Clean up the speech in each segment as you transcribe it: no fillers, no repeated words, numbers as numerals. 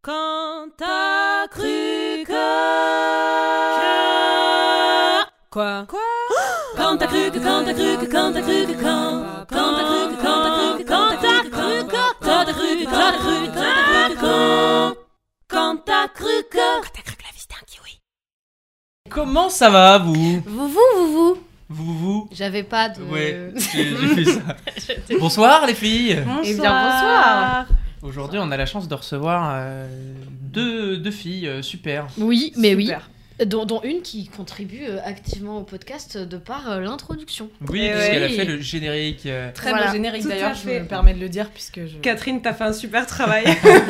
Quand t'as cru que... Quoi? Quand t'as cru que, quand t'as cru que, quand t'as cru que, quand t'as cru que, quand t'as cru que, quand t'as cru que, quand t'as cru que, quand t'as cru que, quand t'as cru que, quand t'as cru que la vie c'était un kiwi. Comment ça va, vous? Vous. J'avais pas de... Ouais, j'ai fait ça. Bonsoir les filles. Bonsoir. Eh bien, bonsoir. Aujourd'hui, on a la chance de recevoir deux filles super. Oui, mais Super. oui. Dont une qui contribue activement au podcast de par l'introduction. Oui, Eh puisqu'elle a oui. fait le générique. Très Voilà. beau générique Tout d'ailleurs, à je fait. me permets de le dire puisque je... Catherine, t'as fait un super travail.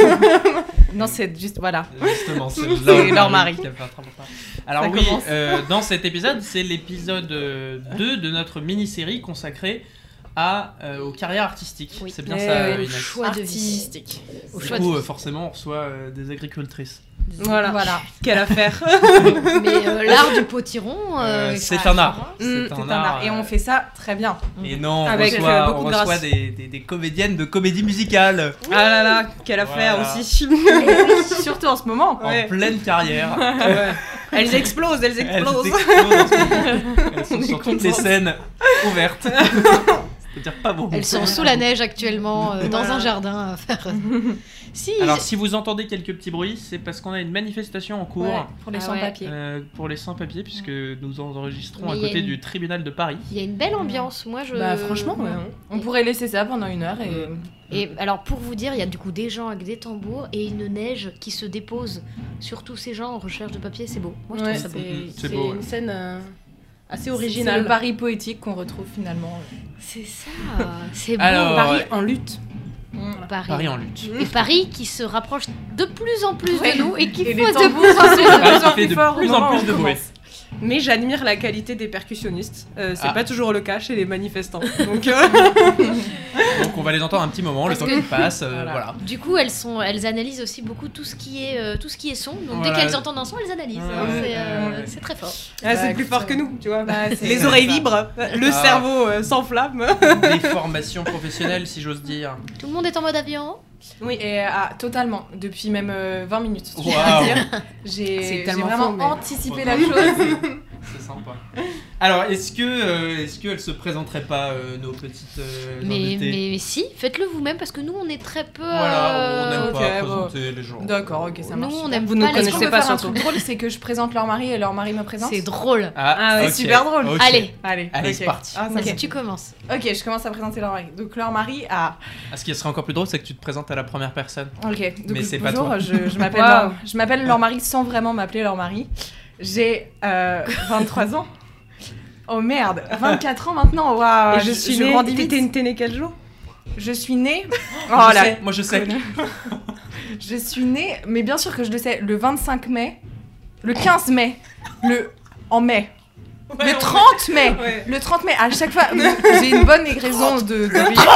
Non, c'est juste, voilà. Justement, c'est Laure Marie. qui a fait un très bon travail. Alors Ça oui, commence. dans cet épisode, c'est l'épisode 2 de notre mini-série consacrée aux carrières artistiques. Oui. C'est bien Eh ça, oui. Inès. Choix de vie. Artistique. Au Du choix de coup, vie. forcément, on reçoit des agricultrices. Voilà. Quelle affaire. Mais l'art du potiron... C'est un art. C'est un art. Et on fait ça très bien. Et non, Avec, on reçoit, beaucoup on de reçoit grâce. des comédiennes de comédie musicale Ah là là, quelle affaire Voilà. aussi. Surtout en ce moment. Ouais. en pleine carrière. Elles explosent, elles Elles explosent. explosent en ce moment. Elles sont On est sur toutes les contentes. scènes ouvertes. C'est-à-dire pas beaucoup. Elles sont sous la neige actuellement, dans Voilà. un jardin à faire... Si, Alors, si vous entendez quelques petits bruits, c'est parce qu'on a une manifestation en cours Ouais, pour les Ah sans-papiers. pour les sans-papiers, puisque nous enregistrons Mais à il y a côté une- du tribunal de Paris. il y a une belle ambiance. Moi, je... Bah franchement, ouais. On pourrait laisser ça pendant 1 heure et... Et alors, pour vous dire, il y a du coup des gens avec des tambours et une neige qui se dépose sur tous ces gens en recherche de papier. C'est beau. Moi, je trouve ça beau. C'est beau, ouais. une scène assez C'est originale. le pari poétique qu'on retrouve finalement. C'est ça. C'est beau. Alors, Paris en lutte. Paris. Paris en lutte. Et Paris qui se rapproche de plus en plus Ouais. de nous et qui Et fait les de tambours plus en plus de Paris nous. qui fait de fort au plus en moment plus où de on bruit. commence. Mais j'admire la qualité des percussionnistes. C'est Ah. pas toujours le cas chez les manifestants. Donc, Donc on va les entendre un petit moment, le Parce temps que- qu'il passe. Voilà. Voilà. Du coup, elles analysent aussi beaucoup tout ce qui est son. Donc Voilà. dès qu'elles entendent un son, elles analysent. Ouais, C'est ouais. c'est très fort. c'est Bah, plus écoute, fort que nous, tu vois. Bah, c'est- Les oreilles ça. vibrent, le Ah. cerveau s'enflamme. Des formations professionnelles, si j'ose dire. Tout le monde est en mode avion. Oui, et totalement. Depuis même 20 minutes. je Waouh. dois dire. C'est J'ai tellement vraiment faux, mais- anticipé la chose. C'est sympa. Alors, est-ce qu'elles se présenteraient pas, nos petites invitées Mais si, faites-le vous-même parce que nous, on est très peu. Voilà, on n'aime ok, pas bon. présenter les gens. D'accord, ok, ça Nous, marche. on aime Vous pas nous les Est-ce qu'on connaissez peut pas faire un surtout. truc drôle, c'est que je présente leur mari et leur mari me présente. C'est drôle. Ah ouais, ok, super drôle. ok. Allez, Allez, Allez, ok. c'est parti. Ah, ça vas-y, va. tu commences. Ok, je commence à présenter leur mari. Donc leur mari a... Ah, ce qui serait encore plus drôle, c'est que tu te présentes à la première personne. Ok, donc Mais c'est pas bonjour, toi. je m'appelle Waouh. je m'appelle leur mari sans vraiment m'appeler leur mari. J'ai 23 ans. Oh merde, 24 ans maintenant, waouh. Et je suis née. grandis vite. T'es né quel jour? Je suis née... Moi, Oh je là, sais, moi je sais. je suis née, mais bien sûr que je le sais, le 25 mai, le 15 mai, en mai. Le 30 mai Ouais. Le 30 mai, à chaque fois, j'ai une bonne raison de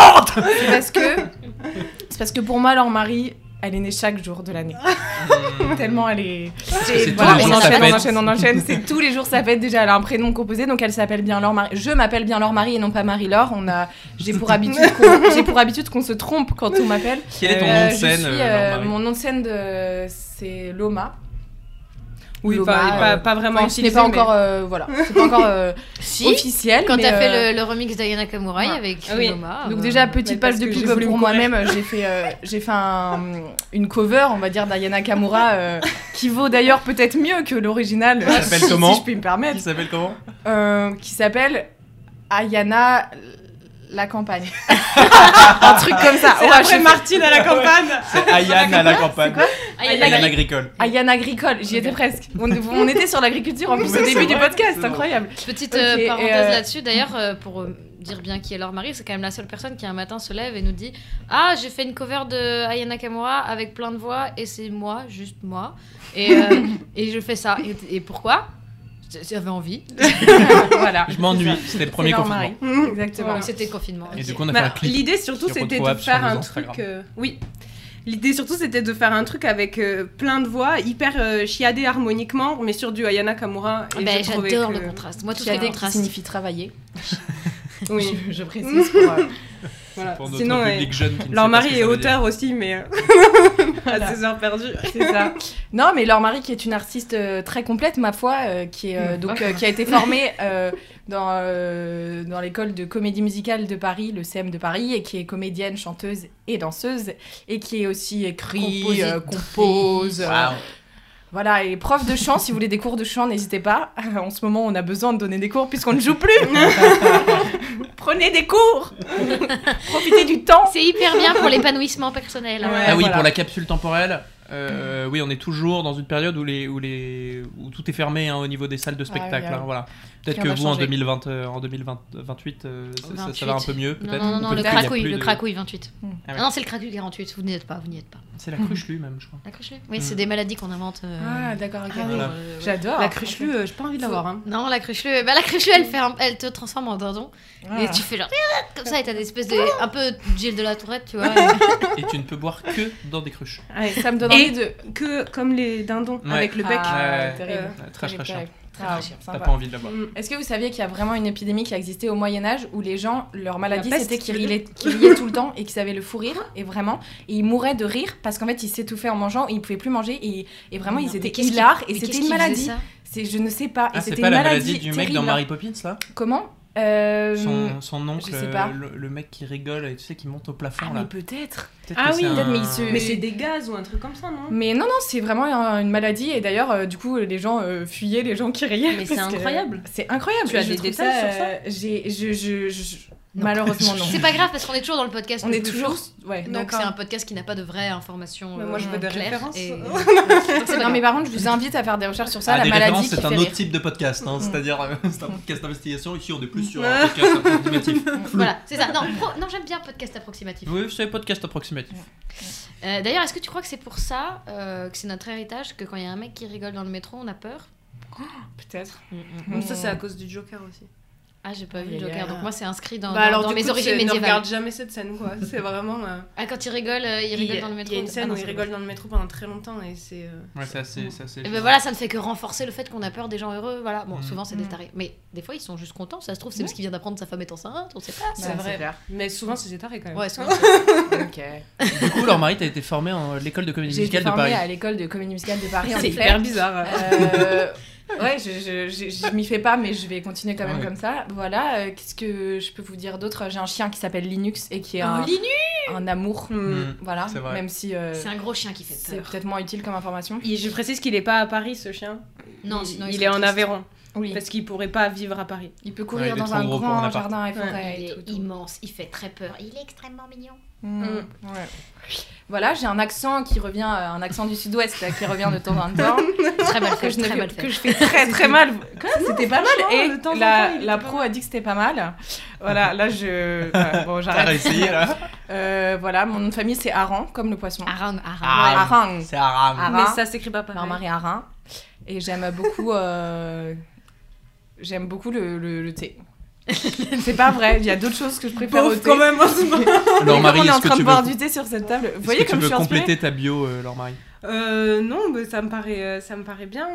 c'est parce que pour moi, leur mari, elle est née chaque jour de l'année. Tellement elle est... c'est Voilà, tous les on jours sa enchaîne, fête. on enchaîne, on enchaîne. C'est tous les jours sa fête. Déjà, elle a un prénom composé, donc elle s'appelle bien Laure Marie. Je m'appelle bien Laure Marie et non pas Marie-Laure. J'ai pour habitude qu'on se trompe quand on m'appelle. Quel est ton nom de Je scène, suis, Laure Marie mon nom de scène, c'est Loma. Oui, Loma, pas vraiment Enfin, ce n'est utilisé, pas mais- encore, voilà, c'est pas encore Si, officiel. quand mais, t'as fait le remix d'Ayana Kamurai ouais. avec Ah oui. Noma. Donc déjà, mais petite parce page de que j'ai pub voulu pour me courir. moi-même, j'ai fait une cover, on va dire, d'Ayana Kamura, qui vaut d'ailleurs peut-être mieux que l'original, Ça s'appelle si comment je puis me Qui permettre, s'appelle comment qui s'appelle Ayana la campagne. Un truc comme ça. C'est Ouais, après je- Martine à la campagne. C'est Ayane à la campagne. Ayana Ayane agricole. Ayana agricole, j'y étais presque. On était sur l'agriculture en plus Ouais, au c'est début du vrai, podcast, c'est c'est incroyable. Petite Ok, et, parenthèse là-dessus, d'ailleurs, pour dire bien qui est leur mari, c'est quand même la seule personne qui un matin se lève et nous dit Ah, j'ai fait une cover de Ayana Kamura avec plein de voix et c'est moi, juste moi. Et je fais ça. Et pourquoi J'avais envie. Voilà. Je m'ennuie, c'était le premier C'est leur confinement. mari. Exactement. Donc c'était le confinement. Et du coup, on a fait un Bah, clip. l'idée surtout qui est c'était de retrouvable sur faire nos un Instagram. truc. Oui. L'idée surtout c'était de faire un truc avec plein de voix hyper chiadées harmoniquement, mais sur du Ayana Kamura. Et Ben, je trouvais j'adore que- le contraste. Moi, tout ce Qui qui est qui contraste. signifie travailler. Oui. Je précise pour... Voilà. Pour notre Sinon, public jeune qui ne leur sait pas ce mari que est ça veut dire. auteur aussi, mais Voilà. À ses heures perdues. C'est ça. Non, mais Laure Marie, qui est une artiste très complète, ma foi, qui a été formée dans l'école de comédie musicale de Paris, le CM de Paris, et qui est comédienne, chanteuse et danseuse, et qui est aussi écrit, compose. Waouh. Voilà, et prof de chant, si vous voulez des cours de chant, n'hésitez pas. En ce moment, on a besoin de donner des cours puisqu'on ne joue plus. Prenez des cours. Profitez du temps. C'est hyper bien pour l'épanouissement personnel. Ouais. Ah oui, voilà. pour la capsule temporelle, oui, on est toujours dans une période où tout est fermé au niveau des salles de spectacle. regarde. Voilà. Peut-être Rien que va vous, en changer. 2028, ça va un peu mieux, peut-être. Non, Peut-être le qu'il y a cracouille, plus le de- cracouille 28. Ah ouais. Non, c'est le cracouille 48, vous n'y êtes pas. C'est la cruche-lue, même, je crois. La cruche-lue Oui, c'est des maladies qu'on invente. Ah, d'accord, ok. Voilà. J'adore. La cruche-lue, j'ai pas envie de l'avoir. Hein. Non, la cruche-lue, elle te transforme en dindon. Ah. Et tu fais genre comme ça, et t'as des espèces de. Un peu Gilles de la Tourette, tu vois. Et tu ne peux boire que dans des cruches. Ouais, ça me donne envie Et de... que comme les dindons, Ouais. avec le bec. Ah, Ouais. terrible. Très Terrible, chiant. terrible. Très Ah, chiant. T'as sympa. pas envie de la boire. Est-ce que vous saviez qu'il y a vraiment une épidémie qui a existé au Moyen-Âge où les gens, leur maladie, peste, c'était qu'ils tu veux riaient tout le temps et qu'ils avaient le fou rire, et vraiment, et ils mouraient de rire parce qu'en fait, ils s'étouffaient en mangeant et ils pouvaient plus manger, et vraiment, ils étaient hilares, et c'était une maladie. Je ne sais pas, et Ah, c'est c'était pas une la maladie maladie du mec dans terrible. Mary Poppins, là Comment Son oncle, je sais pas. le mec qui rigole et tu sais, qui monte au plafond, Ah, là. mais peut-être. Peut-être Ah que oui, c'est peut-être, un- mais il se- Mais c'est des gaz ou un truc comme ça, non? Mais non, c'est vraiment une maladie, et d'ailleurs, du coup, les gens fuyaient les gens qui riaient. Mais c'est parce que- incroyable. C'est incroyable. Tu as Je des trouve détails sur ça Non. Malheureusement, non. C'est pas grave parce qu'on est toujours dans le podcast. On est Louchou. toujours. Ouais. Donc D'accord. c'est un podcast qui n'a pas de vraies informations. Mais moi, je veux des claires, références. et- Non, mais par contre, je vous invite à faire des recherches sur ça, la des maladie références, qui c'est un fait autre rire. type de podcast, c'est-à-dire c'est un podcast d'investigation. Ici, on est plus sur un podcast approximatif. Voilà, c'est ça. Non, j'aime bien podcast approximatif. Oui, c'est podcast approximatif. D'ailleurs, est-ce que tu crois que c'est pour ça que c'est notre héritage que quand il y a un mec qui rigole dans le métro, on a peur? Peut-être. Donc ça, c'est à cause du Joker aussi. Ah, j'ai pas vu Aïe, le aïe, Joker, aïe. donc moi c'est inscrit dans, Bah alors, dans du mes coup, origines ne médiévales. regarde jamais cette scène, quoi. C'est vraiment... Ah, quand il rigole dans le métro. Il y a une scène Ah, non, où il c'est rigole bon. dans le métro pendant très longtemps et c'est... Ouais, c'est assez. Et ben voilà, ça ne fait que renforcer le fait qu'on a peur des gens heureux. Voilà, bon, souvent c'est des tarés. Mais des fois ils sont juste contents, ça se trouve, c'est parce qu'il vient d'apprendre que sa femme est enceinte, on sait pas. C'est Ouais, vrai. clair. Mais souvent, c'est des tarés quand même. Ouais, souvent. Ok. Du coup, Laure Marie, t'as été formée en l'école de comédie J'ai été musicale de formée Paris. à l'école de comédie musicale de Paris. en C'est effet. hyper bizarre. Ouais, je m'y fais pas, mais je vais continuer quand même Ouais. comme ça. Voilà, qu'est-ce que je peux vous dire d'autre? J'ai un chien qui s'appelle Linux et qui est un amour. Mm. Voilà, C'est vrai. même si C'est un gros chien qui fait c'est peur. peut-être moins utile comme information. Je précise qu'il est pas à Paris, ce chien. Non, sinon il serait est en triste. Aveyron. Oui, Parce qu'il pourrait pas vivre à Paris. il peut Ouais, courir il est dans trop un gros pour mon grand appart. jardin et Ouais. forêt Il et est tout. immense, il fait très peur. Il est extrêmement mignon. Ouais. Voilà, j'ai un accent qui revient, un accent du sud-ouest qui revient de temps en temps. Très mal fait, que je ne très fais- mal fait. que je fais très très mal. Quoi, c'était pas mal. franchement, Et de temps en temps, la, il était la pas pro a dit que c'était pas mal. Voilà, là je. Bon, T'as j'arrête. réussi, là. Voilà, mon nom de famille c'est Aran, comme le poisson. Arang. Ah, Aran. C'est Aram. Aran. Mais ça s'écrit pas pareil. Laure-Marie Aran. Et j'aime beaucoup. J'aime beaucoup le thé. C'est pas vrai, il y a d'autres choses que je préfère au Pauvre thé. quand même, en ce moment. Laure Mais Marie, comme on est en est-ce que train tu de boire veux, du thé sur cette table. Vous est-ce voyez que tu comme je veux suis inspirée. compléter ta bio, Laure Marie? Non, mais ça me paraît bien.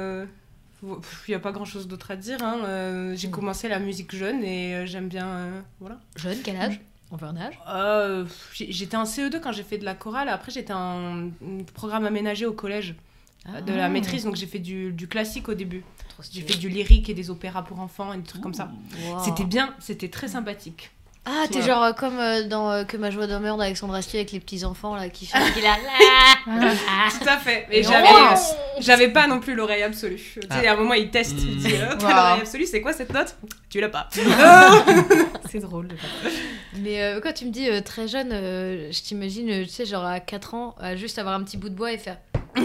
Il n'y a pas grand chose d'autre à dire. Hein. J'ai commencé la musique jeune et j'aime bien. Voilà. Jeune, quel âge? On veut un âge? J'étais en CE2 quand j'ai fait de la chorale. Après, j'étais en programme aménagé au collège de la maîtrise. Donc, j'ai fait du classique au début. J'ai fait du lyrique et des opéras pour enfants et des trucs comme ça. Wow. C'était bien, c'était très sympathique. Ah, t'es Voilà. genre comme dans Que ma joie demeure d'Alexandre Astier avec les petits enfants là qui chantent. Tout à fait. Et j'avais pas non plus l'oreille absolue. Tu sais, à un moment, il teste. Il dit t'as Wow. l'oreille absolue, c'est quoi cette note? Tu l'as pas. C'est drôle. Mais quand tu me dis très jeune, je t'imagine, tu sais, genre à 4 ans, à juste avoir un petit bout de bois et faire.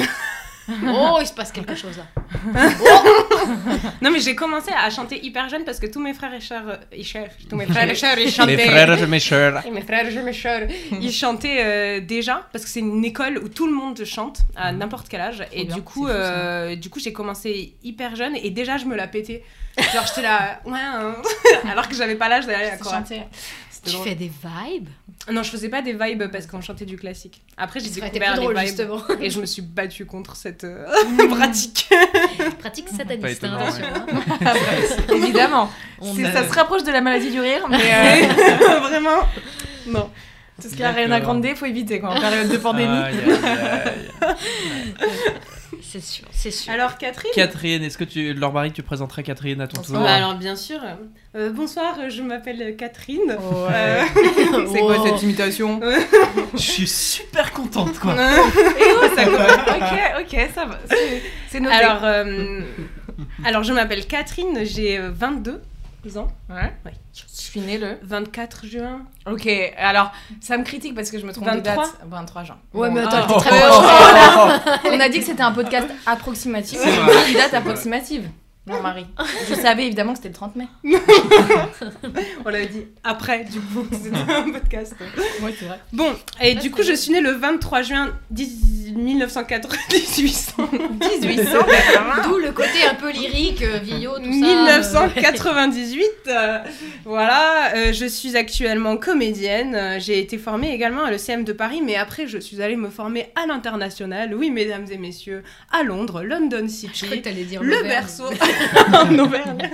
Oh, il se passe quelque chose là. Non, mais j'ai commencé à chanter hyper jeune parce que tous mes frères et sœurs, ils chantaient. Mes frères et mes sœurs. Et mes frères, ils chantaient déjà parce que c'est une école où tout le monde chante à n'importe quel âge. Et bien, du coup, c'est fou, du coup, j'ai commencé hyper jeune et déjà je me la pétais. Genre j'étais là, ouais, alors que j'avais pas l'âge d'aller à la chorale. Tu fais des vibes? Non, je faisais pas des vibes parce qu'on chantait du classique. Après, j'ai Ça aurait été découvert plus drôle les vibes justement. et je me suis battue contre cette pratique. Pratique Pas sataniste, étonnant, attention. Hein. Évidemment. On Ça se rapproche de la maladie du rire, mais Vraiment. Non. Tout ce qui a rien à grandir, faut éviter quoi, en période de pandémie. C'est sûr, c'est sûr. Alors Catherine. Catherine, est-ce que Laure Marie, tu présenterais Catherine à ton tour? Alors bien sûr. Bonsoir, je m'appelle Catherine. C'est quoi cette imitation? Je suis super contente quoi. Ok, ça va. C'est noté. Alors je m'appelle Catherine, j'ai 22 ans. Ouais. Ouais. Je suis née le 24 juin. Ok, alors ça me critique parce que je me trompe 23. des dates. 23 juin. Ouais, Bon, mais attends, ah. t'es très bien. On a dit que c'était un podcast approximatif. C'est On vrai. dit une date approximative. Non, Marie. Je savais évidemment que c'était le 30 mai. On l'avait dit après, du coup, c'était un podcast. Oui, c'est vrai. Bon, et du coup, je suis née le 23 juin 1998. D'où le côté un peu lyrique, Villot, tout ça. 1998. Voilà, je suis actuellement comédienne. J'ai été formée également à l'ECM de Paris, mais après, je suis allée me former à l'international. Oui, mesdames et messieurs, à Londres, London City. Je crois que t'allais dire Le l'Auvergne. berceau en Auvergne.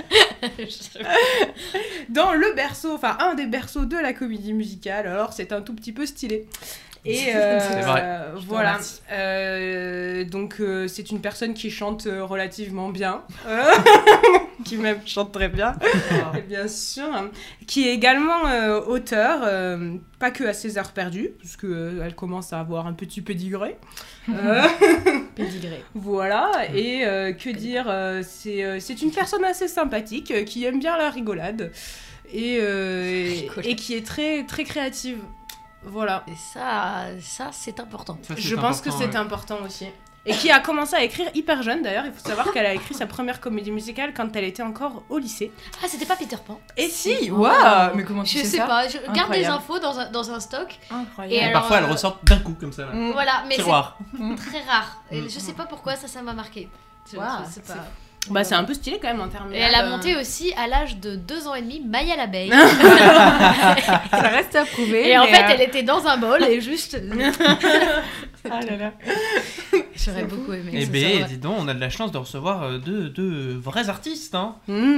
Dans le berceau, enfin un des berceaux de la comédie musicale. Alors c'est un tout petit peu stylé. Et C'est vrai. voilà. Donc c'est une personne qui chante relativement bien, qui même chante très bien, et bien sûr, qui est également auteur, pas que à ses heures perdues, puisque elle commence à avoir un petit pédigré. Pédigré. Voilà, et que dire, c'est une personne assez sympathique, qui aime bien la rigolade, et qui est très, très créative. Voilà. Et ça c'est important. Ça, c'est Je pense que important, c'est important aussi. Et qui a commencé à écrire hyper jeune d'ailleurs. Il faut savoir qu'elle a écrit sa première comédie musicale quand elle était encore au lycée. Ah, c'était pas Peter Pan? Et si, Waouh, mais comment tu Je sais sais ça? pas, je garde des Incroyable. infos dans un stock. Incroyable. Et Et alors, parfois, elles ressortent d'un coup comme ça. Là. Voilà, mais c'est Tiroir. très rare. Et je sais pas pourquoi ça m'a marqué. Je sais pas. Bah c'est un peu stylé quand même en termes. Et elle a monté aussi à l'âge de 2 ans et demi Maya l'abeille. Ça reste à prouver. Et en mais, fait, elle était dans un bol et juste. Ah là là. J'aurais beaucoup aimé. Eh ça, ben, c'est vrai. dis donc, on a de la chance de recevoir deux vrais artistes. Hein.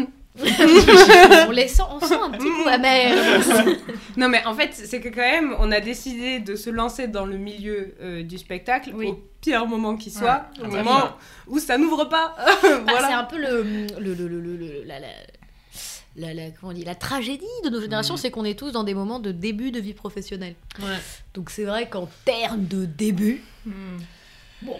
On sent un petit coup amer. Non mais en fait c'est que quand même on a décidé de se lancer dans le milieu du spectacle Oui. au pire moment qui soit, au bah moment où ça n'ouvre pas. Bah, Voilà. c'est un peu comment on dit, la tragédie de nos générations, c'est qu'on est tous dans des moments de début de vie professionnelle. Ouais. Donc c'est vrai qu'en termes de début, bon,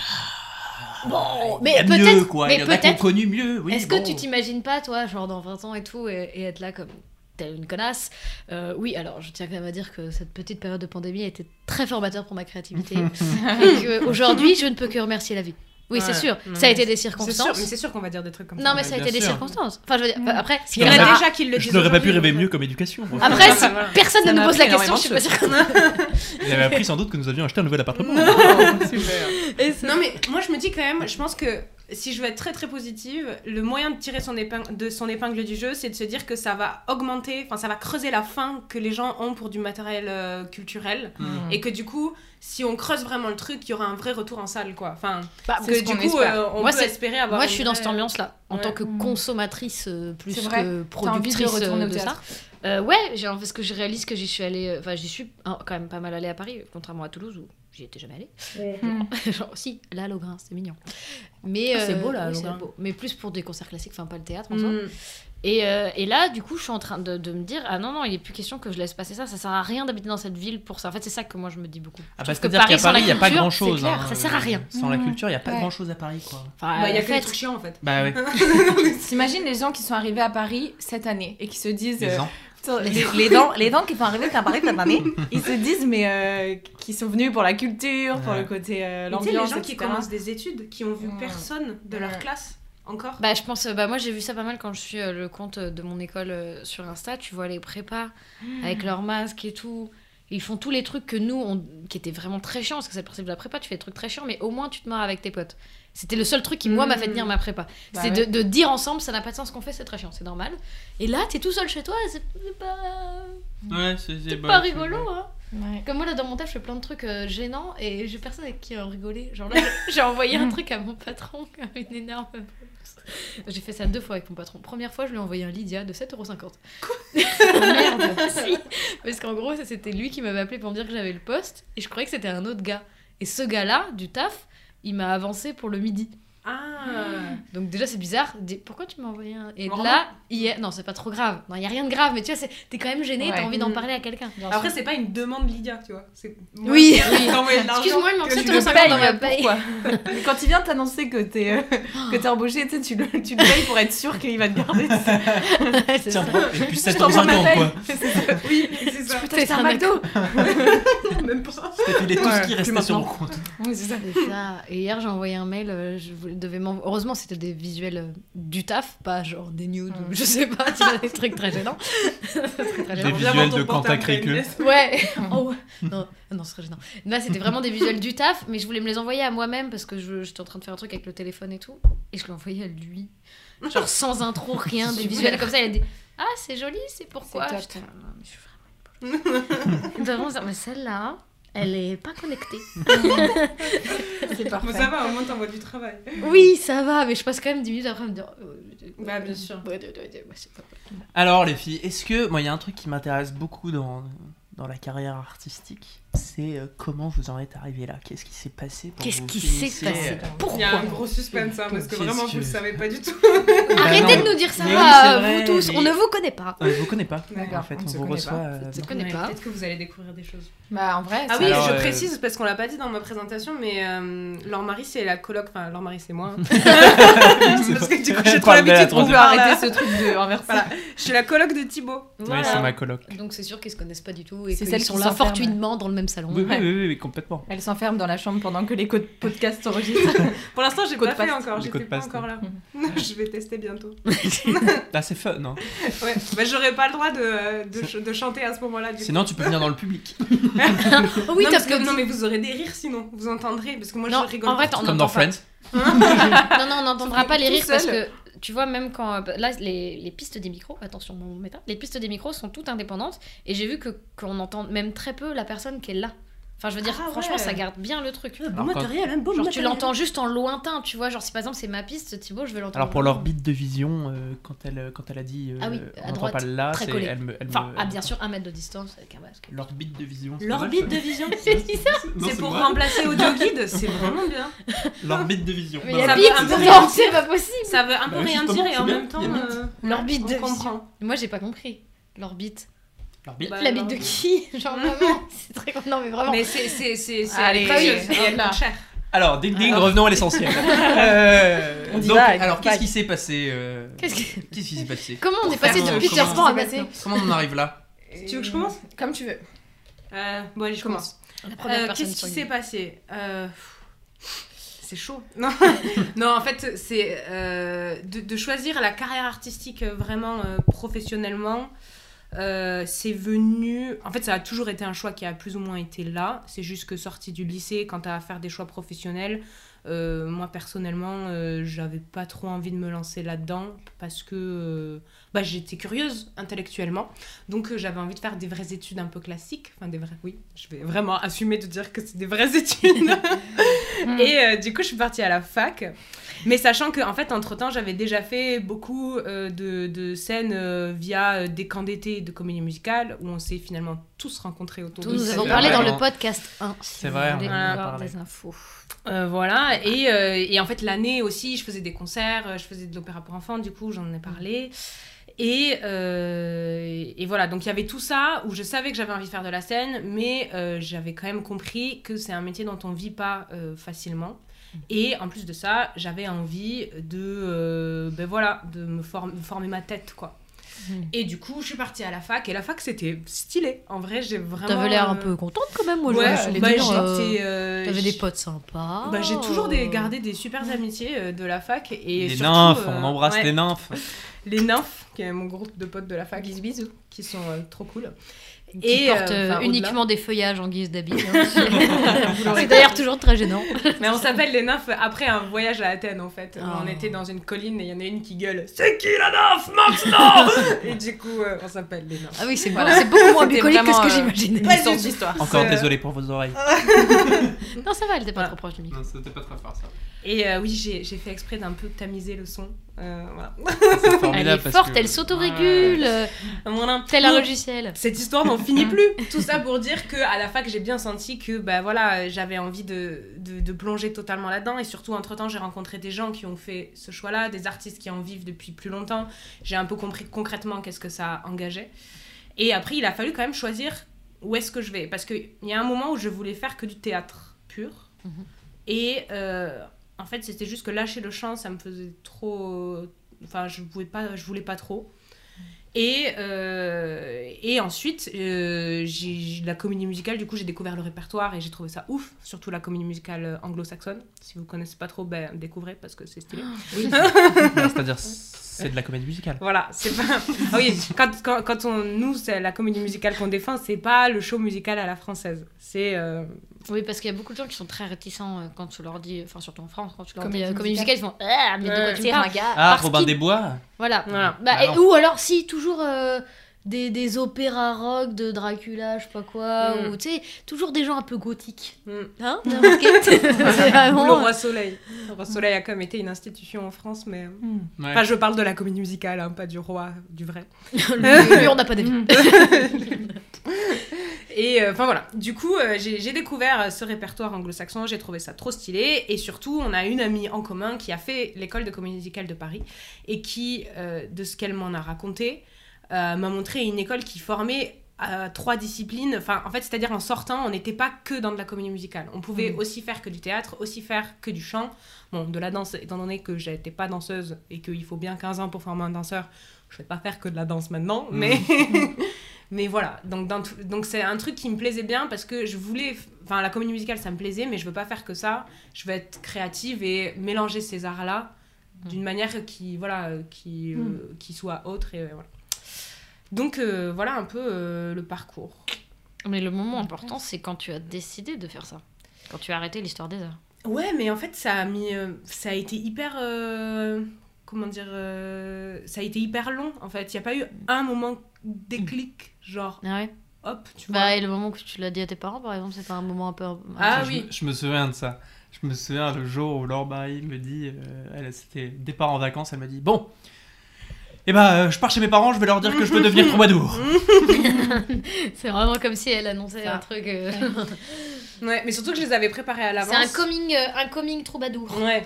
Il y a peut-être, mieux, quoi. mais Il y en a qui ont peut-être. connu mieux. Oui, Est-ce bon. que tu t'imagines pas, toi, genre dans 20 ans et tout, et être là comme telle une connasse? Oui, alors je tiens quand même à dire que cette petite période de pandémie a été très formateur pour ma créativité et qu'aujourd'hui, je ne peux que remercier la vie. Oui, c'est Ouais. sûr, Ouais. ça a été des C'est sûr, circonstances. mais c'est sûr qu'on va dire des trucs comme Non, ça. mais ça a bien été des sûr. circonstances. Enfin, je veux dire, après, Il y en a Ah. déjà qui le disent. Je n'aurais pas pu aujourd'hui, rêver donc, mieux comme éducation. moi. Après, si Voilà. personne Ça ne m'a me pose la appris question, je suis pas énormément sûre. J'avais appris sans doute que nous avions acheté un nouvel appartement. Non mais moi je me dis quand même, je pense que si je veux être très très positive, le moyen de tirer son épingle du jeu, c'est de se dire que ça va augmenter, enfin ça va creuser la faim que les gens ont pour du matériel culturel, et que du coup, si on creuse vraiment le truc, il y aura un vrai retour en salle quoi. Enfin, c'est que ce du qu'on coup, espère. on Moi, peut c'est- espérer avoir. Moi, une je suis dans vraie- cette ambiance-là, en Ouais. tant que consommatrice plus C'est vrai. que T'as envie de productrice retourner au de ça. théâtre. Ouais, parce que je réalise que j'y suis allée, enfin j'y suis quand même pas mal allée à Paris, contrairement à Toulouse où j'y étais jamais allée. Genre si, là à Logrin, c'est mignon. Mais Ah, c'est beau, là, à oui, c'est Logrin. beau. Mais plus pour des concerts classiques, enfin pas le théâtre en soi. Mm. Et là, du coup, je suis en train de me dire, ah non, il n'est plus question que je laisse passer ça sert à rien d'habiter dans cette ville pour ça. En fait, c'est ça que moi je me dis beaucoup. Ah Je bah, trouve que c'est-à-dire qu'à sans la Paris, il n'y a pas culture, grand-chose. c'est clair, ça sert à rien. Sans la culture, il n'y a pas Ouais. grand-chose à Paris, quoi. Enfin, Bah, il y a en que des fait, trucs chiants en fait. Bah ouais. T'imagines les gens qui sont arrivés à Paris cette année et qui se disent Les ans. les dents qui sont arrivés à Paris cette année, ils se disent mais qui sont venus pour la culture, pour Ouais. le côté Mais tu sais, l'ambiance, les gens qui etc. commencent des études, qui ont vu Ouais. personne de leur Ouais. classe encore. Bah, je pense, moi j'ai vu ça pas mal quand je suis le compte de mon école sur Insta. Tu vois les prépas avec leurs masques et tout. Ils font tous les trucs que nous, qui étaient vraiment très chiants, parce que c'est le principe de la prépa, tu fais des trucs très chiants, mais au moins tu te marres avec tes potes. C'était le seul truc qui, moi, m'a fait tenir ma prépa. Bah c'est ouais. de dire ensemble, ça n'a pas de sens ce qu'on fait, c'est très chiant, c'est normal. Et là, t'es tout seul chez toi, c'est pas, Ouais, c'est bah, pas rigolo, hein. Ouais. Comme moi, là, dans mon taf, je fais plein de trucs gênants et j'ai personne avec qui en rigoler. Genre là, j'ai envoyé un truc à mon patron, une énorme... J'ai fait ça 2 fois avec mon patron. Première fois, je lui ai envoyé un Lydia de 7,50€. Quoi? Oh merde. Si. Parce qu'en gros, c'était lui qui m'avait appelé pour me dire que j'avais le poste et je croyais que c'était un autre gars. Et ce gars-là, du taf, il m'a avancé pour le midi. Donc déjà c'est bizarre, pourquoi tu m'as envoyé un... Et Vraiment là, hier... Non, c'est pas trop grave, non, il y a rien de grave, mais tu vois, t'es quand même gêné, t'as Ouais. envie d'en parler à quelqu'un. Après, c'est pas une demande Lydia, tu vois. C'est moi Oui, qui ai envoyé de l'argent Excuse-moi, il manque que tu 7,50€ le dans ma paye. Pourquoi Mais quand il vient t'annoncer que t'es embauché, tu sais, tu le payes pour être sûr qu'il va te garder. C'est Tiens, ça. et puis Je t'envoie ma 7,50€ paye. quoi. Oui, c'est ça. Je peux t'acheter un un McDo. Même pas. T'as filé tout ce Ouais, qui plus restait sur mon maintenant. compte. Oui, c'est ça. C'est ça. Et hier, j'ai envoyé un mail, heureusement, c'était des visuels du taf, pas genre des nudes, ou je sais pas, tu vois, des trucs très gênants. Très Des gênant. visuels de Quentin Créqueux. Ouais. Oh, ouais. Non, ce serait gênant. Là, c'était vraiment des visuels du taf, mais je voulais me les envoyer à moi-même parce que j'étais en train de faire un truc avec le téléphone et tout. Et je l'ai envoyé à lui. Genre sans intro, rien, des visuels comme ça. Il a dit ah, c'est joli, c'est pourquoi. C'est top. J'étais, non, mais je suis vraiment. Vraiment, mais celle-là, elle est pas connectée. C'est Bon, parfait. ça va, au moins t'envoies du travail. Oui, ça va, mais je passe quand même 10 minutes après à me dire. Bah, bien sûr. Ouais, c'est pas... Alors les filles, est-ce que moi il y a un truc qui m'intéresse beaucoup dans la carrière artistique, c'est comment vous en êtes arrivé là. Qu'est-ce qui s'est passé pour Qu'est-ce vous qui finissez, s'est passé Il y Pourquoi a un gros suspense, hein, parce que Qu'est-ce vraiment, que- vous le savez pas du tout. Arrêtez non. de nous dire ça, Mais oui, c'est vrai, vous tous, mais- on ne vous connaît pas. Je vous connais pas. D'accord, En fait, on on se vous connaît reçoit. pas. Je te Ouais, connais pas. Peut-être que vous allez découvrir des choses. Bah en vrai, Ah c'est- oui, Alors, je précise parce qu'on l'a pas dit dans ma présentation, mais Laure Marie c'est la coloc, enfin Laure Marie c'est moi. hein. Parce que du coup j'ai Elle trop parle d'elle à l'habitude trop qu'on de- peut arrêter ce truc de renverser. Voilà. Je suis la coloc de Thibaut. Oui, Voilà. c'est ma coloc. Donc c'est sûr qu'ils se connaissent pas du tout et C'est qu'ils celle sont qui là s'enferme. fortuitement dans le même salon. Oui, oui, complètement. Elle s'enferme dans la chambre pendant que les podcasts s'enregistrent. Pour l'instant j'ai Code pas fait paste. encore, Les j'étais codes pas paste, encore là. Je vais tester bientôt. Là, c'est fun, non Ouais, bah j'aurais pas le droit de chanter à ce moment-là. Du Sinon, tu peux venir dans le public. Oh oui, non, t'as parce que, applaudi. non mais vous aurez des rires sinon, vous entendrez parce que moi Non, je rigole. en vrai, pas. on Comme dans n'entend pas. Friends. Non, on n'entendra pas les Tout rires parce seul. que tu vois, même quand. Là, les pistes des micros, attention, mon méta, les pistes des micros sont toutes indépendantes et j'ai vu qu'on entend même très peu la personne qui est là. Enfin, je veux dire, Ah franchement, ouais. ça garde bien le truc. Bon Alors, matériel, hein, bon Genre, tu matériel. l'entends juste en lointain, tu vois. Genre, si par exemple c'est ma piste, Thibaut, je vais l'entendre. Alors, pour l'orbite de vision, quand elle a dit Ah oui, on à n'entend droite, pas là, très c'est. collé. Elle Enfin, me- ah, bien sûr, 1 mètre de distance avec un masque. L'orbite de vision. c'est L'orbite pas de mal, vision. J'ai dit ça. ça. Non, C'est pour moi. remplacer audio guide, c'est vraiment bien. L'orbite de vision. Mais Non, il y a ça bite, veut un peu non, rien c'est pas possible. Ça veut un peu Bah, rien justement, dire et c'est en bien, même temps il y a bite. L'orbite on de comprend. Moi, j'ai pas compris. L'orbite. L'orbite. Bah, La bite de qui Genre vraiment, c'est très. Non, mais vraiment. Mais c'est Allez, précieux, oui, et elle là. coûte cher. Alors, ding ding, Alors. revenons à l'essentiel. On y Donc, va, alors, vague. qu'est-ce qui s'est passé Qu'est-ce Qu'est-ce qui s'est passé Comment on est passé faire, de Peter comment- Pan à Maté Comment on en arrive là Tu veux que je commence Comme tu veux. Bon, allez, je commence. La première personne Qu'est-ce qui sur s'est une- passé C'est chaud. Non, non, en fait, c'est de choisir la carrière artistique vraiment professionnellement. C'est venu. En fait, ça a toujours été un choix qui a plus ou moins été là. C'est juste que sorti du lycée, quand tu as à faire des choix professionnels, moi personnellement, j'avais pas trop envie de me lancer là-dedans parce que bah, j'étais curieuse intellectuellement. Donc j'avais envie de faire des vraies études un peu classiques. Enfin, des vraies. Oui, je vais vraiment assumer de dire que c'est des vraies études. Et du coup, je suis partie à la fac. Mais sachant qu'en fait, entre-temps, j'avais déjà fait beaucoup de scènes via des camps d'été de comédie musicale où on s'est finalement tous rencontrés autour Tout, de nous cette avons C'est parlé vrai, dans le hein. podcast 1. C'est vrai, Vous voulez on en a avoir parlé. des infos. Voilà, et en fait, l'année aussi, je faisais des concerts, je faisais de l'opéra pour enfants, du coup, j'en ai parlé. Et voilà, donc il y avait tout ça où je savais que j'avais envie de faire de la scène, mais j'avais quand même compris que c'est un métier dont on ne vit pas facilement. Et en plus de ça, j'avais envie de, de me former ma tête, quoi. Et du coup, je suis partie à la fac, et la fac, c'était stylé. En vrai, j'ai vraiment... T'avais l'air un peu contente quand même, moi. Ouais, je bah, dire, j'étais... T'avais des potes sympas. Bah, j'ai toujours gardé des super amitiés de la fac. Et Les surtout, nymphes, on embrasse ouais, les nymphes. les nymphes, qui est mon groupe de potes de la fac. Bisous, bisous. Qui sont trop cool. Qui porte enfin, uniquement des feuillages en guise d'habit. Hein. C'est d'ailleurs toujours très gênant. Mais on s'appelle les nymphes après un voyage à Athènes en fait. Oh. On était dans une colline et il y en a une qui gueule « C'est qui la nymphe maintenant ?» Et du coup, on s'appelle les nymphes. Ah oui, c'est Voilà. c'est beaucoup moins C'était bucolique que ce vraiment, que j'imaginais. Pas du tout. Histoire. Encore C'est- désolé pour vos oreilles. Non, ça va, elle était pas Voilà. trop proche du micro. Non, c'était pas très fort ça. Et oui, j'ai fait exprès d'un peu tamiser le son. Voilà. C'est Elle formidable est parce forte, que- elle s'autorégule, Voilà. tel un Donc, logiciel. Cette histoire n'en finit plus. Tout ça pour dire qu'à la fac, j'ai bien senti que bah, voilà, j'avais envie de plonger totalement là-dedans. Et surtout, entre-temps, j'ai rencontré des gens qui ont fait ce choix-là, des artistes qui en vivent depuis plus longtemps. J'ai un peu compris concrètement qu'est-ce que ça engageait. Et après, il a fallu quand même choisir où est-ce que je vais. Parce qu'il y a un moment où je voulais faire que du théâtre pur. Mhm. Et en fait, c'était juste que lâcher le chant, ça me faisait trop... Enfin, je voulais pas trop. Et ensuite, la comédie musicale, du coup, j'ai découvert le répertoire et j'ai trouvé ça ouf. Surtout la comédie musicale anglo-saxonne. Si vous connaissez pas trop, ben, découvrez parce que c'est stylé. C'est-à-dire, c'est de la comédie musicale. Voilà, c'est pas... Ah oui, quand nous, c'est la comédie musicale qu'on défend, c'est pas le show musical à la française. C'est... Oui, parce qu'il y a beaucoup de gens qui sont très réticents quand tu leur dis, enfin surtout en France, quand tu leur Comédie dis comédie musicale, ils font ah, mais de quoi tu C'est parles ringard. Ah, Parce Robin qu'il- des Bois. Voilà. Voilà. Bah, Ah et- non. ou alors, si, toujours des opéras rock de Dracula, je sais pas quoi, ou tu sais, toujours des gens un peu gothiques. Hein t'as remarqué C'est Le vraiment... Roi Soleil. Le Roi Soleil a comme été une institution en France, mais... Ouais. Enfin, je parle de la comédie musicale, hein, pas du roi, du vrai. Lui, on n'a pas d'avis. Et enfin voilà, du coup j'ai découvert ce répertoire anglo-saxon, j'ai trouvé ça trop stylé et surtout on a une amie en commun qui a fait l'école de comédie musicale de Paris et qui, de ce qu'elle m'en a raconté, m'a montré une école qui formait à 3 disciplines, enfin en fait c'est-à-dire en sortant on n'était pas que dans de la comédie musicale, on pouvait aussi faire que du théâtre, aussi faire que du chant, bon de la danse étant donné que j'étais pas danseuse et qu'il faut bien 15 ans pour former un danseur, je vais pas faire que de la danse maintenant, mais... Mais voilà, donc c'est un truc qui me plaisait bien parce que je voulais... Enfin, la comédie musicale, ça me plaisait, mais je veux pas faire que ça. Je veux être créative et mélanger ces arts-là d'une manière qui soit autre. Et, voilà. Donc, voilà un peu le parcours. Mais le moment important, c'est quand tu as décidé de faire ça. Quand tu as arrêté l'histoire des arts. Ouais, mais en fait, ça a été hyper... comment dire ça a été hyper long, en fait. Il n'y a pas eu un moment déclic, genre... Ah ouais. Hop, tu vois. Bah, et le moment que tu l'as dit à tes parents, par exemple, c'était un moment un peu... Ah Je- oui. Je me souviens de ça. Je me souviens le jour où Laure Barry me dit, c'était départ en vacances, elle m'a dit bon, eh ben je pars chez mes parents, je vais leur dire que je veux devenir troubadour. C'est vraiment comme si elle annonçait Ça. un truc... Ouais, mais surtout que je les avais préparés à l'avance. C'est un coming troubadour. Ouais.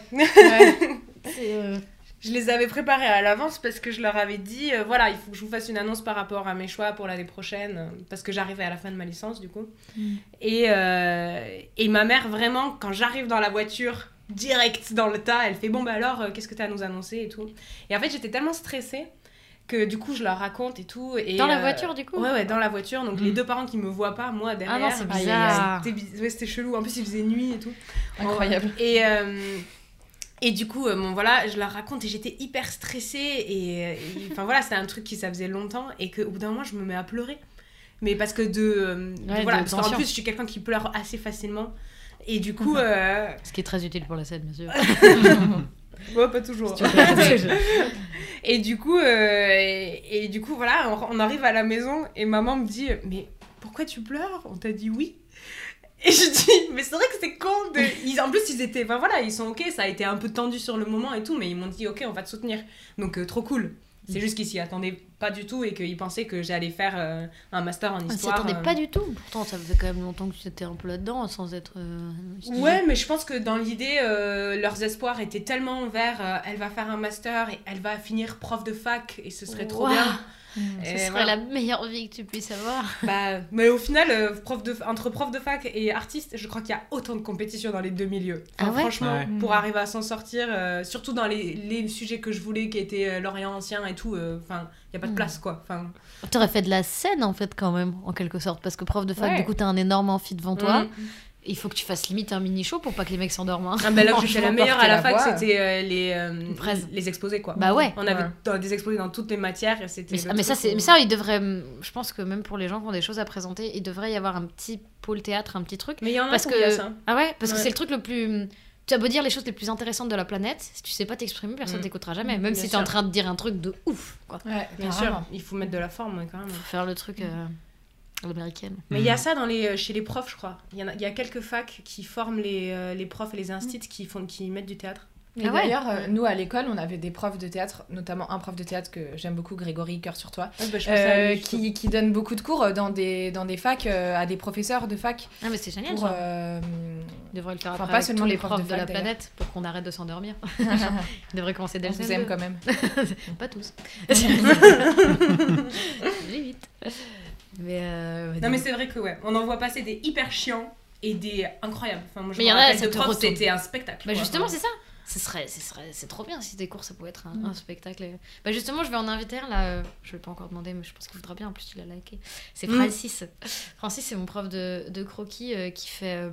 C'est, Je les avais préparés à l'avance parce que je leur avais dit, voilà, il faut que je vous fasse une annonce par rapport à mes choix pour l'année prochaine, parce que j'arrivais à la fin de ma licence, du coup. Et ma mère, vraiment, quand j'arrive dans la voiture, direct dans le tas, elle fait, bon, bah alors, qu'est-ce que t'as à nous annoncer et tout. Et en fait, j'étais tellement stressée que du coup, je leur raconte et tout. Et, Dans la voiture, du coup Ouais, dans la voiture. Donc, les deux parents qui me voient pas, moi, derrière. Ah non, c'est Aïe, bizarre. ouais, c'était chelou. En plus, il faisait nuit et tout. Incroyable. Et du coup, bon, voilà, je leur raconte et j'étais hyper stressée. Et enfin voilà, c'était un truc qui ça faisait longtemps. Et qu'au bout d'un moment, je me mets à pleurer. Mais parce que Ouais, voilà, de parce qu'en tension. plus, je suis quelqu'un qui pleure assez facilement. Et du coup... Ce qui est très utile pour la scène, bien sûr. ouais, pas toujours. Et du coup, voilà, on arrive à la maison et maman me dit « Mais pourquoi tu pleures ? On t'a dit oui ?» Et je dis « Mais c'est vrai que c'est con de... » En plus, ils étaient... Enfin voilà, ils sont ok, ça a été un peu tendu sur le moment et tout, mais ils m'ont dit « Ok, on va te soutenir. » Donc, trop cool. C'est juste qu'ils s'y attendaient pas du tout et qu'ils pensaient que j'allais faire un master en On s'y histoire. attendait pas du tout. Pourtant, ça faisait quand même longtemps que tu étais un peu là-dedans, sans être... Ouais, mais je pense que dans l'idée, leurs espoirs étaient tellement vers elle va faire un master et elle va finir prof de fac et ce serait trop Waouh. bien. Ce Et serait voilà. la meilleure vie que tu puisses avoir. Bah, mais au final, entre prof de fac et artiste, je crois qu'il y a autant de compétition dans les deux milieux. Enfin, Ah ouais franchement, Ouais. pour arriver à s'en sortir, surtout dans les sujets que je voulais, qui étaient l'Orient ancien et tout, enfin, il n'y a pas de place, quoi. Enfin, T'aurais fait de la scène, en fait, quand même, en quelque sorte. Parce que prof de fac, Ouais. du coup, t'as un énorme amphi devant toi. il faut que tu fasses limite un mini show pour pas que les mecs s'endorment. Hein. Ah bah là, j'étais la meilleure à la fac, voix. c'était Fraises. les exposés, quoi. Bah ouais. On avait des exposés dans toutes les matières et c'était. Mais ça, il devrait. Je pense que même pour les gens qui ont des choses à présenter, il devrait y avoir un petit pôle théâtre, un petit truc. Mais il y en a parce qui que ont ça. Ah ouais, parce que Ouais. c'est le truc le plus. Tu as beau dire les choses les plus intéressantes de la planète, si tu sais pas t'exprimer, personne t'écoutera jamais. Même Bien si t'es en sûr. train de dire un truc de ouf, quoi. Ouais, Bien carrément. sûr, il faut mettre de la forme, ouais, quand même. Faut faire le truc à l'américaine. Mais il y a ça chez les profs, je crois. Il y a quelques facs qui forment les profs et les instits qui mettent du théâtre. Et Ah ouais. d'ailleurs, nous à l'école, on avait des profs de théâtre, notamment un prof de théâtre que j'aime beaucoup, Grégory, cœur sur toi, Ouais, bah, je pensais à lui, justement. qui donne beaucoup de cours dans des facs à des professeurs de fac. Ah, mais c'est génial Pour, ça. Il devrait le faire enfin, après pas avec seulement tous les les profs profs de de la fac, d'ailleurs. planète pour qu'on arrête de s'endormir. Il devrait commencer dès on le vous CM2. aime quand même. Pas tous. Limite. Non, mais c'est vrai que ouais, on en voit passer des hyper chiants et des incroyables. Enfin, moi, je Mais me y en a, rappelle ça de te profs, retourne. c'était un spectacle. Bah quoi. justement, c'est ça. C'est trop bien si tes cours ça pouvait être un spectacle. Bah justement, je vais en inviter un là. Je vais pas encore demander, mais je pense qu'il voudra bien. En plus, il a liké. C'est Francis. Francis, c'est mon prof de croquis qui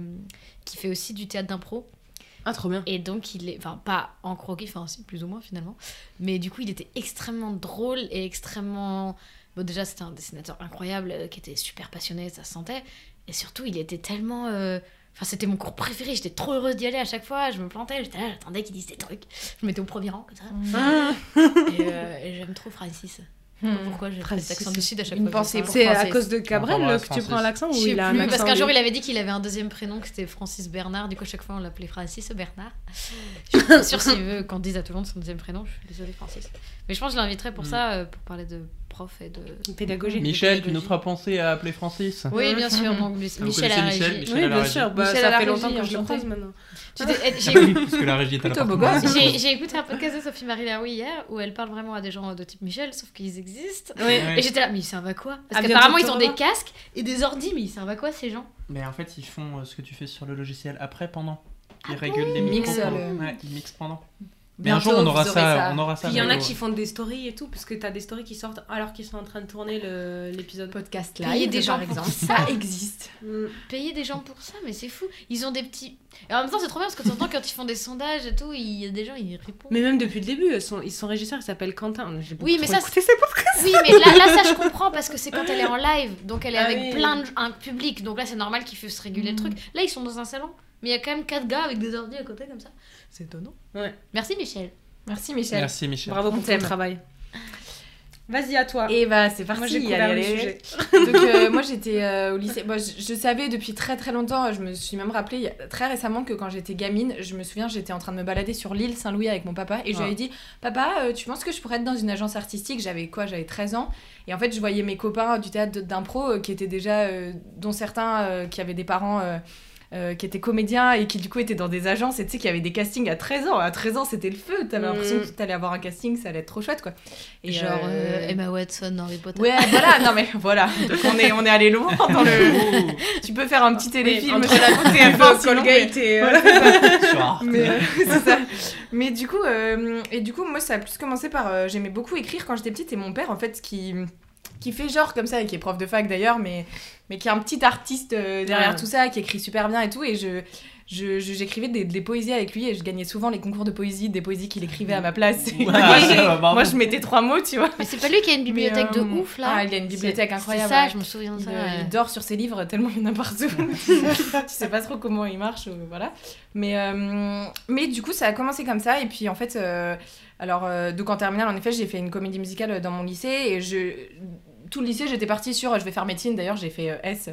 fait aussi du théâtre d'impro. Ah, trop bien. Et donc, il est. Enfin, pas en croquis, enfin, si, plus ou moins finalement. Mais du coup, il était extrêmement drôle et extrêmement. Bon, déjà, c'était un dessinateur incroyable qui était super passionné, ça se sentait. Et surtout, il était tellement. Enfin, c'était mon cours préféré, j'étais trop heureuse d'y aller à chaque fois. Je me plantais, j'étais là, j'attendais qu'il dise des trucs. Je me mettais au premier rang, comme ça. Et j'aime trop Francis. Je sais pas pourquoi j'ai pris cet accent du sud à chaque Une fois. pensée que je pour parle. C'est à Francis. cause de Cabrel On t'embrasse, que tu Francis. prends l'accent ou Je sais il a un plus, accent parce qu'un jour lui il avait dit qu'il avait un deuxième prénom que c'était Francis Bernard, du coup à chaque fois on l'appelait Francis Bernard. Je suis pas sûre s'il veut qu'on dise à tout le monde son deuxième prénom, je suis désolée Francis. Mais je pense que je l'inviterai pour ça, pour parler de prof et de... Pédagogie. Michel, tu nous feras penser à appeler Francis. Oui bien sûr, donc Vous Michel à la connaissez régie. Michel Oui, à la bien régie. sûr. Bah, Michel à ça la fait régie, longtemps que je le enchanté. croise maintenant. J'ai Parce que la régie est à Plutôt beau l'appartement. gosse. j'ai écouté un podcast de Sophie-Marie Laroui hier où elle parle vraiment à des gens de type Michel, sauf qu'ils existent. Oui. Et j'étais là, mais ils servent à quoi? Parce À qu'apparemment bientôt, ils ont Thomas. des casques et des ordis, mais ils servent à quoi ces gens? Mais en fait, ils font ce que tu fais sur le logiciel après, pendant. Ils Ah régulent les Ils micros. mixent pendant. le- Ouais, ils mixent pendant. Mais un Bientôt, jour, on vous aura aurez ça. On aura ça. Puis il y en a avec qui font des stories et tout, parce que t'as des stories qui sortent alors qu'ils sont en train de tourner l'épisode. Podcast Payer live, des gens par pour exemple. ça. Ça existe. Payer des gens pour ça, mais c'est fou. Ils ont des petits. Et en même temps, c'est trop bien parce que de temps en temps, quand ils font des sondages et tout, il y a des gens, ils répondent. Mais même depuis le début, ils sont régisseurs, il s'appelle Quentin. J'ai beaucoup Oui, mais trop ça, écouté ces podcasts. Oui, mais là, ça, je comprends parce que c'est quand elle est en live, donc elle est Ah avec oui. plein de un public, donc là, c'est normal qu'il fasse réguler le truc. Là, ils sont dans un salon, mais il y a quand même 4 gars avec des ordi à côté comme ça. C'est étonnant. Ouais. Merci, Michel. Merci Michel. Merci Michel. Bravo On pour ton t'aime. travail. Vas-y, à toi. Et bah c'est parti. Moi, j'ai allez, couvert le allez. sujet. Donc moi j'étais au lycée. Bon, je savais depuis très très longtemps. Je me suis même rappelé très récemment que quand j'étais gamine, je me souviens j'étais en train de me balader sur l'île Saint-Louis avec mon papa et je lui avais dit papa tu penses que je pourrais être dans une agence artistique? J'avais 13 ans et en fait je voyais mes copains du théâtre d'impro qui étaient déjà dont certains qui avaient des parents qui étaient comédiens et qui du coup étaient dans des agences et tu sais qu'il y avait des castings à 13 ans. À 13 ans c'était le feu, t'avais l'impression que t'allais avoir un casting, ça allait être trop chouette quoi. Et Genre Emma Watson dans Harry Potter. Ouais, voilà, non mais voilà, donc on est allé loin dans le... Tu peux faire un petit téléfilm entre sur la TF1, Colgate et... Voilà, c'est ça. Sur Arte. Mais c'est ça. Mais du coup, moi ça a plus commencé par... j'aimais beaucoup écrire quand j'étais petite et mon père en fait qui fait genre comme ça et qui est prof de fac d'ailleurs mais qui est un petit artiste derrière tout ça, qui écrit super bien et tout et j'écrivais des poésies avec lui et je gagnais souvent les concours de poésie, des poésies qu'il écrivait à ma place. Et moi je mettais 3 mots, tu vois. Mais c'est pas lui qui a une bibliothèque de ouf là? Ah, il a une bibliothèque incroyable. C'est ça, ouais. je me souviens de ça. Il dort sur ses livres tellement il y en a partout. Tu sais pas trop comment il marche, voilà. Mais du coup, ça a commencé comme ça. Et puis en fait, donc en terminale, en effet, j'ai fait une comédie musicale dans mon lycée. Et tout le lycée, j'étais partie sur je vais faire médecine. D'ailleurs, j'ai fait S.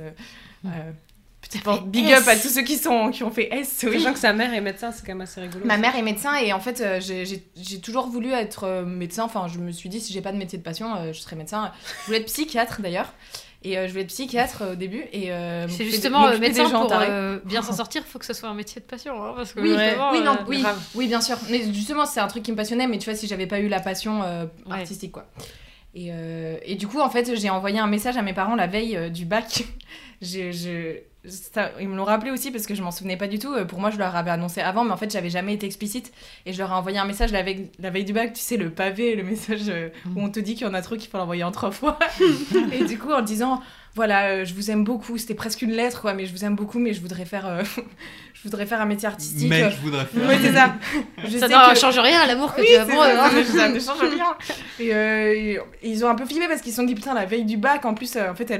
Big up à tous ceux qui ont fait S. Oui. Sachant que sa mère est médecin, c'est quand même assez rigolo. Ma mère est médecin et en fait j'ai toujours voulu être médecin. Enfin, je me suis dit si j'ai pas de métier de passion, je serais médecin. Je voulais être psychiatre d'ailleurs. Et je voulais être psychiatre au début. Et c'est m'occuper justement m'occuper médecin des gens pour tarés. bien s'en sortir, faut que ce soit un métier de passion. Hein, parce que Oui, vraiment, oui, bien sûr. Mais justement, c'est un truc qui me passionnait. Mais tu vois, si j'avais pas eu la passion artistique, quoi. Et du coup, en fait, j'ai envoyé un message à mes parents la veille du bac. ils me l'ont rappelé aussi parce que je m'en souvenais pas du tout. Pour moi, je leur avais annoncé avant, mais en fait, j'avais jamais été explicite. Et je leur ai envoyé un message la veille du bac, tu sais, le pavé, le message où on te dit qu'il y en a trop qu'il faut l'envoyer en 3 fois. Et du coup, en disant, voilà, je vous aime beaucoup. C'était presque une lettre, quoi, mais je vous aime beaucoup, mais je voudrais faire un métier artistique. Mais je voudrais faire. Ouais, c'est ça. Ça ne change rien à l'amour que tu as pour eux. Hein. Ça ne change rien. Et ils ont un peu flippé parce qu'ils se sont dit, putain, la veille du bac, en plus, en fait, elle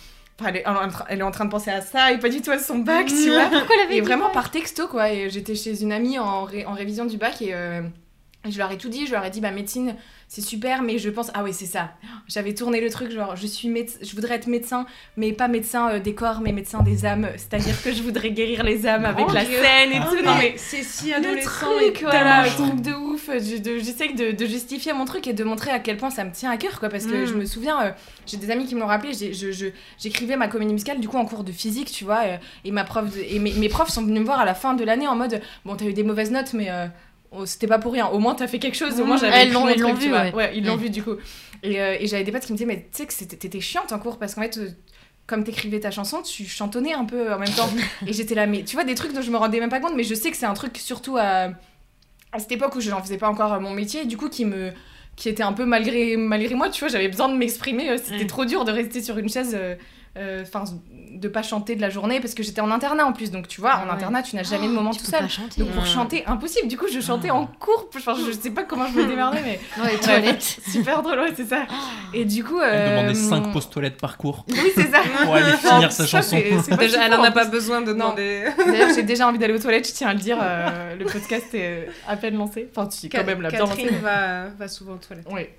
est en train de penser à ça et pas du tout à son bac, tu vois. Pourquoi la veille Et vraiment par texto, quoi. Et j'étais chez une amie en révision du bac et je leur ai tout dit. Je leur ai dit, bah, médecine, c'est super, mais je pense... Ah oui, c'est ça. J'avais tourné le truc, genre, je voudrais être médecin, mais pas médecin des corps, mais médecin des âmes. C'est-à-dire que je voudrais guérir les âmes avec la scène et tout. Non, mais c'est si le adolescent truc, et voilà, tellement truc de ouf. J'essaye de justifier mon truc et de montrer à quel point ça me tient à cœur, quoi. Parce que je me souviens, j'ai des amis qui me l'ont rappelé, j'écrivais ma comédie musicale, du coup, en cours de physique, tu vois, et mes profs sont venus me voir à la fin de l'année en mode, bon, t'as eu des mauvaises notes, mais... c'était pas pour rien, au moins t'as fait quelque chose, au moins j'avais ils l'ont vu, ouais, ils l'ont vu du coup. Et j'avais des potes qui me disaient, mais tu sais que t'étais chiante en cours parce qu'en fait, comme t'écrivais ta chanson, tu chantonnais un peu en même temps. Et j'étais là, mais tu vois, des trucs dont je me rendais même pas compte, mais je sais que c'est un truc surtout à cette époque où je n'en faisais pas encore mon métier, du coup qui était un peu malgré moi, tu vois, j'avais besoin de m'exprimer, c'était trop dur de rester sur une chaise. De pas chanter de la journée parce que j'étais en internat en plus, donc tu vois, en internat tu n'as jamais de moment tout seul, donc pour chanter impossible, du coup je chantais en cours, enfin, je sais pas comment je me démerdais, mais toilettes. Super drôle, ouais, c'est ça. Et du coup elle demandait 5 pauses toilettes par cours oui c'est ça pour aller finir sa chanson. C'est déjà, elle en a pas plus. besoin de demander. D'ailleurs j'ai déjà envie d'aller aux toilettes, je tiens à le dire, le podcast est à peine lancé, enfin tu quand même l'a bien lancé. Catherine va souvent aux toilettes. Oui,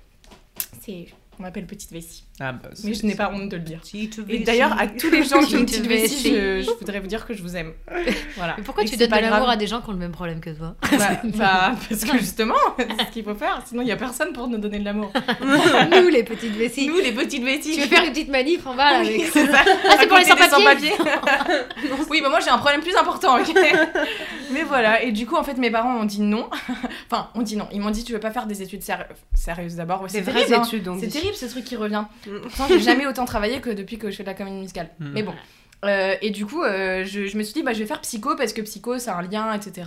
on m'appelle petite vessie. Ah bah, Mais je n'ai pas honte de le dire. Petite Et d'ailleurs, à tous les gens qui ont une petite Petite vessie, vessie. je voudrais vous dire que je vous aime. Voilà. Mais pourquoi Et tu que donnes c'est de pas l'amour grave. à des gens qui ont le même problème que toi? Parce que justement, c'est ce qu'il faut faire. Sinon, il n'y a personne pour nous donner de l'amour. Nous, les petites vessies. Nous, les petites vessies. Tu veux faire une petite manif en bas là, avec C'est ça. Ah, c'est pour les À côté des sans-papiers. Oui, bah moi, j'ai un problème plus important, ok. Mais voilà. Et du coup, en fait, mes parents ont dit non. Enfin, on dit non. Ils m'ont dit, tu veux pas faire des études sérieuses d'abord. Ouais, Des terrible, vraies hein. études, on C'est dit. terrible, ce truc qui revient. Pourtant, j'ai jamais autant travaillé que depuis que je fais de la comédie musicale. Mais bon. Et du coup, je me suis dit, bah, je vais faire psycho parce que psycho, c'est un lien, etc.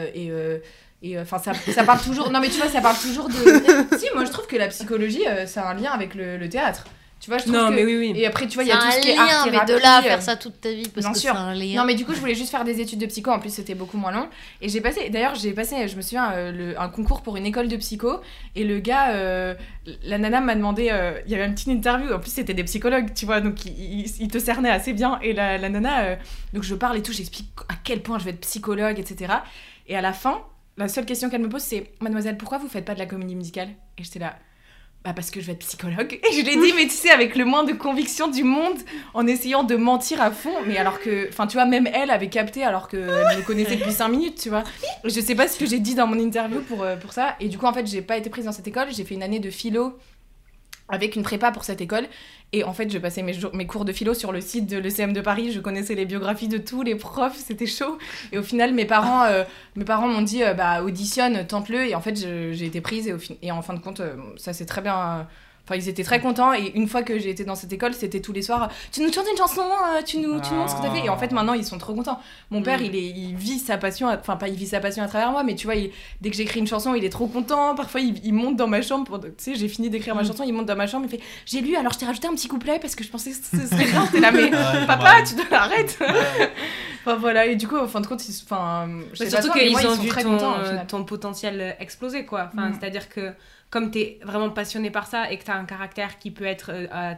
Et enfin, ça parle toujours. Non, mais tu vois, ça parle toujours de. Si, moi, je trouve que la psychologie, ça a un lien avec le théâtre. Tu vois, je trouve que. Mais oui. Et après, tu vois, il y C'est a tout un ce qui est lien, art mais thérapie. de là à faire ça toute ta vie parce bien que sûr. c'est un lien. Non, mais du coup, je voulais juste faire des études de psycho. En plus, c'était beaucoup moins long. Et j'ai passé, je me souviens, un concours pour une école de psycho. Et le gars, la nana m'a demandé, il y avait une petite interview. En plus, c'était des psychologues, tu vois, donc ils te cernaient assez bien. Et la nana, donc je parle et tout, j'explique à quel point je vais être psychologue, etc. Et à la fin, la seule question qu'elle me pose, c'est, mademoiselle, pourquoi vous faites pas de la comédie musicale? Et j'étais là. Bah parce que je vais être psychologue. Et je lui ai dit, mais tu sais, avec le moins de conviction du monde, en essayant de mentir à fond. Mais alors que, enfin, tu vois, même elle avait capté alors qu'elle me connaissait depuis 5 minutes, tu vois. Je sais pas ce que j'ai dit dans mon interview pour ça. Et du coup, en fait, j'ai pas été prise dans cette école. J'ai fait une année de philo avec une prépa pour cette école. Et en fait, je passais mes cours de philo sur le site de l'ECM de Paris. Je connaissais les biographies de tous les profs, c'était chaud. Et au final, mes parents m'ont dit, bah, auditionne, tente-le. Et en fait, j'ai été prise. Et en fin de compte, ça s'est très bien... Enfin, ils étaient très contents. Et une fois que j'ai été dans cette école, c'était tous les soirs, tu nous chantes une chanson, tu nous montres ce que t'as fait. Et en fait, maintenant, ils sont trop contents. Mon père, il vit sa passion, enfin, pas il vit sa passion à travers moi, mais tu vois, dès que j'écris une chanson, il est trop content. Parfois, il monte dans ma chambre. Tu sais, j'ai fini d'écrire ma chanson, il monte dans ma chambre, il fait, j'ai lu, alors je t'ai rajouté un petit couplet parce que je pensais que ce serait bien. T'es là, mais papa, tu dois arrêter. Enfin, voilà. Et du coup, en fin de compte, surtout qu'ils ont vu ton potentiel exploser, quoi. Enfin, c'est-à-dire que comme t'es vraiment passionné par ça et que t'as un caractère qui peut être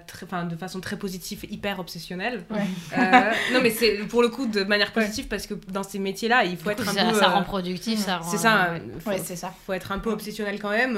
de façon très positive, hyper obsessionnel. Non, mais c'est pour le coup de manière positive parce que dans ces métiers-là, il faut être un peu... Ça rend productif, ça rend... C'est ça, c'est ça. Faut être un peu obsessionnel quand même.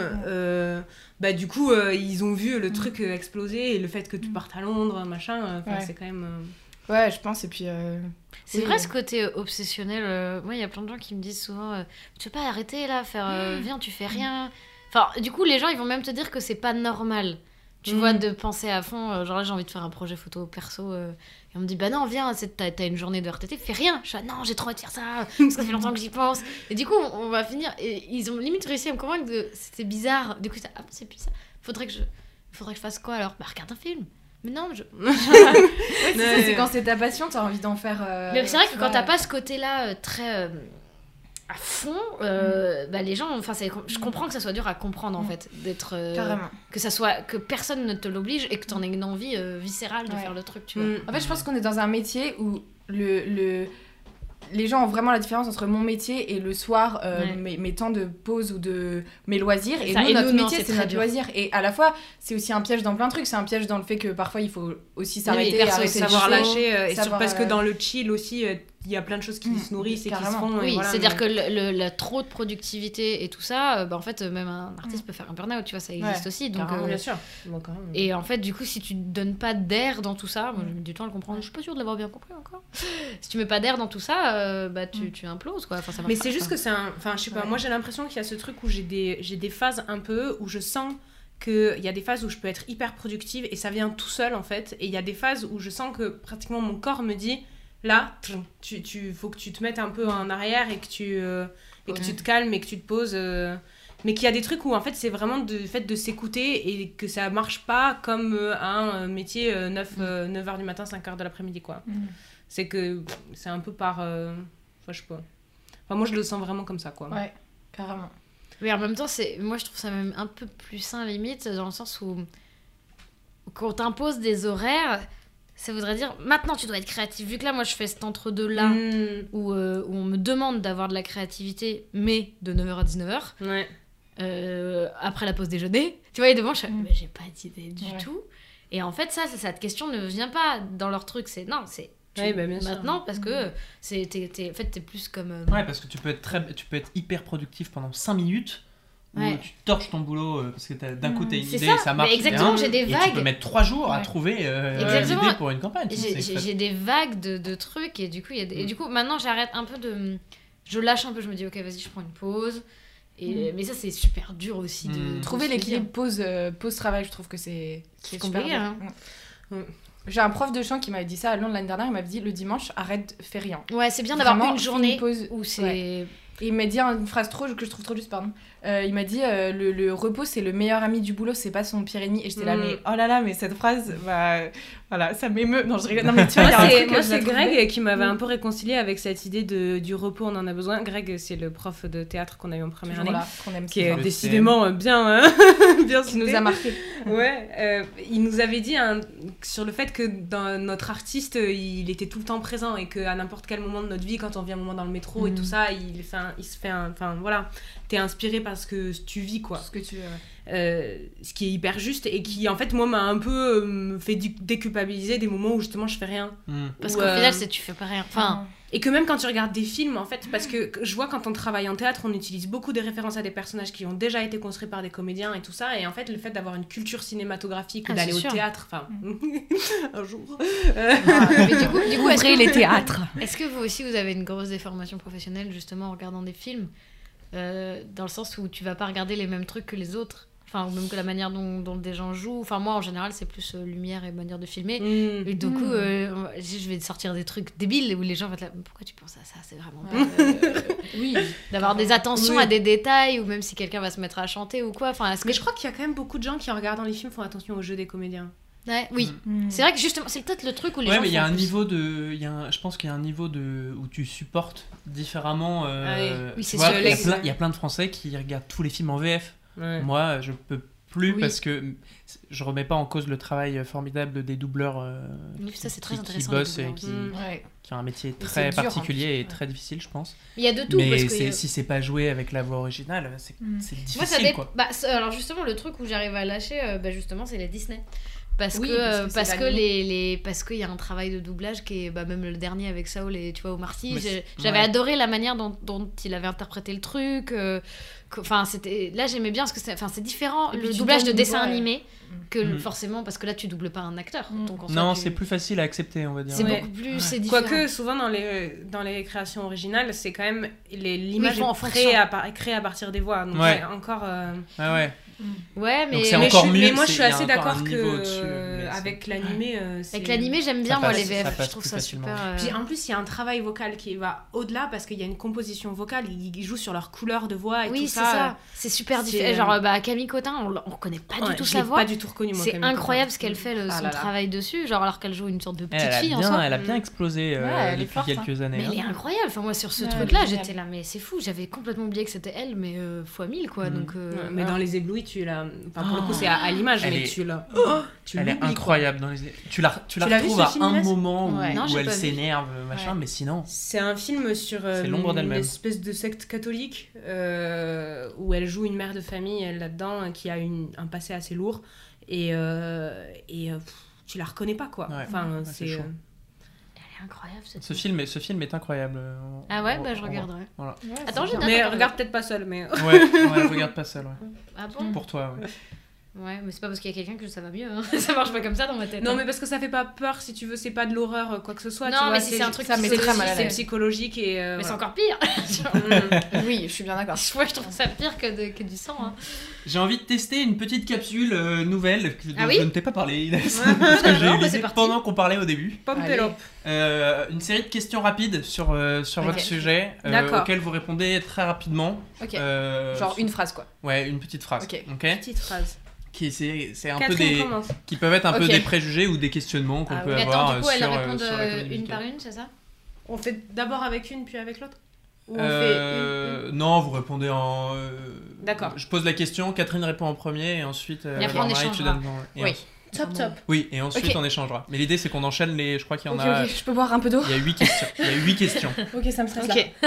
Bah, du coup, ils ont vu le truc exploser et le fait que tu partes à Londres, machin, c'est quand même... Ouais, je pense, et puis... C'est vrai ce côté obsessionnel. Moi, il y a plein de gens qui me disent souvent tu veux pas arrêter là, viens, tu fais rien. Enfin, du coup, les gens, ils vont même te dire que c'est pas normal. Tu vois, de penser à fond. Genre là, j'ai envie de faire un projet photo perso. Et on me dit, bah non, viens, t'as une journée de RTT, fais rien. Je suis non, j'ai trop envie de faire ça, parce que ça fait longtemps que j'y pense. Et du coup, on va finir. Et ils ont limite réussi à me convaincre que c'était bizarre. Du coup, c'est plus ça. Faudrait que je fasse quoi alors? Bah, regarde un film. Mais non, C'est quand c'est ta passion, t'as envie d'en faire. mais c'est vrai que tu quand vois, t'as pas ce côté-là très à fond, bah les gens, enfin, je comprends que ça soit dur à comprendre en fait, d'être Carrément. que personne ne te l'oblige et que t'en aies une envie viscérale de faire le truc, tu vois. En fait, je pense qu'on est dans un métier où les gens ont vraiment la différence entre mon métier et le soir, mes temps de pause ou de mes loisirs. Et Ça, nous, et notre nous, non, métier, c'est c'est très notre dur. loisir. Et à la fois, c'est aussi un piège dans plein de trucs. C'est un piège dans le fait que parfois, il faut aussi s'arrêter, perso, arrêter le savoir show, lâcher, savoir, parce que dans le chill aussi, il y a plein de choses qui se nourrissent et qui se carrément. font. et Oui, voilà, c'est-à-dire mais- que la trop de productivité et tout ça, bah, en fait, même un artiste peut faire un burn-out, tu vois, ça existe aussi. Donc, carrément, Bien sûr. Bon, quand même. et en fait, du coup, si tu donnes pas d'air dans tout ça, moi j'ai mis du temps à le comprendre, je suis pas sûre de l'avoir bien compris encore. Si tu mets pas d'air dans tout ça, bah tu imploses quoi. Enfin, ça marche Mais pas, c'est juste quoi. que c'est un... Enfin, je sais pas, Ouais. moi j'ai l'impression qu'il y a ce truc où j'ai des phases un peu où je sens qu'il y a des phases où je peux être hyper productive et ça vient tout seul en fait. Et il y a des phases où je sens que pratiquement mon corps me dit là, faut que tu te mettes un peu en arrière et que tu te calmes et que tu te poses. Mais qu'il y a des trucs où en fait c'est vraiment le fait de s'écouter et que ça marche pas comme un métier 9h du matin, 5h de l'après-midi quoi. C'est que c'est un peu par... Enfin, je sais pas. Enfin, moi, je le sens vraiment comme ça, quoi. Ouais, carrément. Oui, en même temps, moi je trouve ça même un peu plus sain limite, dans le sens où quand on t'impose des horaires, ça voudrait dire maintenant tu dois être créatif. Vu que là, moi je fais cet entre-deux-là où on me demande d'avoir de la créativité, mais de 9h à 19h. Ouais. Après la pause déjeuner, tu vois, et devant, je fais, mais j'ai pas d'idée du Ouais. tout. Et en fait, cette question ne vient pas dans leur truc, c'est non, c'est Ouais, bah, bien sûr. maintenant parce que t'es plus comme. Ouais, parce que tu peux être hyper productif pendant 5 minutes. Ouais. Où tu torches ton boulot parce que d'un coup t'as une C'est idée ça, et ça marche mais exactement, bien, j'ai des et vagues. tu peux mettre 3 jours à Ouais. trouver Exactement. l'idée pour une campagne. J'ai des vagues de trucs et du coup, et du coup maintenant j'arrête un peu de. Je lâche un peu, je me dis ok, vas-y, je prends une pause. Mais ça, c'est super dur aussi de Trouver se le l'équilibre dire. pause-travail, je trouve que c'est super compliqué, dur. hein. J'ai un prof de chant qui m'avait dit ça à Londres l'année dernière. Il m'avait dit le dimanche, arrête, fais rien. Ouais, c'est bien d'avoir Vraiment, une journée pause. où c'est. Ouais. Et il m'a dit une phrase que je trouve trop juste, pardon. Il m'a dit le repos, c'est le meilleur ami du boulot, c'est pas son pire ennemi. Et j'étais là, mais oh là là, mais cette phrase, bah voilà, ça m'émeut. Non, je rigole. Non, mais tu vois, il y a un truc que Moi, je la c'est trouve Greg belle. qui m'avait un peu réconcilié avec cette idée du repos, on en a besoin. Greg, c'est le prof de théâtre qu'on a eu en première Toujours année. là, qu'on aime Qui si est fort. décidément bien, bien Qui nous soudé. a marqué. Ouais, il nous avait dit sur le fait que dans notre artiste, il était tout le temps présent et qu'à n'importe quel moment de notre vie, quand on vit un moment dans le métro et tout ça, il se fait enfin voilà, t'es inspiré parce que tu vis quoi. Ce que tu veux. Ce qui est hyper juste et qui en fait moi m'a un peu me fait déculpabiliser des moments où justement je fais rien. Parce Ou, qu'au final, tu fais pas rien. Enfin, et que même quand tu regardes des films, en fait, parce que je vois quand on travaille en théâtre, on utilise beaucoup des références à des personnages qui ont déjà été construits par des comédiens et tout ça. Et en fait, le fait d'avoir une culture cinématographique, Ah, d'aller c'est au sûr. théâtre, enfin, un jour. mais du coup, Ouvrez les théâtres. est-ce que vous aussi, vous avez une grosse déformation professionnelle justement en regardant des films dans le sens où tu vas pas regarder les mêmes trucs que les autres, enfin, ou même que la manière dont des gens jouent. Enfin, moi, en général, c'est plus lumière et manière de filmer. Et du coup, je vais sortir des trucs débiles où les gens vont être là, pourquoi tu penses à ça? C'est vraiment pas... Oui. D'avoir des attentions à des détails, ou même si quelqu'un va se mettre à chanter ou quoi. Enfin, est-ce que Mais je crois qu'il y a quand même beaucoup de gens qui, en regardant les films, font attention au jeu des comédiens. Ouais, oui. C'est vrai que justement, c'est peut-être le truc où les gens mais il y a font un plus. niveau de, je pense qu'il y a un niveau de où tu supportes différemment. Oui, c'est tu vois, sûr, il y a plein de Français qui regardent tous les films en VF. Ouais. Moi, je peux plus Oui. parce que je remets pas en cause le travail formidable des doubleurs Oui, ça, c'est très qui intéressant. bossent les et doubleurs. Ouais. qui ont un métier c'est très dur, particulier hein, et ouais. très difficile, je pense. Il y a de tout. Mais parce que si c'est pas joué avec la voix originale, c'est moi, difficile, ça quoi. alors justement, le truc où j'arrive à lâcher, justement, c'est les Disney. Parce Oui, que parce que c'est l'animé. parce qu'il y a un travail de doublage qui est même le dernier avec Saul et tu vois Omar Sy, Mais j'avais ouais. adoré la manière dont il avait interprété le truc. Enfin, c'était là j'aimais bien parce que c'est différent Et puis le tu doublage de donnes une dessin voix, animé que Mhm. forcément parce que là tu doubles pas un acteur. Donc, en soi, Non, tu- c'est plus facile à accepter, on va dire. c'est Ouais. beaucoup plus c'est différent. Quoique, souvent dans les créations originales, c'est quand même l'image font en est créée fonction. créée à partir des voix. Donc Ouais. c'est encore. Ah ouais. Ouais, mais Donc c'est Mais encore je, mieux. mais moi, je c'est- suis il y a assez encore d'accord un niveau au-dessus, que mais avec l'animé, c'est... avec l'animé, j'aime bien Ça moi passe- les ça VF. passe Je trouve plus ça facilement. super. Puis en plus, il y a un travail vocal qui va au-delà parce qu'il y a une composition vocale, ils jouent sur leur couleur de voix et Oui, tout c'est ça. ça. C'est super c'est, différent. Genre, Camille Cotin, on reconnaît pas Ouais, du tout je sa l'ai voix. pas du tout reconnu, moi. C'est Camille incroyable Cotin. ce qu'elle fait, Ah son là là. travail dessus. Genre, alors qu'elle joue une sorte de petite Elle a fille en bien, soi. elle a bien explosé elle est depuis forte, quelques années. Mais hein. elle est incroyable. Enfin, moi, sur ce Ouais, truc-là, elle est j'étais là, mais c'est fou. J'avais complètement oublié que c'était elle, mais fois 1000, quoi. Mm. Donc, Ouais, mais alors- dans les éblouis, tu l'as. Enfin, pour le coup, c'est à l'image, Elle mais est- tu l'as. Tu Elle est l'oublies, quoi. incroyable dans les. Tu la l'as vu, retrouves ce à film, un Inès moment où, Ouais. Non, où j'ai elle pas vu. s'énerve, machin, Ouais. mais sinon. C'est un film sur C'est l'ombre une d'elle-même. espèce de secte catholique où elle joue une mère de famille elle, là-dedans qui a un passé assez lourd et tu la reconnais pas quoi. Ouais. Enfin, Ouais, c'est c'est chaud. Elle est incroyable, cette Ce fille. film est incroyable. Ah ouais, bah je regarderai. Voilà. Attends, j'ai mais regarde peut-être pas seul mais Ouais, regarde pas seul, ouais. Ah bon Pour toi, ouais. Ouais, mais c'est pas parce qu'il y a quelqu'un que ça va mieux. Hein. Ça marche pas comme ça dans ma tête. non hein. mais parce que ça fait pas peur si tu veux, c'est pas de l'horreur quoi que ce soit. Non, tu vois, mais si c'est un truc ça qui met c'est très mal à c'est l'aise. psychologique et Mais c'est voilà. encore pire. Oui, je suis bien d'accord. Moi, je trouve ça pire que du sang. Hein. J'ai envie de tester une petite capsule nouvelle dont Ah oui je ne t'ai pas parlé, Inès. Parce que j'ai Non, eu bah, c'est l'idée parti. pendant qu'on parlait au début. Pompelope. Une série de questions rapides sur votre sujet D'accord. auxquelles vous répondez très rapidement. Ok. Euh, Genre une phrase, quoi. Ouais, une petite phrase. Ok. Petite phrase. C'est un peu Catherine des commence. qui peuvent être un peu Ok. des préjugés ou des questionnements qu'on Ah peut Mais avoir attends, du coup, elles sur, répondent sur la comédie une musicale. par une, c'est ça On fait d'abord avec une puis avec l'autre ou on Non, vous répondez en. D'accord. Je pose la question, Catherine répond en premier et ensuite. Et après, on Jean-Marie, tu échangera. donnes. Et Oui. ensuite- Top top. Oui, et ensuite Ok. on échangera. Mais l'idée c'est qu'on enchaîne les. Je crois qu'il y en Ok, a. ok, je peux boire un peu d'eau. Il y a 8 questions. Il y a 8 questions. Ok, ça me stresse là. Ok.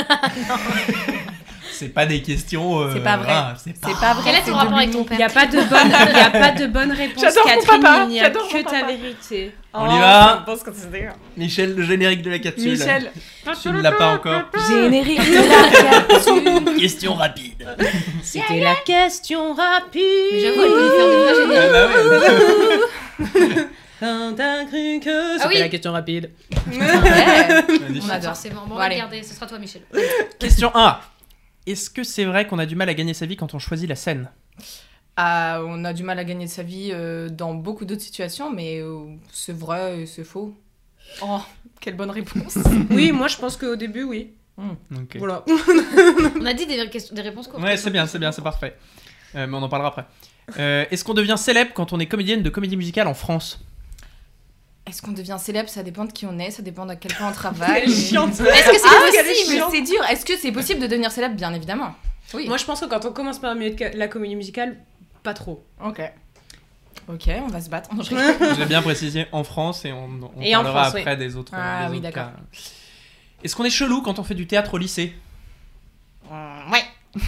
C'est pas des questions. C'est pas vrai. C'est pas. C'est pas vrai. Quel est c'est ton de rapport avec ton l'humour. Il père n'y a pas de bonne réponse, J'adore mon Catherine. papa, Il n'y a j'adore que mon ta papa. vérité. On y va. Je pense que c'est d'accord. Michel, le générique de la capsule. Michel, Tu ne l'as pas encore. générique de la capsule. Question rapide. C'était la question rapide. Mais j'avoue, elle peut nous faire des vrais génériques. Ah bah ouais. Quand t'as cru que Ah oui. la question rapide. Ouais. Magnifique. On adore. Forcément. Bon, Bon, allez. regardez, ce sera toi, Michel. Question 1. Est-ce que c'est vrai qu'on a du mal à gagner sa vie quand on choisit la scène? Ah, on a du mal à gagner sa vie dans beaucoup d'autres situations, mais c'est vrai et c'est faux. Oh, quelle bonne réponse. Oui, moi je pense qu'au début, oui. Ok. Voilà. On a dit des réponses courtes. Ouais, c'est bien, c'est parfait. Mais on en parlera après. Est-ce qu'on devient célèbre quand on est comédienne de comédie musicale en France? Est-ce qu'on devient célèbre? Ça dépend de qui on est, ça dépend de quel point on travaille. Elle est chiante. Est-ce que c'est Ah, possible mais c'est dur. Est-ce que c'est possible de devenir célèbre? Bien évidemment. Oui. Moi je pense que quand on commence par la comédie musicale, pas trop. Ok. Ok, on va se battre. Non, je rigole. J'ai bien précisé en France et on Et en parlera France, après des autres. Ah des oui, autres d'accord. cas. Est-ce qu'on est chelou quand on fait du théâtre au lycée? Ouais.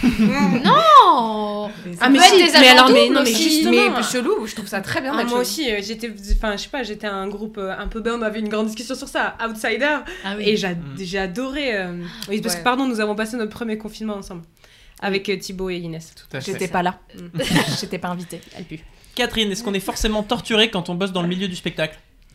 Non. Ah, mais mais si, si, des mais agents alors, mais doubles non, mais aussi. justement. Mais chelou, je trouve ça très bien Ah, d'être moi chelou. aussi, j'étais à un groupe un peu bas, on avait une grande discussion sur ça, Outsider, Ah et j'ai adoré. Oui, parce Ouais. que pardon, nous avons passé notre premier confinement ensemble avec Thibaut et Inès. Tout à fait. J'étais pas là. Mm. J'étais pas invitée. Elle pue. Catherine, est-ce qu'on est forcément torturé quand on bosse dans le milieu du spectacle?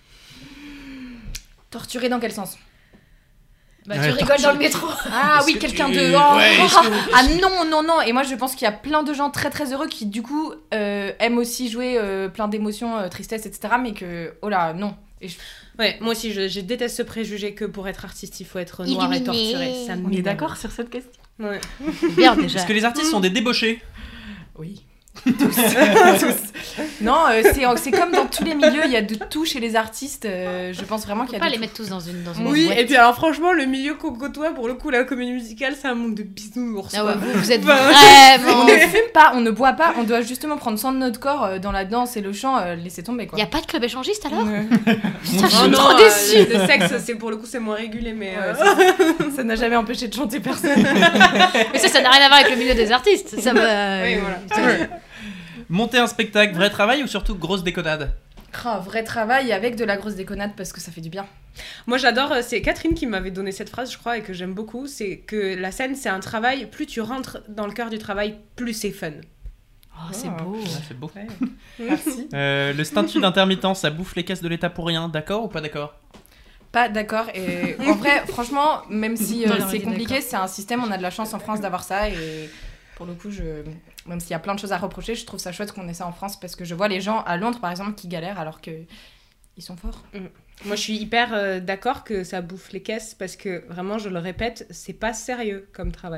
Torturé dans quel sens? Bah, Ouais, tu rigoles dans le métro. Ah Est-ce oui, que quelqu'un tu- de... Ouais, est-ce que- Ah non, non, non. Et moi, je pense qu'il y a plein de gens très très heureux qui, du coup, aiment aussi jouer plein d'émotions, tristesse, etc. Mais que... Oh là, non. Et je- Ouais, moi aussi, je déteste ce préjugé que pour être artiste, il faut être noir et Illuminé. torturé. Ça On est m'énerve. d'accord sur cette question? Ouais. Bien déjà. Est-ce que les artistes sont des débauchés? Oui. Tous. Tous. Non, c'est comme dans tous les milieux, il y a de tout chez les artistes. Je pense vraiment qu'il y Faut a pas de les tout. mettre tous dans une Oui, boîte. et puis alors franchement, le milieu qu'on côtoie, pour le coup, la comédie musicale, c'est un monde de bisounours. Ah quoi. ouais, vous êtes Bah, vraiment. On ne fume pas, on ne boit pas, on doit justement prendre soin de notre corps dans la danse et le chant, laisser tomber quoi. Y a pas de club échangiste alors Ouais. Putain, je Oh suis non, trop déçue. le sexe, c'est pour le coup, c'est moins régulé, mais. Ça n'a jamais empêché de chanter personne. Mais ça n'a rien à voir avec le milieu des artistes. Ça me. Oui, voilà. Monter un spectacle, vrai travail ou surtout grosse déconnade? Vrai travail avec de la grosse déconnade parce que ça fait du bien. Moi j'adore, c'est Catherine qui m'avait donné cette phrase, je crois, et que j'aime beaucoup, c'est que la scène c'est un travail, plus tu rentres dans le cœur du travail, plus c'est fun. Oh, c'est beau. Ah, c'est beau. Merci. Le statut d'intermittent, ça bouffe les caisses de l'État pour rien, d'accord ou pas d'accord? Pas d'accord. Et en vrai, franchement, même si Non, non, c'est on est compliqué, d'accord. c'est un système, on a de la chance en France d'avoir ça et Pour le coup, même s'il y a plein de choses à reprocher, je trouve ça chouette qu'on ait ça en France parce que je vois les gens à Londres, par exemple, qui galèrent alors qu'ils sont forts. Moi, je suis hyper d'accord que ça bouffe les caisses parce que vraiment, je le répète, c'est pas sérieux comme travail.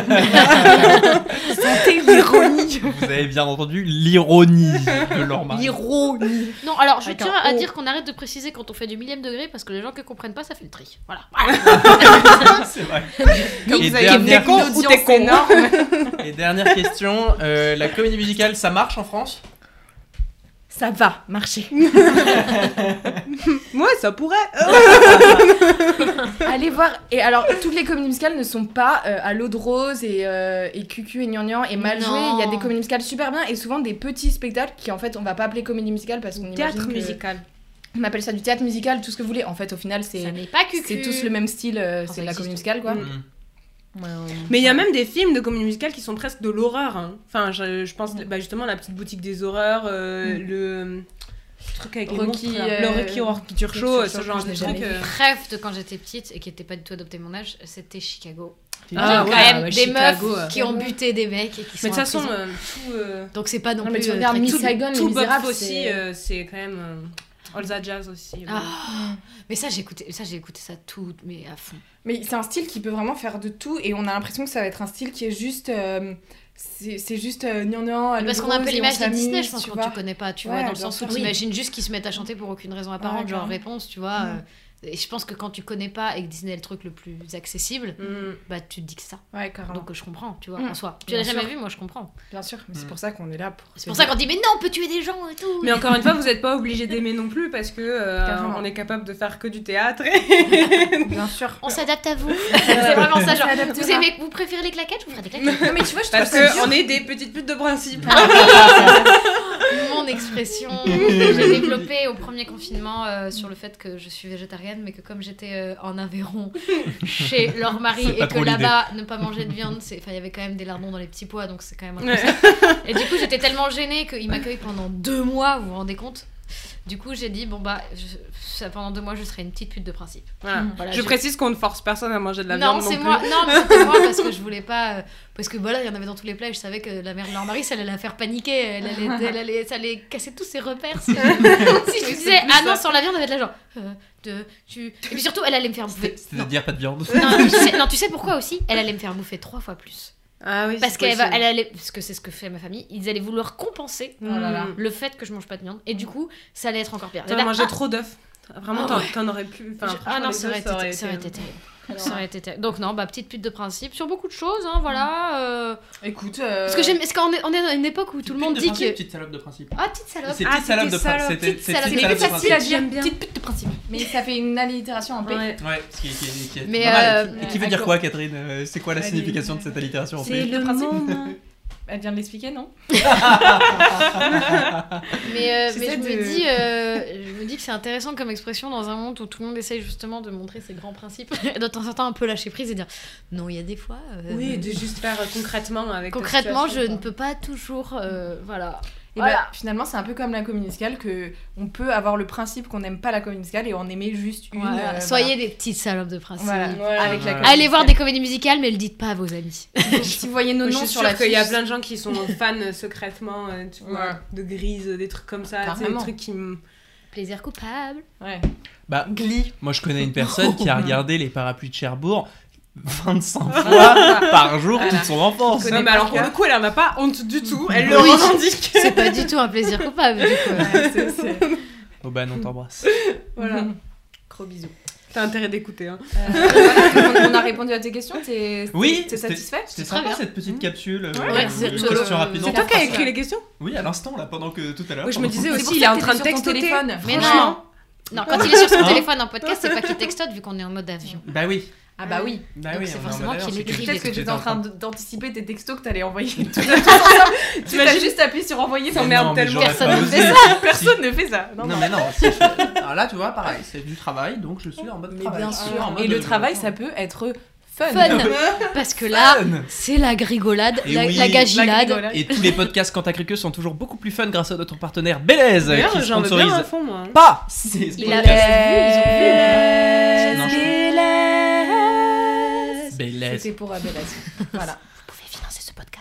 Sentez l'ironie. Vous avez bien entendu l'ironie de leur mari. L'ironie. Non, alors je Avec tiens un à O. dire qu'on arrête de préciser quand on fait du millième degré parce que les gens qui comprennent pas, ça fait le tri. Voilà. C'est vrai. Comme Et vous avez dernière- une audience énorme. Et dernière question, la comédie musicale, ça marche en France? Ça va marcher. Ouais, ça pourrait. Allez voir. Et alors, toutes les comédies musicales ne sont pas à l'eau de rose et cucu et gnangnan et mal Non. jouées. Il y a des comédies musicales super bien et souvent des petits spectacles qui en fait on va pas appeler comédie musicale parce qu'on imagine Théâtre que... musical. On appelle ça du théâtre musical, tout ce que vous voulez. En fait, au final, Ça c'est n'est pas cucu. c'est tous le même style. ça C'est de la existe. comédie musicale, quoi. Mais il y a même des films de comédie musicale qui sont presque de l'horreur. Hein. Enfin, je pense justement La Petite Boutique des Horreurs, le truc avec les Rocky, monstres, là. Le Rocky Horror Picture Show, ce genre je de l'ai truc. jamais vu. Rêve de quand j'étais petite et qui était pas du tout adopté mon âge, c'était Chicago. Ah J'ai ouais, quand même ouais, des Chicago, meufs qui ont buté des mecs et qui sont Mais de toute en façon, prison. tout Donc c'est pas non, Non, mais plus tu regardes très Miss cool. Saigon, Les tout Bob Misérables, Fosse, c'est... c'est quand même All That Jazz aussi. Ah, mais ça j'ai écouté ça tout mais à fond. Mais c'est un style qui peut vraiment faire de tout et on a l'impression que ça va être un style qui est juste... c'est juste gnangnan, à l'eau Parce de qu'on a un peu rose et l'image on de Disney, s'amuse, je pense, tu quand vois. tu connais pas, tu Ouais, vois, dans le bien sens où sûr. t'imagines juste qu'ils se mettent à chanter pour aucune raison apparente, genre carrément. réponse, tu vois. Et je pense que quand tu connais pas et que Disney est le truc le plus accessible, bah tu te dis que ça. Ouais, carrément. Donc je comprends, tu vois, Mm. en soi. Tu Bien l'as jamais sûr. vu, moi je comprends. Bien sûr, mais c'est pour ça qu'on est là pour... C'est pour ça qu'on dit mais non, on peut tuer des gens et tout. Mais encore une fois, vous n'êtes pas obligé d'aimer non plus parce que Carrément. on est capable de faire que du théâtre. Bien sûr. On s'adapte à vous. C'est vraiment ça, genre. s'adaptera. Vous préférez les claquettes, vous ferez des claquettes. Non mais tu vois, je trouve Parce ça dur. qu'on est des petites putes de principe. Mon expression que j'ai développée au premier confinement sur le fait que je suis végétarienne, mais que comme j'étais en Aveyron chez leur mari C'est pas et que trop l'idée. là-bas ne pas manger de viande, il y avait quand même des lardons dans les petits pois, donc c'est quand même un peu Ouais. ça. Et du coup j'étais tellement gênée qu'ils m'accueillent pendant 2 mois, vous vous rendez compte? Du coup j'ai dit bon bah pendant 2 mois je serai une petite pute de principe. Voilà. Voilà, Je précise qu'on ne force personne à manger de la non, viande c'est non moi. plus. Non, mais c'était moi parce que je voulais pas. Parce que voilà, il y en avait dans tous les plats et je savais que la mère de leur mari, ça allait la faire paniquer. Ça allait casser tous ses repères. Si je lui disais, ah non, sans la viande, elle va être là genre. Et puis surtout, elle allait me faire bouffer. C'est-à-dire pas de viande. Non, tu sais pourquoi aussi? Elle allait me faire bouffer 3 fois plus. Ah oui, Parce c'est qu'elle possible. allait. Parce que c'est ce que fait ma famille. Ils allaient vouloir compenser Oh là là. le fait que je mange pas de viande. Et du coup, ça allait être encore pire. T'as mangé trop d'œufs. Vraiment, Ah ouais. t'en aurais pu. Enfin, Ah non, franchement, ça les aurait œufs, été terrible. Ça aurait été terrible. Donc non, bah petite pute de principe sur beaucoup de choses, hein, voilà. Écoute... Parce que parce qu'on est dans une époque où tout le monde dit que... Petite salope de principe. Ah, petite salope. C'est Ah, petite salope de c'était principe. salope, petite salope. Petite C'est salope plus de facile à principe. dire, J'aime bien. petite pute de principe. Mais ça fait une allitération un peu. Ouais. Ouais, ce qui est Mais, pas mal. Et qui veut dire d'accord. quoi, Catherine C'est quoi la Allez. signification de cette allitération en C'est fait le principe. moment. Elle vient de l'expliquer, non? Mais J'essaie je me dis que c'est intéressant comme expression dans un monde où tout le monde essaye justement de montrer ses grands principes. De temps en temps un peu lâcher prise et dire non, il y a des fois... Oui, de juste faire concrètement avec. ta Concrètement, je situation, ne peux pas toujours... voilà. Et Voilà. bah, finalement, c'est un peu comme la comédie musicale que on peut avoir le principe qu'on n'aime pas la comédie musicale et en aimer juste une. Voilà. Soyez des petites salopes de principe. Voilà. Voilà. Avec la Ouais. comédie Allez voir des musicale. comédies musicales, mais le dites pas à vos amis. Si vous voyez nos Je noms suis sur sûre la qu'il y a fiche- plein de gens qui sont fans secrètement, tu vois, Ouais. de Grise, des trucs comme ça, tu sais, des Carrément. trucs qui me... Plaisir coupable. Ouais. Bah, Glee. Moi, je connais une personne qui a regardé les parapluies de Cherbourg 25 fois par jour Voilà. toute son enfance. connais Non, mais par alors pour cœur. le coup, elle en a pas honte du tout, elle le Oui. revendique. C'est pas du tout un plaisir coupable, du coup. c'est... Oh bah, non, t'embrasse. Voilà. Gros bisous. T'as intérêt d'écouter, hein. Voilà, on a répondu à tes questions. T'es Oui, t'es satisfait? C'était très sympa bien. cette petite capsule. Ouais, c'est une solo. question rapide. C'est toi qui as écrit les questions? Oui, à l'instant, là, pendant que tout à l'heure. Oui, je me pendant- disais C'est aussi, pour il ça est que en t'es train de sur ton textoter. téléphone. Mais Franchement. Non, quand il est sur son Hein téléphone en podcast, c'est pas qu'il textote vu qu'on est en mode avion. Bah oui. Ah bah oui. Bah Donc oui, c'est on est en forcément mode qu'il d'ailleurs, écrit c'est Peut-être que j'étais t'étais en train d'anticiper tes textos que t'allais envoyer tout à Tu Tu vas vas juste- juste appuyer sur envoyer, Mais t'emmerdes non, mais tellement. j'aurais Personne pas ne osé. fait ça. Personne ne fait ça. Non, mais non, si, alors là tu vois pareil, c'est du travail donc je suis en mode Mais travail. bien Je suis sûr. en mode Et le de- travail, ça peut être fun. Fun. Parce que là, Fun. c'est la grigolade, Et la oui, gagilade. Et tous les podcasts Quant à Cru sont toujours beaucoup plus fun grâce à notre partenaire Belaise D'ailleurs, qui j'en veux bien sponsorise un fond, moi. pas ces Les podcasts. Ils ont vu. Belaise. C'était pour Abelaz. Voilà. Vous pouvez financer ce podcast.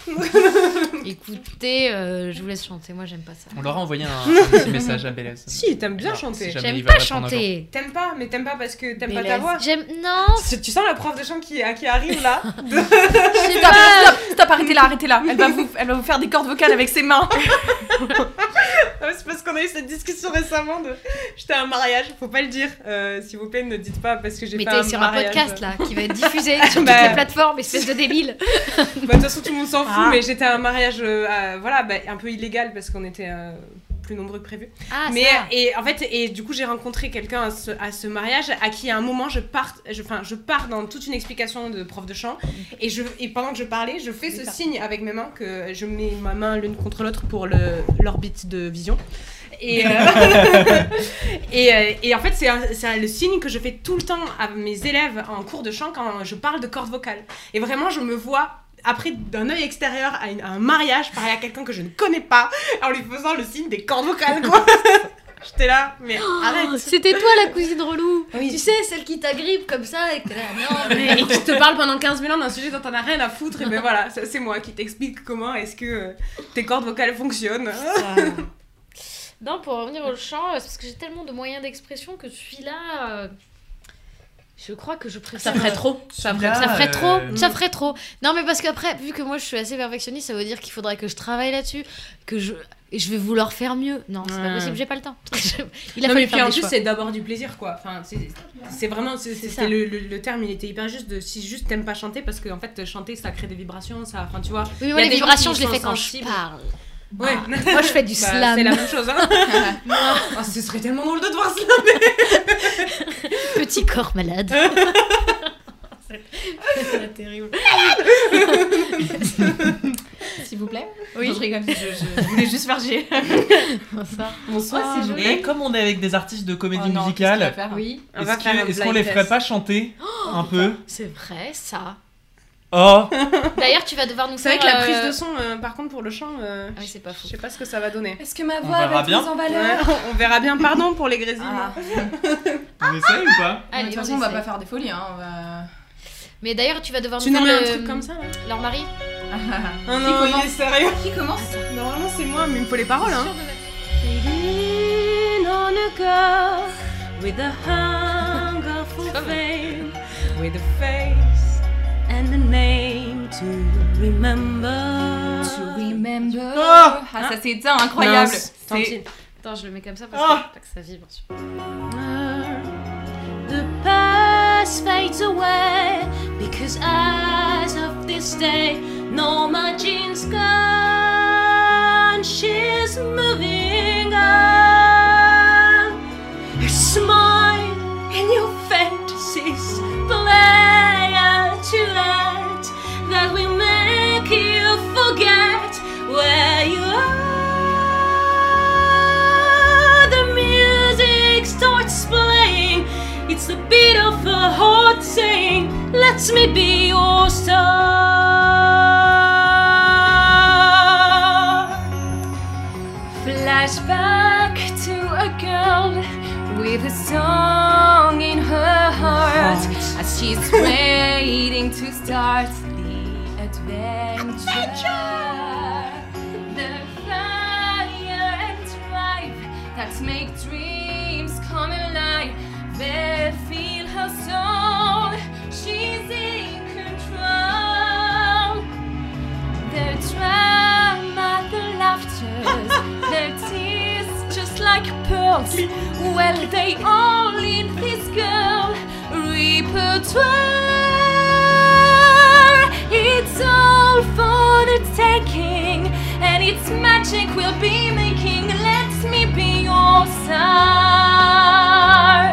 Écoutez, je vous laisse chanter, moi j'aime pas ça. On leur a envoyé un petit message à Bélez. Si, t'aimes bien Alors, chanter. si jamais J'aime il va pas répondre un jour. chanter. T'aimes pas, mais t'aimes pas parce que t'aimes pas ta Bélez. voix. J'aime. Non, Tu sens la prof de chant qui arrive là. Stop, arrêtez là. Elle va vous faire des cordes vocales avec ses mains. C'est parce qu'on a eu cette discussion récemment de. J'étais à un mariage, faut pas le dire. S'il vous plaît, ne dites pas parce que j'ai mais fait un t'es sur mariage. un podcast là qui va être diffusé sur toutes Bah. les plateformes, espèce de débile. Bah, de toute façon, tout le monde s'en fout, Ah. mais j'étais à un mariage un peu illégal parce qu'on était plus nombreux que prévu. Ah, Mais ça. et du coup j'ai rencontré quelqu'un à ce mariage à qui à un moment je pars dans toute une explication de prof de chant et pendant que je parlais je fais ce signe avec mes mains que je mets ma main l'une contre l'autre pour l'orbite de vision et en fait c'est le signe que je fais tout le temps à mes élèves en cours de chant quand je parle de cordes vocales et vraiment je me vois après d'un œil extérieur à un mariage parler à quelqu'un que je ne connais pas en lui faisant le signe des cordes vocales quoi. J'étais là mais arrête. C'était toi la cousine relou. Oui. Tu sais, celle qui t'agrippe comme ça et que t'es là, non, Et qui te parle pendant 15 000 ans d'un sujet dont t'en as rien à foutre et ben voilà ça, c'est moi qui t'explique comment est-ce que tes cordes vocales fonctionnent. Non, pour revenir au chant, c'est parce que j'ai tellement de moyens d'expression que celui-là, je crois que je préfère. Ça ferait trop. Ça Là, ferait trop, ça ferait trop. Non, mais parce qu'après, vu que moi je suis assez perfectionniste, ça veut dire qu'il faudrait que je travaille là-dessus, et je vais vouloir faire mieux. Non, c'est pas possible, j'ai pas le temps. Il a Non fallu mais puis faire en des plus choix. c'est d'abord du plaisir quoi. Enfin c'est vraiment ça. c'était le terme il était hyper juste de si juste t'aimes pas chanter parce que en fait chanter ça crée des vibrations ça enfin tu vois. Oui, y moi a les des gens vibrations, qui je les sont fais quand je sensibles. parle. Ouais. Moi je fais du Bah, slam. c'est la même chose hein. Oh, ce serait tellement drôle de te voir slammer. Petit corps malade. C'est terrible. S'il vous plaît. Oui. Non, je rigole, je voulais juste faire chier. Bonsoir. Bonsoir. Oh, c'est joli. Et comme on est avec des artistes de comédie Oh non, musicale, qu'est-ce qu'il va faire Oui, On va est-ce faire un qu'on blind les test. ferait pas chanter un peu? c'est vrai ça. Oh, D'ailleurs, tu vas devoir nous C'est vrai faire. que la prise de son par contre pour le chant Ah oui, c'est pas fou. je sais pas ce que ça va donner. Est-ce que ma On voix verra va être bien. mise en Ouais, valeur on verra bien pardon pour les grésillements. Ah. on essaye ou pas? De Allez, toute façon, on on va essaie. pas faire des folies. Hein. On va... Mais d'ailleurs, tu vas devoir Tu nous nous faire mets un le- truc comme ça là? leur mari. Oh Qui non, il commence est sérieux. Qui commence Normalement c'est moi, mais il me faut les paroles hein. On a girl with a hunger for fame, with a face and a name to remember. To remember. Ah. Ah, ça c'est éteint, incroyable. Mince, tant pis. C'est... Attends, je le mets comme ça parce Ah. que ça vibre. The past fades away because as of this day, no margin's gone. She's moving on. Her smile and your fantasies play out to light that will make you forget where you are. The music starts playing. It's the beat of a heart saying, let me be your star. Flashback to a girl with a song in her heart as she's waiting to start the adventure. The fire and drive that make dreams come alive. They feel her soul, she's in control. Their drama, the laughter, their tears just like pearls. Well, they all in this girl repertoire. It's all for the taking, and its magic will be making. Let me be your star.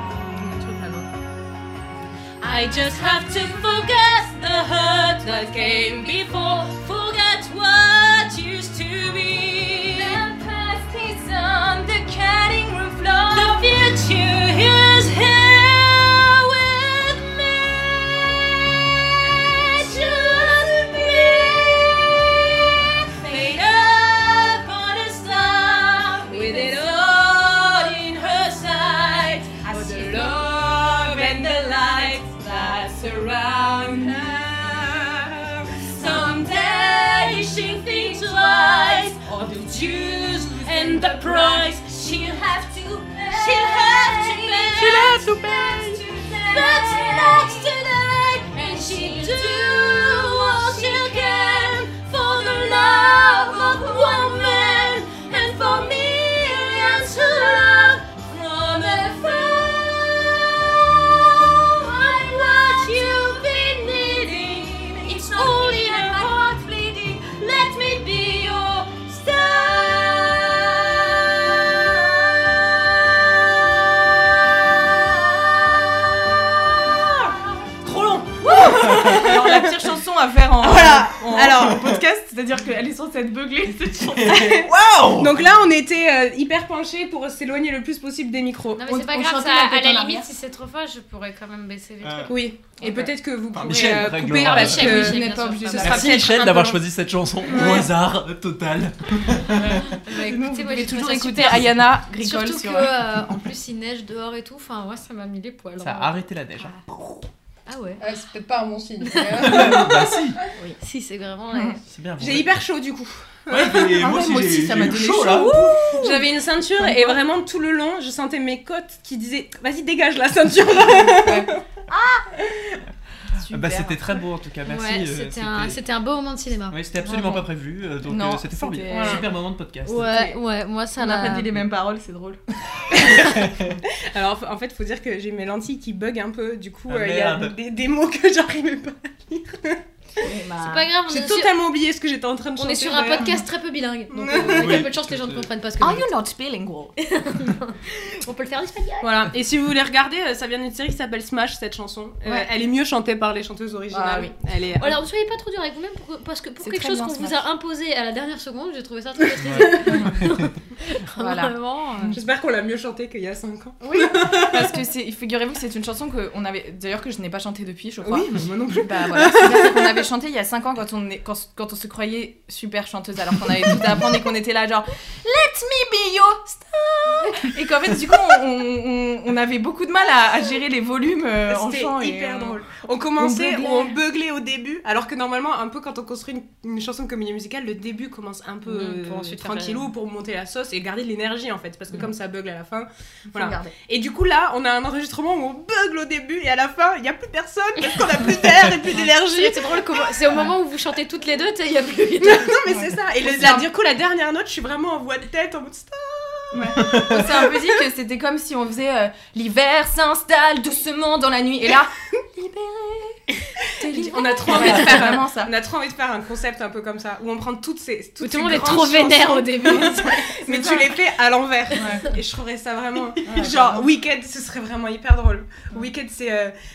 I just have to forget the hurt that came before. Forget what used to be. The past is on the cutting room floor. The future is here with me. Just me. Fade upon a star with it all in her sight. For the love and the light that surround her. Someday dues and the price she'll have to pay. She'll have to pay. But next today, and she'll do what she can for the love of one man and for millions who love from afar. I'm what you've been needing. It's only a heart bleeding. Let me be your star. Trop long. Alors, la pire chanson à faire en, Voilà. en podcast, c'est-à-dire qu'elle est censée être beuglée, cette chanson. Waouh! Donc là, on était hyper penchés pour s'éloigner le plus possible des micros. Non mais c'est pas on grave, chantait ça, la à tête en la arrière. limite si c'est trop fort je pourrais quand même baisser les trucs. Oui, et peut-être que vous pourrez Michel, couper règle-moi. parce Michel, que Michel, je n'ai bien pas sûr, obligé, ça ce va. sera Merci peut-être Michel un d'avoir peu choisi cette chanson Ouais. au hasard total. Bah, Nous, écoutez, vous moi, pouvez j'ai trouvé toujours ça écouter super. Ayana Gricole Surtout sur... que en plus il neige dehors et tout, enfin moi ça m'a mis les poils. Ça a arrêté la neige. Ah ouais. c'est peut-être pas un bon signe. Bah si, Si c'est vraiment. c'est bien. j'ai hyper chaud du coup. Ouais, mais Ah moi ouais, moi aussi, j'ai ça m'a eu donné chaud chaud. là. J'avais une ceinture et vraiment tout le long, je sentais mes côtes qui disaient vas-y dégage la ceinture. Bah c'était très beau en tout cas, merci. Ouais, c'était un beau moment de cinéma. Ouais, c'était absolument Vraiment. pas prévu, donc Non, c'était fort bien. c'était- Super moment de podcast. Ouais, moi ça On n'a l'a. pas dit les mêmes paroles, c'est drôle. Alors en fait, faut dire que j'ai mes lentilles qui bug un peu, du coup Ah, il y a merde. des mots que j'arrivais pas. C'est pas grave, J'ai totalement oublié ce que j'étais en train de on chanter. est sur un d'ailleurs. podcast très peu bilingue. Donc Oui. avec un peu de chance que les gens ne comprennent pas ce que Are vous you dites. not bilingual? On peut le faire en espagnol. Voilà, et si vous voulez regarder, ça vient d'une série qui s'appelle Smash, cette chanson. Ouais. Elle est mieux chantée par les chanteuses originales. Ah oui. Elle est... Alors ne soyez pas trop dur avec vous-même parce que pour C'est quelque très chose bien, qu'on vous Smash. a imposé à la dernière seconde, j'ai trouvé ça très maîtrisé. Voilà. Vraiment. J'espère qu'on l'a mieux chantée qu'il y a 5 ans. Oui, parce que figurez-vous que c'est une chanson qu'on avait, d'ailleurs que je n'ai pas chantée depuis, je crois. Oui, mais moi non plus. Bah voilà, c'est-à-dire qu'on avait chanté il y a 5 ans quand on se croyait super chanteuse alors qu'on avait tout à apprendre et qu'on était là genre Let me be your star et qu'en fait du coup on avait beaucoup de mal à gérer les volumes en C'était chant hyper et drôle. On commençait on ou on beuglait au début, alors que normalement, un peu quand on construit une chanson de comédie musicale, le début commence un peu Pour ensuite faire tranquillou pour monter la sauce et garder de l'énergie en fait, parce que comme ça bugle à la fin. Voilà. Regarder. Et du coup là, on a un enregistrement où on bugle au début et à la fin, il n'y a plus personne parce qu'on a plus d'air et plus d'énergie. C'est drôle, c'est au moment où vous chantez toutes les deux, tu sais, il y a plus. Non mais c'est ça. Et C'est là, un- du coup, la dernière note, je suis vraiment en voix de tête en mode stop. On s'est un peu dit que c'était comme si on faisait l'hiver s'installe doucement dans la nuit et là libéré. On a trop envie de faire vraiment ça. On a trop envie de faire un concept un peu comme ça, où on prend toutes ces Où tout ces le monde est grandes trop vénère chansons, au début. mais tu les fais à l'envers. Et je trouverais ça vraiment... Genre, Wicked, ce serait vraiment hyper drôle. Wicked, c'est...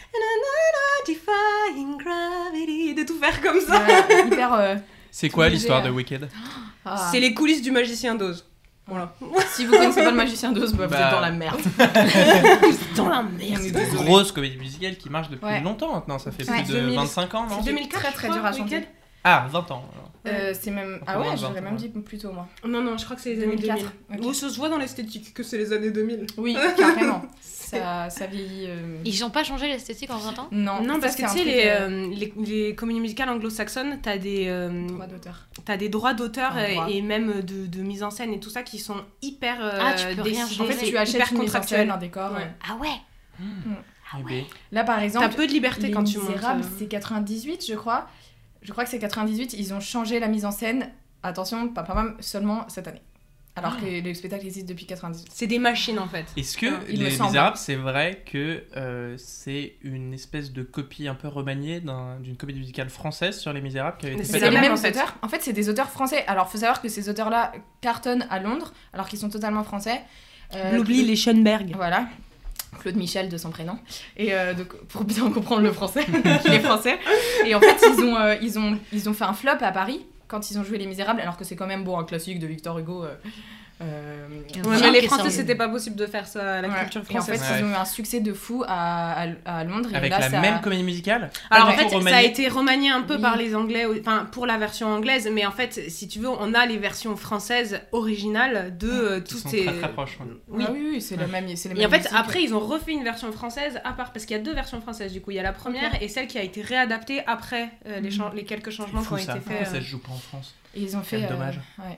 Defying gravity, de tout faire comme ça. Hyper C'est quoi Tout l'histoire de léger. Wicked? C'est les coulisses du magicien d'Oz. Voilà. Si vous connaissez pas le magicien d'Oz, vous êtes Bah. dans la merde. Dans la merde. C'est une grosse comédie musicale qui marche depuis Ouais. longtemps maintenant, ça fait Ouais. plus de 2000. 25 ans, non? C'est 2004, très, très je dur crois, à chanter. Wicked. Ah, 20 ans. alors. C'est même. Un peu Ah moins ouais, de 20, j'aurais même ouais. dit plus tôt moi. Non, non, je crois que c'est les années 2000. 2004. Ok. Oh, ça se voit dans l'esthétique que c'est les années 2000. Oui, carrément. Ça vieillit. Ils n'ont pas changé l'esthétique en 20 ans. Non, Non, ça, parce que c'est tu un sais, truc, les comédies musicales anglo-saxonnes, t'as des droit d'auteur. t'as des droits d'auteur Un droit. et même de mise en scène et tout ça qui sont hyper Ah, tu peux rien décidés, En fait, c'est tu achètes hyper une mise en contractuel. scène, un décor. Ouais. Ah ouais. Eh ben, Là, par exemple, T'as peu de liberté Les quand tu montes. Misérables, c'est 98, je crois. Je crois que c'est 98. Ils ont changé la mise en scène. Attention, pam, seulement cette année. Alors que le spectacle existe depuis 98. C'est des machines en fait. Est-ce que Il me Les semble. Misérables, c'est vrai que c'est une espèce de copie un peu remaniée d'une comédie musicale française sur Les Misérables qui avait été C'est faite C'est la les avant? même, mêmes en fait. auteurs. En fait, c'est des auteurs français. Alors, faut savoir que ces auteurs-là cartonnent à Londres, alors qu'ils sont totalement français. L'oubli, les Schoenberg. Voilà. Claude Michel de son prénom. Et donc, pour bien comprendre le français, qu'il est français. Et en fait, ils ont fait un flop à Paris quand ils ont joué Les Misérables, alors que c'est quand même bon, un classique de Victor Hugo. Ouais, mais les Français, c'était pas possible de faire ça à la Ouais. culture Et en fait, française. ils ont eu un succès de fou à Londres. Et Avec là, la ça... même comédie musicale? Alors en Pas du fait, tout ça a remaniée? été remanié un peu Oui. par les Anglais, enfin pour la version anglaise, mais en fait, si tu veux, on a les versions françaises originales de Qui toutes sont ces... très très proches. ouais. Oui. Ah oui, c'est la même. C'est les Et en mêmes fait, musiques. après, ils ont refait une version française à part, parce qu'il y a deux versions françaises du coup. Il y a la première et celle qui a été réadaptée après les quelques changements qui Fou ont ça, été faits. pourquoi ça se joue pas en France? Et ils ont fait. Quel dommage. Ouais.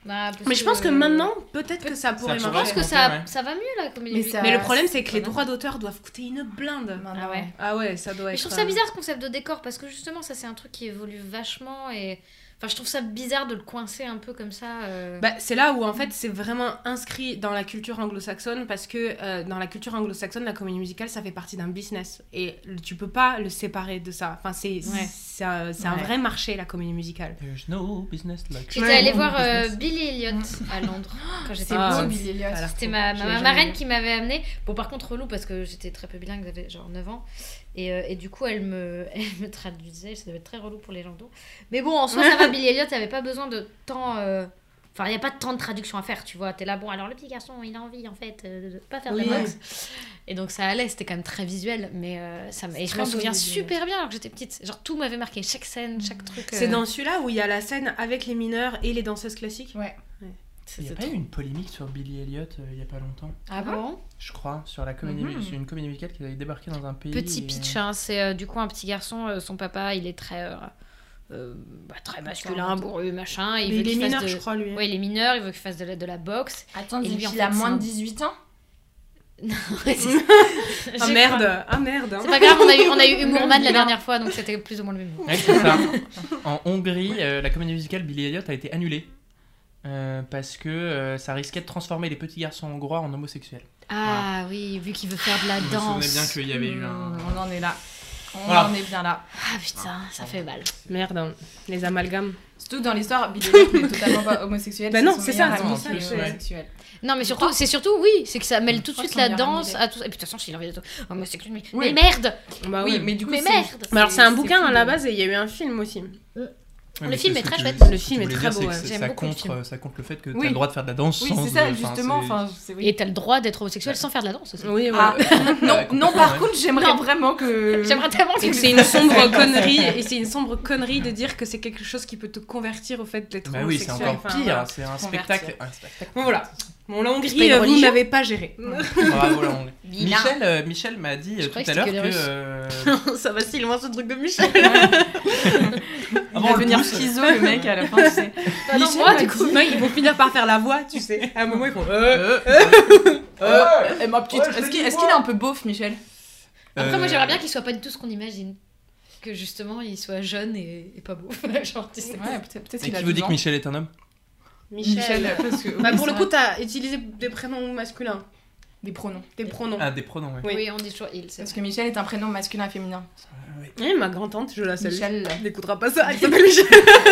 Mais je pense que maintenant, peut-être que ça pourrait pourrait Je pense marcher. que Ouais. ça va mieux la comédie Mais musicale. ça- Mais le problème, c'est que les Voilà. droits d'auteur doivent coûter une blinde. Ah ouais. Ah ouais, ça doit Mais être... je trouve ça bizarre ce concept de décor parce que justement ça c'est un truc qui évolue vachement et enfin je trouve ça bizarre de le coincer un peu comme ça. Bah, c'est là où en fait c'est vraiment inscrit dans la culture anglo-saxonne parce que dans la culture anglo-saxonne la comédie musicale ça fait partie d'un business et tu peux pas le séparer de ça. Enfin c'est un Ouais. vrai marché la comédie musicale. There's no business like J'étais Ouais, allée no voir business. Billy Elliot à Londres quand j'étais C'est Ah, beau, petite. Billy Elliot. voilà. C'était Je ma l'ai jamais marraine vu. qui m'avait amenée. Bon, par contre, relou parce que j'étais très peu bilingue, j'avais genre 9 ans. Et du coup, elle me traduisait. Ça devait être très relou pour les gens d'autres. Mais bon, en soi, ça va, Billy Elliot, il n'y avait pas besoin de tant. Enfin, il n'y a pas tant de traduction à faire, tu vois. T'es là, bon, alors le petit garçon, il a envie, en fait, de pas faire de Oui. boxe. Et donc, ça allait, c'était quand même très visuel. Mais et je m'en Très souviens beau, Billy super bien alors que j'étais petite. Genre, tout m'avait marqué. Chaque scène, chaque truc. C'est dans celui-là où il y a la scène avec les mineurs et les danseuses classiques. Ouais. Il n'y a pas eu une polémique sur Billy Elliot il y a pas longtemps, Ah bon? je crois, sur la comédie, Mhm. sur une comédie musicale qui avait débarqué dans un pays. Petit et- pitch, hein, c'est du coup un petit garçon, son papa il est très, très masculin, bourru, machin. Mais Il veut il est qu'il fasse mineur, de... je crois, lui. Ouais, il est mineur, il veut qu'il fasse de la boxe. Attends, Et lui, il en a fait, moins c'est de un- 18 ans? Ah merde, ah merde. C'est pas grave, on a eu Humour Man la dernière fois, donc c'était plus ou moins le même. Ouais, c'est ça. En Hongrie, la comédie musicale Billy Elliot a été annulée parce que ça risquait de transformer les petits garçons hongrois en homosexuels. Ah oui, vu qu'il veut faire de la Je me souvenais danse. bien qu'il y avait eu un. On en est là. On Voilà. en est bien là. Ah putain, ça fait mal. Merde, hein. Les amalgames. Surtout que dans l'histoire, Billy Elliot n'est totalement pas homosexuel. Bah non, son c'est ça, meilleur c'est ami pour ça qui que est c'est- homosexuel. Non, mais surtout, oui, c'est que ça mêle tout de crois suite que la son meilleur ami, danse il est- à tout ça. Et puis de toute façon, s'il a envie d'être homosexuel, mais Oui. merde! Bah Oui, oui. mais du coup, Mais c'est- merde. Mais alors c'est un bouquin fou à la de- base et il y a eu un film aussi. Ouais, Le mais film c'est est ce très que chouette. tu- Le ce que film tu est voulais très dire, beau, c'est ouais. que J'aime ça beaucoup le contre, film. ça contre le fait que Oui. t'as le droit de faire de la danse Oui, sans. c'est ça, enfin, justement. c'est- Enfin, c'est oui. Et t'as le droit d'être homosexuel sans faire de la danse aussi. Oui, Ah, voilà. non, Ouais, non, par ouais. contre, j'aimerais Non. vraiment que. J'aimerais tellement Et que que c'est une sombre connerie et c'est une sombre connerie de dire que c'est quelque chose qui peut te convertir au fait d'être Bah oui, c'est homosexuel. encore Enfin, pire. voilà. C'est un Convertir. spectacle. Un spectacle. Bon voilà. Bon la C'est pas Hongrie, une vous religion n'avez pas géré. Bravo, la Hongrie. Vilain. Michel m'a dit Je tout croyais à que l'heure c'était que. que les Ça va si loin ce truc de Michel. Il va devenir schizo, le mec, à la fin, tu sais. Ah non, Michel moi, m'a du dit- coup. Non, ils vont finir par faire la voix, tu sais. À un moment ils font Ma petite. Est-ce qu'il est un peu beauf, Michel? Après, moi, j'aimerais bien qu'il soit pas du tout ce qu'on imagine. Que justement, il soit jeune et pas beau. Genre, tu sais. Ouais, peut-être Et qu'il a qui vous dit 12 que ans. Michel est un homme? Michel, parce que. Bah oui, pour le c'est coup vrai. t'as utilisé des prénoms masculins, Des pronoms. des pronoms. Ah, des pronoms, ouais. Oui. Oui, on dit toujours il. c'est Parce vrai. que Michel est un prénom masculin et féminin. Oui, ma grand-tante, je la salue. Michel. Elle n'écoutera pas ça, elle s'appelle Michel.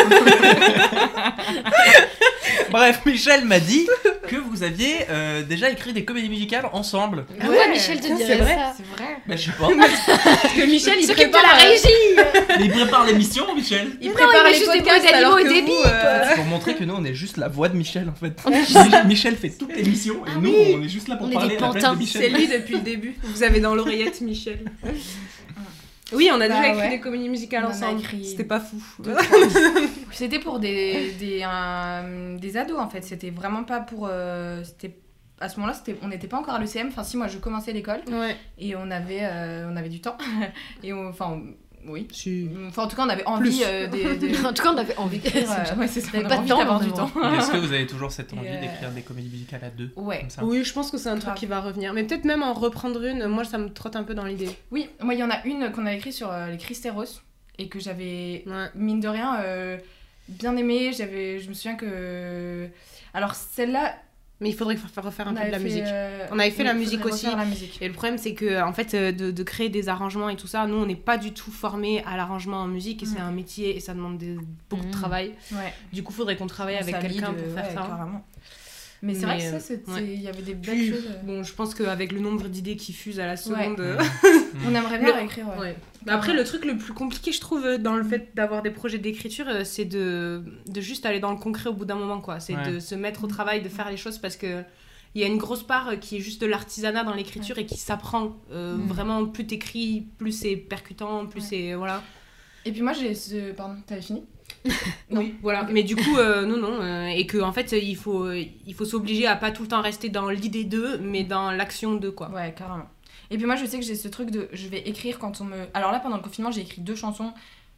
Bref, Michel m'a dit que vous aviez déjà écrit des comédies musicales ensemble. Ah ouais, Michel te c'est dirait vrai. ça. C'est vrai. Bah, je sais pas. Parce que Michel, il S'occupe de prépare la régie. Mais il prépare l'émission, Michel. Il Non, prépare il met les juste des podcasts bruits alors d'animaux que et des vous, bips. Pour montrer que nous, on est juste la voix de Michel, en fait. Michel fait toute l'émission et Ah nous, oui. on est juste là pour On est parler des à la place pantins. de c'est Michel. lui depuis le début. Vous avez dans l'oreillette Michel. Oui, on a déjà Bah écrit ouais. des comédies musicales On en a ensemble. écrit C'était pas fou. C'était pour des ados en fait. C'était vraiment pas pour. C'était à ce moment-là, on n'était pas encore à l'ECM. Enfin, si, moi je commençais l'école Ouais. et on avait du temps. Et oui. Si. Enfin, en tout cas, on avait envie En tout cas, on avait envie. d'écrire. Ouais, c'est ça. On avait On pas avait de envie temps, d'avoir du vraiment. temps. Est-ce que vous avez toujours cette envie Et d'écrire des comédies musicales à deux Ouais. comme ça Oui, je pense que c'est un truc Grave. qui va revenir. Mais peut-être même en reprendre une, moi ça me trotte un peu dans l'idée. Oui, moi, il y en a une qu'on a écrite sur les Cristeros et que j'avais, Ouais. mine de rien, bien aimée. Je me souviens que. Alors, celle-là. Mais il faudrait refaire un on peu de avait la fait, musique. euh, On avait fait oui, la il musique faudrait aussi. refaire la musique. Et le problème, c'est que en fait, de créer des arrangements et tout ça, nous, on n'est pas du tout formés à l'arrangement en musique et c'est un métier et ça demande beaucoup de Mm. travail. Ouais. Du coup, il faudrait qu'on travaille avec Ça quelqu'un lead, pour faire ouais, ça. carrément. Mais c'est vrai que Mais, ça, ouais. il y avait des belles Puis, choses. bon, je pense qu'avec le nombre d'idées qui fusent à la seconde. On aimerait bien Le- réécrire. Ouais. Ouais. Mais après, le truc le plus compliqué, je trouve, dans le fait d'avoir des projets d'écriture, c'est de juste aller dans le concret au bout d'un moment, quoi. C'est Ouais. de se mettre au travail, de faire les choses parce que il y a une grosse part qui est juste de l'artisanat dans l'écriture et qui s'apprend. Vraiment, plus t'écris, plus c'est percutant, plus Ouais. c'est... Voilà. Et puis moi, j'ai ce. Pardon, t'avais fini? Oui, voilà. Mais du coup, non. Et qu'en en fait, il faut s'obliger à pas tout le temps rester dans l'idée d'eux, mais dans l'action d'eux, quoi. Ouais, carrément. Et puis moi, je sais que j'ai ce truc de. Je vais écrire quand on me. Alors là, pendant le confinement, j'ai écrit 2 chansons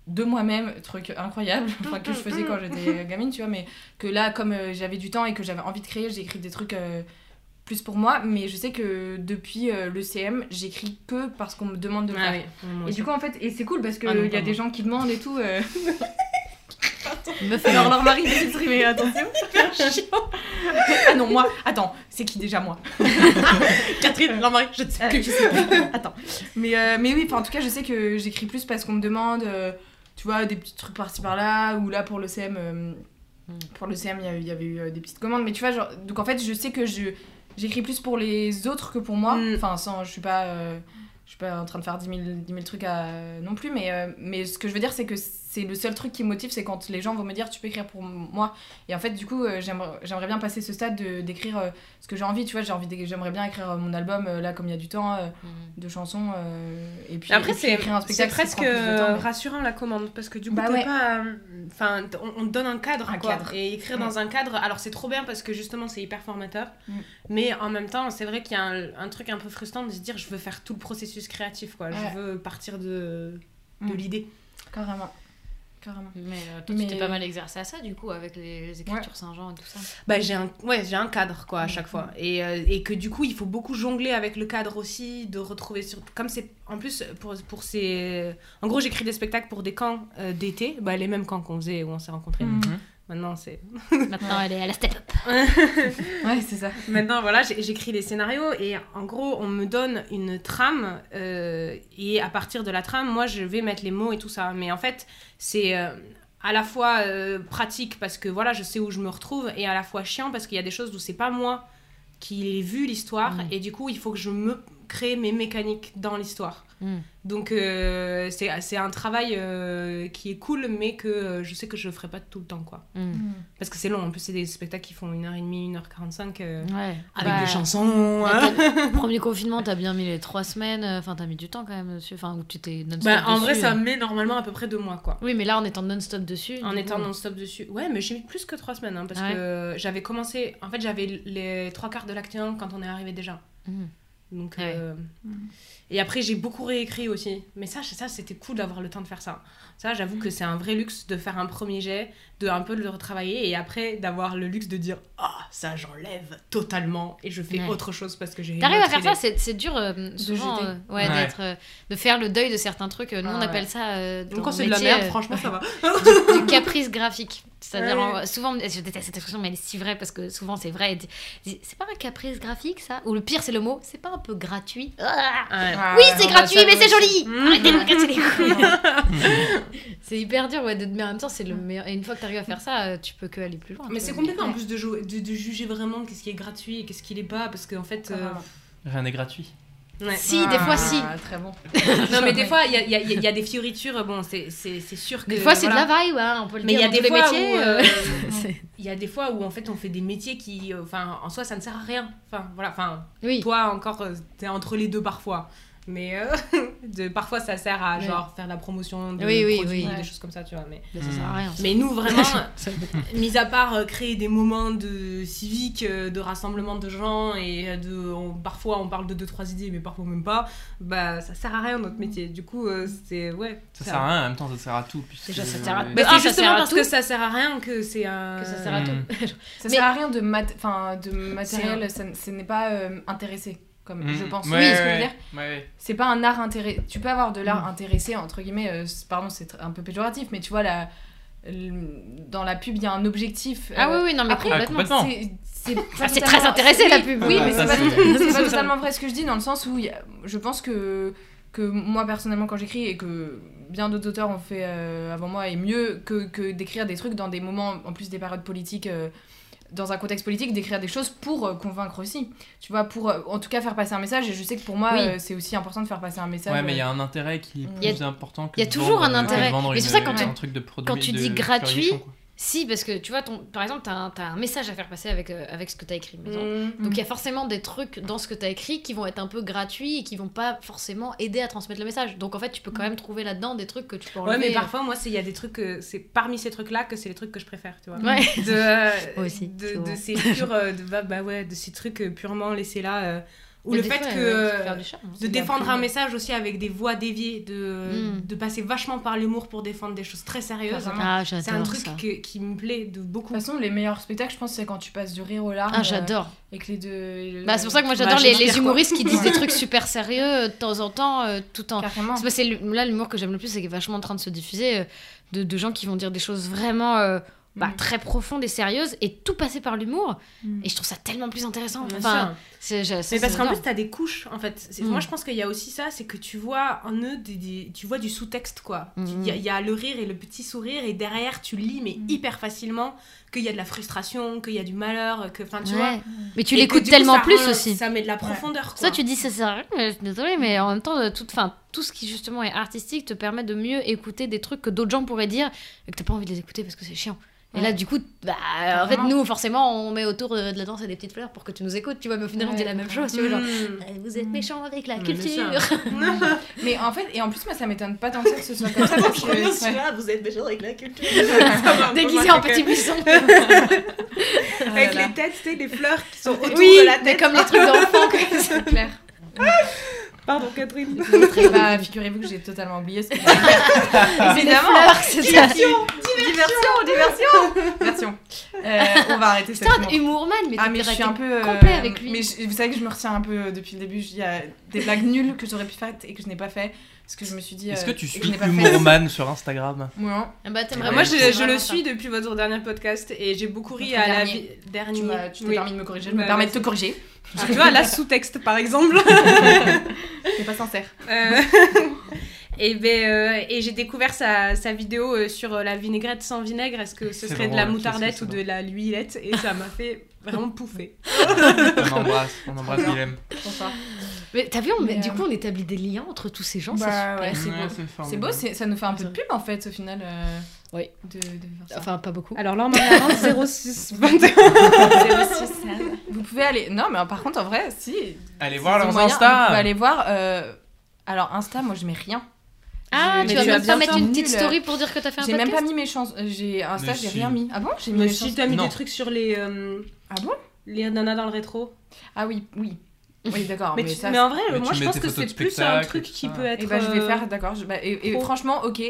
de moi-même, truc incroyable, enfin, que je faisais quand j'étais gamine, tu vois, mais que là, comme j'avais du temps et que j'avais envie de créer, j'ai écrit des trucs plus pour moi, mais je sais que depuis le CM, j'écris que parce qu'on me demande de le faire. Oui, Et du coup, en fait, et c'est cool parce qu'il Ah non, y a pardon. des gens qui demandent et tout. Meuf, Alors, leur mari décide de streamer, attention. Ah non, moi, attends, c'est qui déjà moi? Catherine, leur mari, je ne sais plus. Je sais plus. Attends. Mais oui, en tout cas, je sais que j'écris plus parce qu'on me demande, tu vois, des petits trucs par-ci par-là, ou là pour le CM, il y avait eu des petites commandes. Mais tu vois, genre, donc en fait, je sais que j'écris plus pour les autres que pour moi. Enfin, je suis pas en train de faire 10 000 trucs non plus, mais ce que je veux dire, c'est que c'est le seul truc qui me motive, c'est quand les gens vont me dire tu peux écrire pour moi. Et en fait, du coup, j'aimerais bien passer ce stade d'écrire ce que j'ai envie. Tu vois, j'aimerais bien écrire mon album, là, comme il y a du temps, de chansons. Et puis Après, écrire un c'est spectacle. presque ça prend plus de temps, mais- rassurant la commande parce que du coup, Bah t'es ouais. pas. Enfin, on te donne un cadre, Un quoi. cadre. Et écrire dans un cadre, alors c'est trop bien parce que justement, c'est hyper formateur. Mais en même temps, c'est vrai qu'il y a un truc un peu frustrant de se dire je veux faire tout le processus créatif, quoi. Ouais. Je veux partir de l'idée. Carrément. Mais toi, tu t'es pas mal exercé à ça, du coup, avec les écritures Saint-Jean et tout ça. Bah, j'ai un cadre, quoi, à chaque fois. Et que du coup, il faut beaucoup jongler avec le cadre aussi, de retrouver sur... Comme c'est... En plus, pour ces... En gros, j'écris des spectacles pour des camps d'été, bah, les mêmes camps qu'on faisait, où on s'est rencontrés. Maintenant, c'est... Maintenant, elle est à la step-up. Ouais, c'est ça. Maintenant, voilà, j'écris les scénarios et en gros, on me donne une trame et à partir de la trame, moi, je vais mettre les mots et tout ça. Mais en fait, c'est à la fois pratique parce que voilà, je sais où je me retrouve et à la fois chiant parce qu'il y a des choses où c'est pas moi qui ai vu l'histoire et du coup, il faut que je me crée mes mécaniques dans l'histoire. Donc, c'est un travail qui est cool, mais que je sais que je le ferai pas tout le temps, quoi. Parce que c'est long, en plus, c'est des spectacles qui font 1h30, 1h45 Ouais. avec des chansons. Premier confinement, t'as bien mis les 3 semaines. Enfin, t'as mis du temps quand même dessus. Enfin, où tu t'es non-stop Bah, en dessus. vrai, ça met normalement à peu près 2 mois, quoi. Oui, mais là, en étant non-stop dessus. En du étant coup. non-stop dessus. Ouais, mais j'ai mis plus que 3 semaines, hein, parce Ouais. que j'avais commencé... En fait, j'avais les 3/4 de l'acte 1 quand on est arrivé déjà. Donc, Ouais. Et après, j'ai beaucoup réécrit aussi. Mais ça, c'était cool d'avoir le temps de faire ça. Ça, j'avoue que c'est un vrai luxe de faire un premier jet, de un peu le retravailler, et après, d'avoir le luxe de dire « Ah, ça, j'enlève totalement, et je fais autre chose parce que j'ai... » T'arrives à faire ça, c'est dur souvent jeter. d'être, de faire le deuil de certains trucs. Nous, on appelle ça dans Donc, quand mon c'est de la métier, merde, franchement, ça va. du caprice graphique. C'est-à-dire, souvent, je déteste cette expression, mais elle est si vraie parce que souvent c'est vrai. C'est pas un caprice graphique, ça? Ou le pire, c'est le mot, c'est pas un peu gratuit? Oui, c'est gratuit, mais c'est joli! Arrêtez de me casser les couilles! C'est hyper dur, ouais, mais en même temps, c'est le meilleur. Et une fois que t'arrives à faire ça, tu peux que aller plus loin. Mais tu c'est vois. compliqué en plus de juger vraiment qu'est-ce qui est gratuit et qu'est-ce qui l'est pas, parce qu'en fait... Rien n'est gratuit. Ouais. Si, des fois, si. Très bon. Non, mais des fois, il y a des fioritures, bon, c'est sûr que... Des fois, c'est voilà. de la vibe, hein, on peut le Mais il dire y a dans tous des les fois métiers. où il y a des fois où en fait on fait des métiers qui enfin en soi ça ne sert à rien. Enfin voilà, enfin Oui. toi encore t'es entre les deux parfois. Mais parfois ça sert à genre faire de la promotion de Oui, produits, oui. des choses comme ça, tu vois, mais Ça sert à rien. nous vraiment mis à part créer des moments de civique, de rassemblement de gens et parfois on parle de 2-3 idées mais parfois même pas, bah ça sert à rien notre métier. Du coup c'est Ça sert à rien, en même temps ça sert à tout. Puisque, Déjà, ça sert à- Bah, ça c'est justement sert à parce tout. que ça sert à rien que c'est un... Que ça sert à tout. Ça sert à rien de matériel, ce n'est pas intéressé. Comme je pense. Ouais, Oui, ce que je veux dire. Ouais. C'est pas un art intéressé. Tu peux avoir de l'art intéressé, entre guillemets, pardon, c'est un peu péjoratif, mais tu vois, dans la pub, il y a un objectif. Ah oui, non, mais après, complètement. C'est C'est très intéressé, la pub. Oui, Ah, mais ça, c'est pas totalement vrai ce que je dis, dans le sens où je pense que moi, personnellement, quand j'écris, et que bien d'autres auteurs ont fait avant moi, et mieux que d'écrire des trucs dans des moments, en plus des périodes politiques, dans un contexte politique, d'écrire des choses pour convaincre aussi. Tu vois, pour en tout cas faire passer un message, et je sais que pour moi, Oui. C'est aussi important de faire passer un message. Ouais, mais il y a un intérêt qui est Il y a- plus important que il y a de toujours vendre, un intérêt. que de vendre Mais c'est pour ça, quand un tu- truc de produit, quand tu de dis gratuit, fleurnichon, quoi. Si, parce que tu vois, par exemple, t'as un message à faire passer avec ce que t'as écrit. Maison. Donc il y a forcément des trucs dans ce que t'as écrit qui vont être un peu gratuits et qui vont pas forcément aider à transmettre le message. Donc en fait, tu peux quand même trouver là-dedans des trucs que tu peux enlever. Ouais, mais parfois, moi, il y a des trucs, c'est parmi ces trucs-là que c'est les trucs que je préfère, tu vois. Ouais. De Moi aussi, de souvent. ces purs, de ces trucs purement laissés là, Ou le fait que faire du charme. de défendre un message aussi avec des voix déviées, de passer vachement par l'humour pour défendre des choses très sérieuses. Ah, j'adore C'est un truc ça. qui me plaît de beaucoup. De toute façon, les meilleurs spectacles, je pense, c'est quand tu passes du rire aux larmes. Ah, j'adore. Et que les deux. Bah, c'est pour ça que moi j'adore les humoristes qui disent des trucs super sérieux de temps en temps, tout en. Carrément. Là, l'humour que j'aime le plus, c'est qu'il est vachement en train de se diffuser de gens qui vont dire des choses vraiment très profondes et sérieuses et tout passer par l'humour. Et je trouve ça tellement plus intéressant. Bien Enfin, sûr. Mais parce qu'en plus, t'as des couches, en fait. Moi, je pense qu'il y a aussi ça, c'est que tu vois en eux, tu vois du sous-texte, quoi. Il y a le rire et le petit sourire, et derrière, tu lis, mais hyper facilement, qu'il y a de la frustration, qu'il y a du malheur, que, enfin, tu vois. Mais tu Et l'écoutes que, du coup, tellement ça plus rend- aussi. Ça met de la profondeur, quoi. Ça, tu dis c'est sérieux, mais je suis désolée, mais en même temps, tout ce qui justement est artistique te permet de mieux écouter des trucs que d'autres gens pourraient dire et que t'as pas envie de les écouter parce que c'est chiant. Et là, du coup, en fait, nous, forcément, on met autour de la danse et des petites fleurs pour que tu nous écoutes, tu vois, mais au final, on dit la même chose, tu vois, genre, vous êtes méchants avec la culture. Mais en fait, et en plus, moi, ça m'étonne pas tant que ça soit comme ça. Parce que, vous êtes méchants avec la culture. Déguisé en petit buisson. Avec les têtes, tu sais, les fleurs qui sont autour Oui, de la tête. mais comme les trucs d'enfants, quoi. c'est clair. Pardon, Catherine. Bah, figurez-vous que j'ai totalement oublié ce que C'est des fleurs, c'est ça. Diversion. On va arrêter cette Putain, humorman, mais Ah, mais je suis un peu complet avec lui. Mais vous savez que je me retiens un peu depuis le début. Il y a des blagues nulles que j'aurais pu faire et que je n'ai pas fait parce que je me suis dit. Est-ce que tu et suis je n'ai pas fait. Humorman sur Instagram? Ouais. Ah bah, t'aimerais Moi, bien je faire le ça. suis depuis votre dernier podcast et j'ai beaucoup ri Notre à la dernier. dernier. Tu t'es Oui. permis de me corriger. Je Bah, me permets de vas-y. te corriger. Ah, tu vois, là, sous-texte, par exemple. C'est pas sincère. Et j'ai découvert sa vidéo sur la vinaigrette sans vinaigre. Est-ce que ce C'est serait de la drôle, moutardette c'est ou de la l'huilette? Et ça m'a fait vraiment pouffer. On embrasse Willem. Bonsoir. Mais t'as vu, Mais, du coup, on établit des liens entre tous ces gens, Bah, c'est ouais, super. c'est beau. formidable. C'est beau, ça nous fait un peu de pub en fait au final. Oui. De faire ça. Enfin, pas beaucoup. Alors, Laure Marianne, 06 21. Vous pouvez aller. Non, mais par contre, en vrai, si. Allez voir c'est leurs moyen, Insta. Vous pouvez aller voir. Alors, Insta, moi, je mets rien. Ah, Mais tu vas tu même as pas bien mettre fait. une petite Nul. story pour dire que t'as fait un J'ai podcast? même pas mis mes chansons. J'ai Insta, Mais j'ai si. rien mis. Ah bon? J'ai mis Mais mes si chansons. t'as mis Non. des trucs sur les Ah bon? nanas dans le rétro. Ah oui, oui. Oui, d'accord. Mais, Mais, ça, mais en vrai, Mais moi tu je mets pense tes que photos c'est de plus un spectacle, truc tout qui ça. peut être. Et bah, je vais faire, d'accord. Et pro. franchement, ok.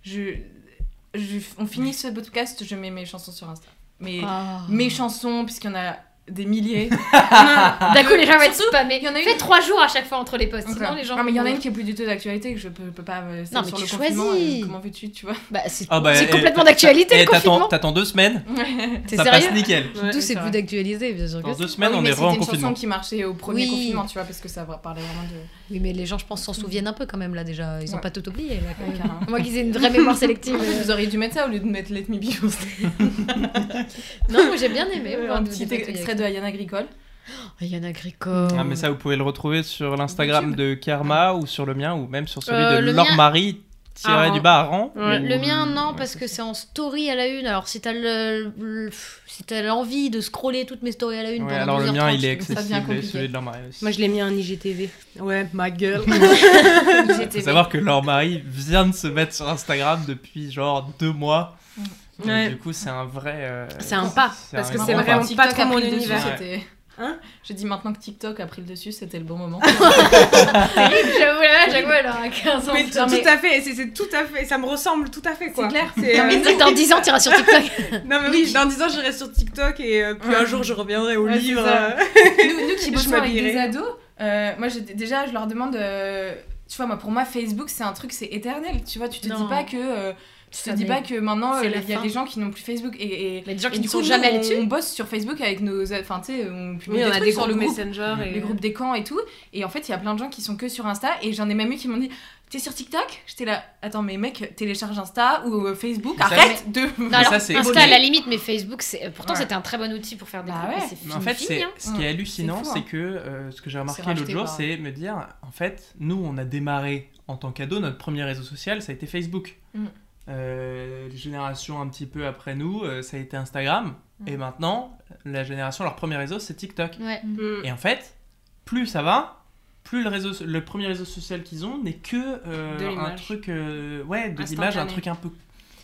On finit ce podcast, je mets mes chansons sur Insta. Mais mes chansons, puisqu'il y en a des milliers. D'un coup, les gens vont être spammés. il y en a une- Fais 3 jours à chaque fois entre les posts, Ok. sinon les gens. Ah, mais il y en a vont- une qui est plus du tout d'actualité, que je peux pas. C'est Non, mais sur tu le confinement, choisis. comment veux-tu, tu vois? Bah, c'est Ah bah, c'est et- complètement d'actualité, le confinement. T'attends 2 semaines, T'es ça passe sérieux? nickel. Ouais, D'où c'est c'est plus vrai. d'actualité, bien sûr que Dans si. 2 semaines, Ah oui, on mais est c'était une en confinement. chanson qui marchait au premier Oui. confinement, tu vois, parce que ça parlait vraiment de. Oui, mais les gens, je pense, s'en souviennent un peu quand même là déjà. Ils ont Ouais. pas tout oublié. Là, quand même. carrément. Moi qu'ils aient une vraie mémoire sélective. Vous auriez dû mettre ça au lieu de mettre Let Me Be Yours. Non, moi j'ai bien aimé. voir Un de petit dépatouiller. extrait de Ayana Agricole. Il y en a Agricole. Ah, mais ça, vous pouvez le retrouver sur l'Instagram de Karma ou sur le mien ou même sur celui de Le Laure mien- Marie tiré du bas Aran. Ouais. ou- Le mien, non, Ouais, parce c'est que ça. c'est en story à la une. Alors, si t'as si t'as l'envie de scroller toutes mes stories à la une Ouais, pendant alors le 12h30, mien, il est ça devient accessible et compliqué. celui de Laure Marie aussi. Moi je l'ai mis en IGTV. Ouais, ma gueule. Il faut savoir que Laure Marie vient de se mettre sur Instagram depuis genre 2 mois. Donc, Ouais. du coup, c'est un vrai. C'est un pas, parce que un c'est grand vraiment pas. TikTok pas trop a mon pris le dessus, univers. c'était- Hein J'ai dit maintenant que TikTok a pris le dessus, c'était le bon moment. J'avoue, là, chaque fois, elle aura 15 ans. Mais putain, tout à fait, c'est tout à fait, ça me ressemble tout à fait quoi. C'est clair. C'est, Non, mais dans 10 ans, t'iras sur TikTok. non mais oui, dans 10 ans j'irai sur TikTok et puis un jour je reviendrai au Ouais, c'est livre. ça. nous qui Je bossons avec m'habillerai. des ados, moi déjà je leur demande, tu vois, moi pour moi Facebook c'est un truc, c'est éternel, tu vois, tu te Non. dis pas que Ça te dis n'est- pas que maintenant c'est il la y a fin. des gens qui n'ont plus Facebook et Mais des gens qui et ne du sont coup, jamais nous, allés dessus. on bosse sur Facebook avec nos, enfin tu sais, on publie Oui, des on a trucs des sur groupes le groupe. Messenger et Les groupes des camps et tout, et en fait il y a plein de gens qui sont que sur Insta, et j'en ai même eu qui m'ont dit t'es sur TikTok? J'étais là, attends mais mec, télécharge Insta ou Facebook, Mais ça, arrête de. Non, Mais alors, ça, c'est- Insta à la limite, mais Facebook, pourtant Ouais. c'était un très bon outil pour faire des Bah groupes, ouais. mais c'est Mais en fait, fini, hein. ce qui est hallucinant, C'est fou, c'est hein. que ce que j'ai remarqué C'est l'autre racheté jour, par- c'est me dire, en fait, nous, on a démarré en tant qu'ado, notre premier réseau social, ça a été Facebook. Mm. Les générations un petit peu après nous, ça a été Instagram. Et maintenant, la génération, leur premier réseau, c'est TikTok. Ouais. Et en fait, plus ça va, plus le premier réseau social qu'ils ont n'est que De un l'image. truc, ouais, de l'image, un Instantané. truc un peu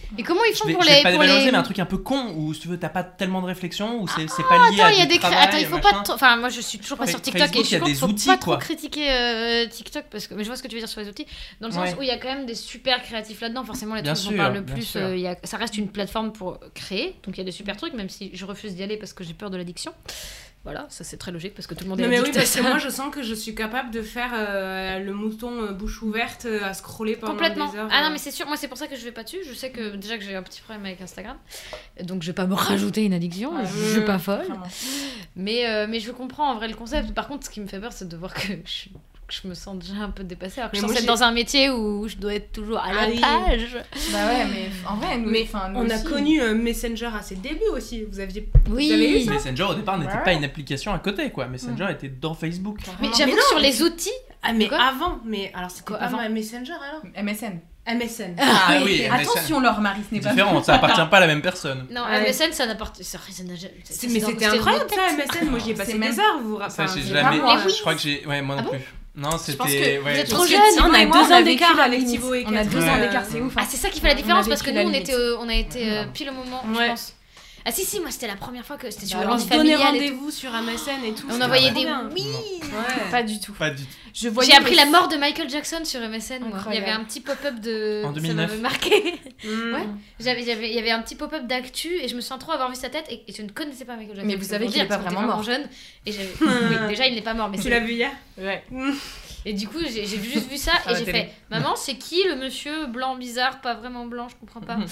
Et comment ils Je font vais, pour je vais les. pas Pour dévaloriser, les... mais un truc un peu con où si tu veux, t'as pas tellement de réflexion, où c'est pas lié à Attends, il y a du des travail, Attends, il faut pas. machin. Enfin, moi, je suis toujours pas sur TikTok Facebook, et je suis il y a des faut outils, pas trop quoi. critiquer TikTok parce que. Mais je vois ce que tu veux dire sur les outils. Dans le sens Ouais. où il y a quand même des super créatifs là-dedans. Forcément, les Bien trucs dont on sûr, parle le bien plus. sûr. Ça reste une plateforme pour créer. Donc il y a des super trucs, même si je refuse d'y aller parce que j'ai peur de l'addiction. Voilà, ça c'est très logique parce que tout le monde est Non mais oui, addict à parce que ça. moi je sens que je suis capable de faire le mouton bouche ouverte à scroller pendant Complètement. des heures. Ah non, mais c'est sûr, moi c'est pour ça que je vais pas dessus. Je sais que déjà que j'ai un petit problème avec Instagram. Donc je vais pas me rajouter une addiction. Je suis pas folle. Vraiment. Mais je comprends en vrai le concept. Par contre, ce qui me fait peur, c'est de voir que je me sens déjà un peu dépassée. Alors que Mais je suis moi, censée être dans un métier où je dois être toujours à la oui. page. Bah ouais, mais en vrai, nous, Mais enfin, nous on a aussi. connu Messenger à ses débuts aussi. Vous avez Oui. eu ça Messenger au départ n'était Ouais. pas une application à côté, quoi. Messenger était dans Facebook. Mais Vraiment. j'avoue Mais que sur non, les outils. Ah mais Quoi avant, mais alors c'était Quoi, pas avant Messenger alors MSN. MSN. Ah oui, MSN. Attention, Laure Marie, ce n'est pas Différent, ça appartient pas à la même personne. Non, Ouais. MSN, ça n'apporte. Ça n'a jamais. Mais c'était incroyable ça MSN, moi j'y ai passé C'est des même- heures, vous vous Ça, rappelez. j'ai c'est jamais. pas moi. Je crois que j'ai. Ouais, moi non Ah bon plus. Non, pense c'était. que Ouais, vous êtes je- trop Parce que jeune, Thibaut on a et moi, 2 on a ans vécu d'écart la avec limite. Thibaut et On a 2 ans Ouais. d'écart, c'est ouf. Ah, c'est ça qui fait la On a différence parce que vécu nous, la on limite. était pile au moment, je Ouais. pense. Ah, si, moi, c'était la première fois que c'était sur Bah, le On langue se donnait familiale. et tout. rendez-vous sur MSN et tout. On c'était envoyait trop des bien. oui. Ouais. Pas du tout. Pas du tout. Je voyais J'ai appris les- la mort de Michael Jackson sur MSN. Moi. Il y Incroyable. avait un petit pop-up de. En Ça 2009. m'avait marqué. Mm. Ouais. Il y avait un petit pop-up d'actu et je me souviens trop avoir vu sa tête et je ne connaissais pas Michael Jackson. Mais vous savez Pour qu'il est dire, pas parce qu'on vraiment était mort. jeune et oui, déjà il n'est pas mort, mais Tu c'est- l'as vu hier Ouais. Et du coup, j'ai juste vu ça À et la j'ai télé. fait maman, c'est qui le monsieur blanc bizarre, pas vraiment blanc, je comprends pas.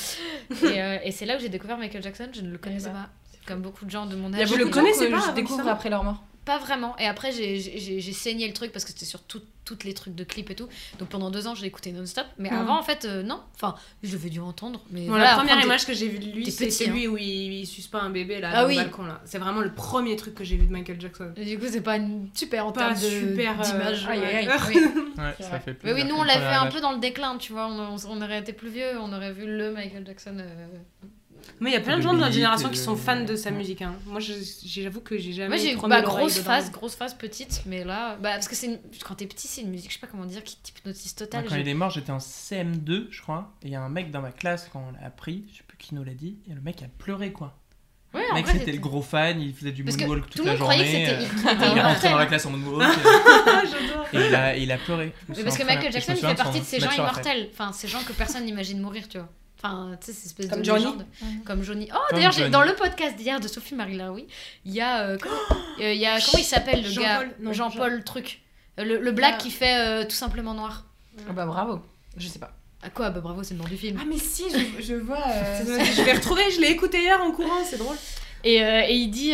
Et c'est là où j'ai découvert Michael Jackson, je ne le connaissais bah, pas. Comme beaucoup de gens de mon Il y a âge. Je beaucoup le de Et- gens connaissais que pas je avant découvre ça. après leur mort. Pas vraiment. Et après, j'ai saigné le truc parce que c'était sur toutes les trucs de clips et tout. Donc pendant 2 ans, j'ai écouté non-stop. Mais avant, en fait, non. Enfin, je devais dû entendre. Mais Bon, voilà, la première après, image que j'ai vue de lui, t'es c'est petit, celui où il suce pas un bébé là, Ah dans oui. le balcon là. C'est vraiment le premier truc que j'ai vu de Michael Jackson. Et du coup, c'est pas une super en Pas termes de- super, d'image. Aïe, aïe, aïe. Ouais. Oui. Ouais, C'est ça vrai. fait Mais plaisir. oui, nous, comme on l'a fait première un image. peu dans le déclin, tu vois. On aurait été plus vieux, on aurait vu le Michael Jackson. Mais il y a plein de De gens de notre Billie génération et qui de- sont fans de sa musique. Hein. Moi, j'avoue que j'ai jamais Moi, j'ai eu promené l'oreille grosse phase petite, mais là, parce que quand t'es petit, c'est une musique, je sais pas comment dire, qui t'hypnotise total. Quand il est mort, j'étais en CM2, je crois, et il y a un mec dans ma classe, quand on l'a appris, je sais plus qui nous l'a dit, et le mec a pleuré, quoi. Ouais, Le en mec, vrai, c'était le gros fan, il faisait du Parce que moonwalk tout toute le la monde croyait journée. que c'était Il est rentré immortel. dans la classe en moonwalk, J'adore. et il a pleuré. Je me Mais parce que souviens Michael très bien. Jackson, Je il me fait souviens de partie son de ces gens match sur la fête. immortels. Enfin, ces gens que personne n'imagine mourir, tu vois. Enfin, tu sais, cette espèce Comme de Johnny. légende. Comme Johnny. Oh, Comme d'ailleurs, Johnny. dans le podcast d'hier de Sophie Marie Laroui, il y a. Comment il s'appelle le gars Jean-Paul, non, Jean-Paul truc. Le black Ah. qui fait tout simplement noir. Ah bah bravo. Je sais pas. À quoi Bah bravo, c'est le nom du film. Ah mais si, je vois. Je vais retrouver, je l'ai écouté hier en courant, c'est drôle. Et il dit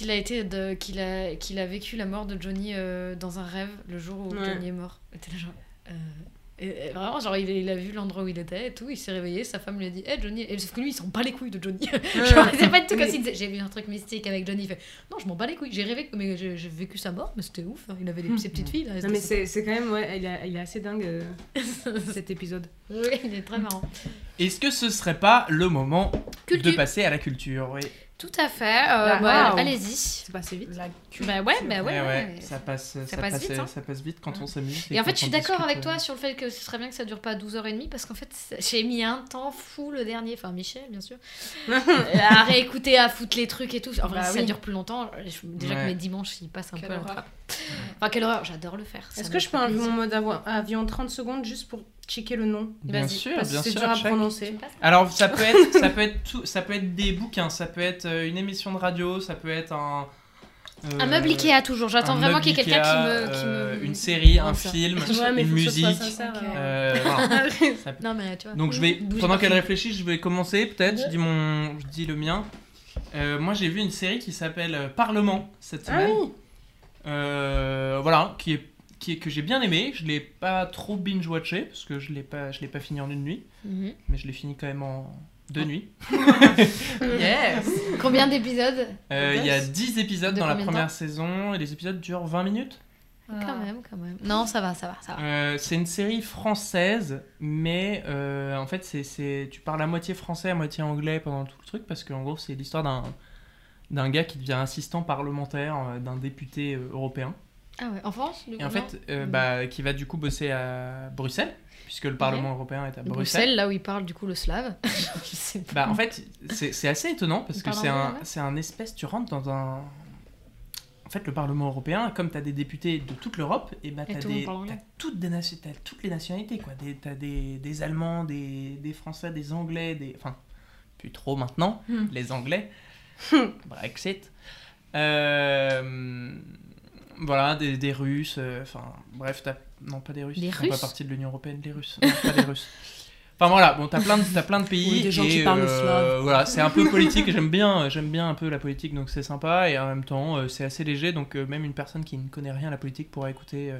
qu'il a vécu la mort de Johnny dans un rêve le jour où Ouais. Johnny est mort. Et t'es là genre, et vraiment, genre, il a vu l'endroit où il était et tout, il s'est réveillé, sa femme lui a dit hey, Johnny. Et sauf que lui, il s'en bat les couilles de Johnny. Genre, c'est pas du tout comme s'il disait j'ai vu un truc mystique avec Johnny. Il fait non, je m'en bats les couilles. J'ai rêvé, mais j'ai vécu sa mort, mais c'était ouf. hein. Il avait ses petites filles là. Non, mais c'est quand même, ouais, il est assez dingue cet épisode. Oui, il est très marrant. Est-ce que ce serait pas le moment Culture. de passer à la culture? Oui. Tout à fait. Waouh. Allez-y. C'est passé vite. La Bah ouais. Ça passe passe vite, hein. ça passe vite quand on s'amuse. Et en fait, je suis quand on d'accord discute, avec toi sur le fait que ce serait bien que ça dure pas 12h30 parce qu'en fait, j'ai mis un temps fou le dernier, enfin Michel, bien sûr, à réécouter, à foutre les trucs et tout. En vrai, Bah si ça oui. dure plus longtemps, déjà que Ouais. mes dimanches ils passent un Quelle peu à la horreur. trappe. Enfin, quelle horreur, j'adore le faire. ça Est-ce me que je fait peux enlever plaisir. mon mode avion 30 secondes juste pour checker le nom? Bien Vas-y, sûr, Parce que bien c'est sûr. dur à check. prononcer. Alors ça peut être des bouquins, ça peut être une émission de radio, ça peut être Un meuble Ikea toujours, j'attends un vraiment meuble qu'il y ait quelqu'un Ikea, qui me. une série, un lance ça. film, Ouais, mais une faut que ce soit musique. sincère, Ok. Voilà. Ça- Non, mais tu vois. Donc je vais, Bouge pendant pas. qu'elle réfléchit, je vais commencer peut-être. Je dis le mien. Moi j'ai vu une série qui s'appelle Parlement cette Ah semaine. oui. Voilà, que j'ai bien aimé. Je l'ai pas trop binge-watché parce que je l'ai pas fini en une nuit, Mhm. mais je l'ai fini quand même en 2 nuits. Yes. Combien d'épisodes Il y a 10 épisodes De dans la combien de première temps saison et les épisodes durent 20 minutes. Quand même. Non, ça va. C'est une série française, mais en fait, tu parles à moitié français, à moitié anglais pendant tout le truc, parce qu'en gros, c'est l'histoire d'un gars qui devient assistant parlementaire d'un député européen. Ah ouais, en France du coup, Et en non fait, qui va du coup bosser à Bruxelles, puisque le Parlement européen est à Bruxelles. Bruxelles, là où ils parlent du coup le slave. Je sais pas. Bah, en fait, c'est assez étonnant parce Ils que parlent anglais, c'est un espèce. Tu rentres dans un. En fait, le Parlement européen, comme tu as des députés de toute l'Europe, et bah, Et tu tout le monde parle anglais. as toutes les nationalités. Tu as des Allemands, des Français, des Anglais, enfin, plus trop maintenant, les Anglais. Brexit. Voilà, des Russes. Enfin, bref, non, pas des Russes. Des Ils font Russes pas partie de l'Union Européenne, les Russes. Non, pas des Russes. Enfin voilà, bon, t'as plein de pays. Oui, des gens et, qui parlent slave. Voilà, c'est un peu politique. J'aime bien un peu la politique, donc c'est sympa. Et en même temps, c'est assez léger, donc même une personne qui ne connaît rien à la politique pourra écouter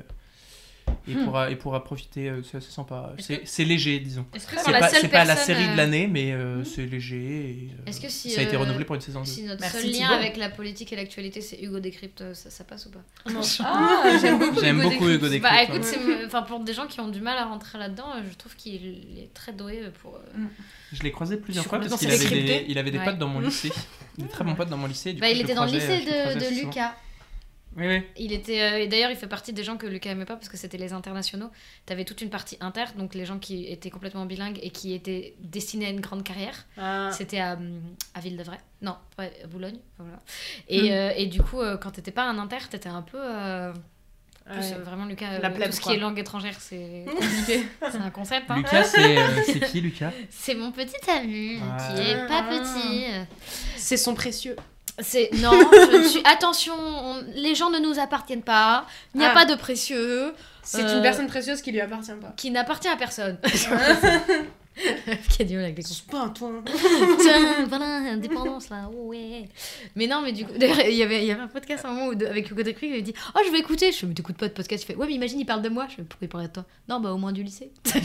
et pourra profiter. C'est assez sympa. C'est léger, disons. Est-ce que C'est pas la série de l'année, mais c'est léger. Et, Est-ce que si, ça a été renouvelé pour une saison 2. Si notre Merci, seul lien Thibaut. avec la politique et l'actualité c'est Hugo Décrypte, ça passe ou pas? Ah, j'aime beaucoup J'aime beaucoup Hugo Décrypte. Bah écoute, ouais. enfin pour des gens qui ont du mal à rentrer là-dedans, je trouve qu'il est très doué pour. Je l'ai croisé plusieurs Je fois suis parce qu'il complètement avait décrypté. il avait des Ouais. potes dans mon lycée. Des très bons potes dans mon lycée. Du Bah coup, il je était le dans le croisais- lycée je le croisais de assez souvent. Lucas. Oui. Il était, et d'ailleurs, il fait partie des gens que Lucas aimait pas parce que c'était les internationaux. T'avais toute une partie inter, donc les gens qui étaient complètement bilingues et qui étaient destinés à une grande carrière. Ah. C'était à Ville-d'Avray. Non, ouais, à Boulogne. Voilà. Et du coup, quand t'étais pas un inter, t'étais un peu. Plus, vraiment, Lucas, La plèbe, tout ce qui quoi. est langue étrangère, c'est compliqué. C'est un concept. Hein. Lucas, c'est qui Lucas? C'est mon petit ami qui est pas petit. C'est son précieux. Non, je suis. Attention, les gens ne nous appartiennent pas. Il n'y a Ah. pas de précieux. C'est une personne précieuse qui lui appartient pas. Qui n'appartient à personne. Qui a du mal avec les cons. C'est pas un toi. Tiens, voilà, indépendance là, ouais. Mais non, mais du coup, d'ailleurs, il y avait un podcast à un moment où, avec Hugo Décrypte, il m'a dit oh, je vais écouter. Je fais mais t'écoutes pas de podcast. Il fait ouais, mais imagine, il parle de moi. Je fais pourquoi il parlait de toi? Non, bah au moins du lycée. C'est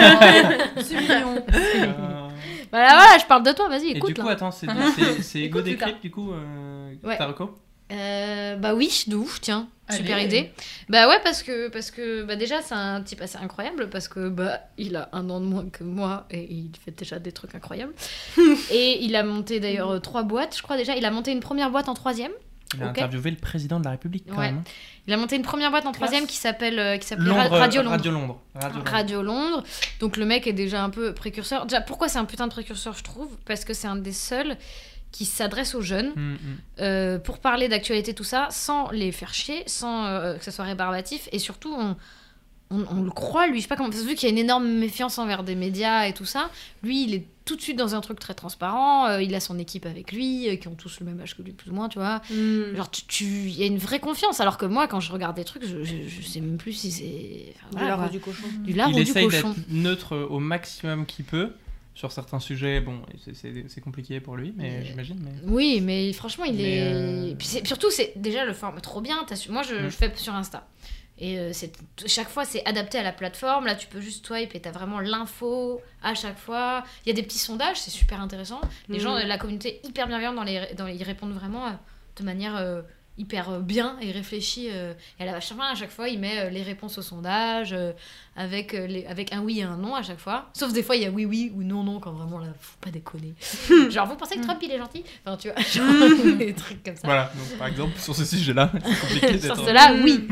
mignon. Voilà, je parle de toi, vas-y, Et écoute. du coup, là. attends, c'est Hugo Écoute, Lucas. Décrypte, du coup, Ouais. ta reco? Bah oui, de ouf, tiens, super Allez. idée. Bah ouais, parce que bah déjà, c'est un type assez incroyable, parce que bah il a 1 an de moins que moi, et il fait déjà des trucs incroyables. Et il a monté d'ailleurs 3 boîtes, je crois déjà. Il a monté une première boîte en 3e. Il a Ok. interviewé le président de la République, quand Ouais. même. Il a monté une première boîte en 3e qui s'appelait Londres, Radio Londres. Radio Londres. Radio Londres. Donc le mec est déjà un peu précurseur. Déjà, pourquoi c'est un putain de précurseur, je trouve? Parce que c'est un des seuls qui s'adresse aux jeunes pour parler d'actualité, tout ça, sans les faire chier, sans que ça soit rébarbatif. Et surtout, on le croit, lui. Je sais pas comment. Vu qu'il y a une énorme méfiance envers des médias et tout ça, lui, il est tout de suite dans un truc très transparent. Il a son équipe avec lui, qui ont tous le même âge que lui, plus ou moins, tu vois. Genre, il y a une vraie confiance. Alors que moi, quand je regarde des trucs, je sais même plus si c'est. Enfin, Du voilà, lard ou quoi. du cochon. Du lard Il ou du essaye cochon. d'être neutre au maximum qu'il peut. Sur certains sujets, bon, c'est compliqué pour lui, mais j'imagine. Mais... Oui, mais franchement, il Mais, est. Puis surtout, c'est déjà le format trop bien. Moi, je fais sur Insta. Et chaque fois, c'est adapté à la plateforme. Là, tu peux juste swipe et t'as vraiment l'info à chaque fois. Il y a des petits sondages, c'est super intéressant. Les gens, la communauté est hyper bienveillante ils répondent vraiment de manière hyper bien et réfléchie. Et à chaque fois, il met les réponses au sondage avec un oui et un non à chaque fois. Sauf des fois, il y a oui ou non quand vraiment là, faut pas déconner. Genre, vous pensez que Trump il est gentil? Enfin, tu vois, genre, des trucs comme ça. Voilà, donc par exemple, sur ce sujet-là, c'est compliqué Sur d'être... cela, oui.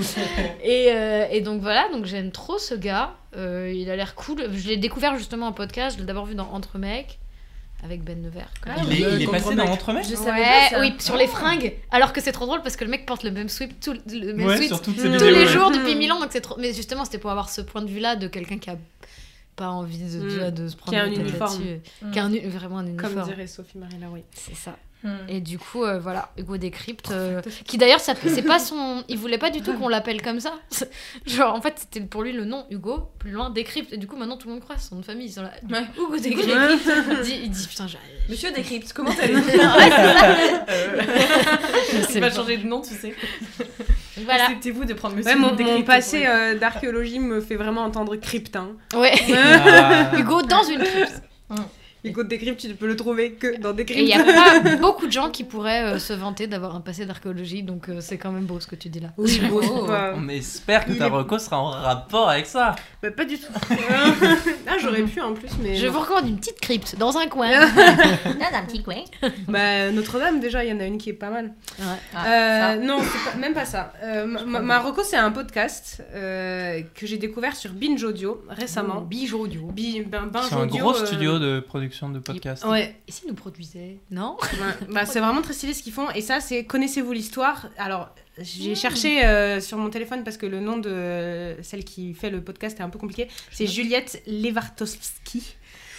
Et donc voilà, donc j'aime trop ce gars. Il a l'air cool. Je l'ai découvert justement en podcast. Je l'ai d'abord vu dans Entre mecs avec Ben Nevers. Il est passé dans Entremec? Je savais Ouais, pas ça. oui, sur les fringues. Alors que c'est trop drôle parce que le mec porte le même sweat, Ouais, sweat sur toutes tous ces vidéos. les ouais. jours depuis 1000 ans. Donc c'est trop. Mais justement, c'était pour avoir ce point de vue-là de quelqu'un qui a pas envie de se prendre Qui a un la tête uniforme. là-dessus. Qui a vraiment un uniforme. Comme dirait Sophie-Marie Laroui. C'est ça. Hmm. Et du coup, voilà, Hugo Décrypte, qui d'ailleurs, c'est pas son. Il voulait pas du tout qu'on l'appelle comme ça. Genre, en fait, c'était pour lui le nom Hugo, plus loin Décrypte. Et du coup, maintenant, tout le monde croit son nom de famille. Ils sont là. Ouais. Hugo Décrypte. il dit putain, Monsieur Décrypte, comment allez-vous? Ouais, c'est ça. Il va changer de nom, tu sais. Voilà. Acceptez-vous de prendre Monsieur Ouais, mon Décrypte. passé d'archéologie me fait vraiment entendre crypte. Hein. Ouais. Ah. Hugo dans une crypte. Et Côte des Cryptes, tu ne peux le trouver que dans des Et il cryptes. y a pas beaucoup de gens qui pourraient se vanter d'avoir un passé d'archéologie, donc c'est quand même beau ce que tu dis là. Oui, bon, Oh. c'est pas... On espère que ta reco sera en rapport avec ça. Bah, pas du tout. Ah, j'aurais pu en plus, mais... Je non. vous recommande une petite crypte dans un coin. Dans un petit coin. Bah, Notre-Dame, déjà, il y en a une qui est pas mal. ça. Non, c'est même pas ça. Ma reco, c'est un podcast que j'ai découvert sur Binge Audio récemment. Binge audio. Binge C'est un Audio, gros studio de production de podcasts. Ouais, Et s'ils nous produisaient Non bah, c'est vraiment très stylé ce qu'ils font. Et ça, c'est Connaissez-vous l'histoire? Alors, j'ai cherché sur mon téléphone parce que le nom de celle qui fait le podcast est un peu compliqué. C'est Juliette Lewartowski.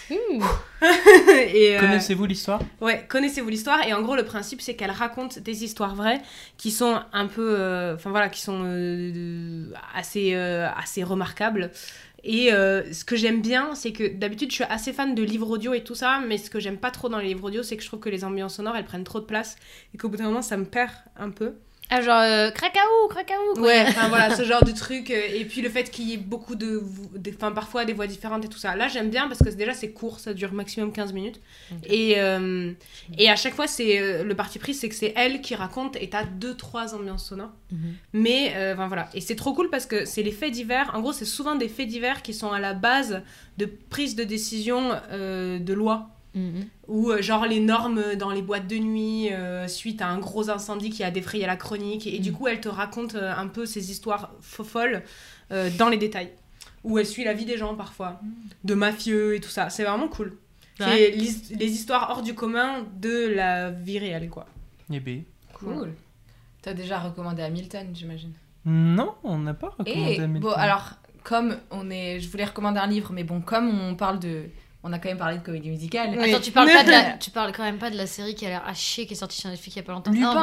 Et, Connaissez-vous l'histoire? ouais, Connaissez-vous l'histoire? Et en gros, le principe, c'est qu'elle raconte des histoires vraies qui sont un peu... Enfin voilà, qui sont assez remarquables. Et ce que j'aime bien, c'est que d'habitude, je suis assez fan de livres audio et tout ça, mais ce que j'aime pas trop dans les livres audio, c'est que je trouve que les ambiances sonores, elles prennent trop de place et qu'au bout d'un moment, ça me perd un peu. Ah, genre, cracaou, quoi. Ouais, enfin voilà, ce genre de truc. Et puis le fait qu'il y ait beaucoup enfin parfois des voix différentes et tout ça. Là, j'aime bien parce que déjà, c'est court, ça dure maximum 15 minutes. Okay. Et à chaque fois, c'est le parti pris, c'est que c'est elle qui raconte et t'as 2-3 ambiances sonores. Mais enfin voilà. Et c'est trop cool parce que c'est les faits divers. En gros, c'est souvent des faits divers qui sont à la base de prise de décision de loi. Ou genre les normes dans les boîtes de nuit suite à un gros incendie qui a défrayé la chronique et du coup elle te raconte un peu ces histoires folles dans les détails où elle suit la vie des gens parfois de mafieux et tout ça, c'est vraiment cool. C'est les histoires hors du commun de la vie réelle quoi. Eh ben. Cool. T'as déjà recommandé Hamilton, j'imagine. Non, on n'a pas recommandé Et Hamilton. bon, alors, je voulais recommander un livre, mais bon, comme on a quand même parlé de comédie musicale. Oui. Attends, tu parles quand même pas de la série qui a l'air à chier, qui est sortie sur Netflix il y a pas longtemps. Lupin.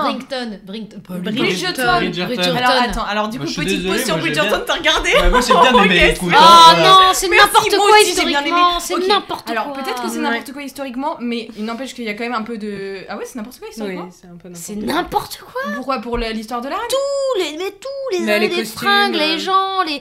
Bridgerton. Alors du coup, Moi, je suis petite désolé, pause sur moi, j'ai Bridgerton, bien- t'as regardé? Ouais, moi j'ai bien aimé, yes. écoute. Oh hein, non, c'est Merci, n'importe moi quoi aussi, j'ai bien aimé. historiquement, c'est Ok. n'importe quoi. Alors peut-être que c'est n'importe quoi historiquement, mais il n'empêche qu'il y a quand même un peu de... Ah ouais, c'est n'importe quoi Oui, historiquement. c'est un peu C'est n'importe quoi. Pourquoi? Pour l'histoire de la reine? Mais les les costumes, fringues, les gens, les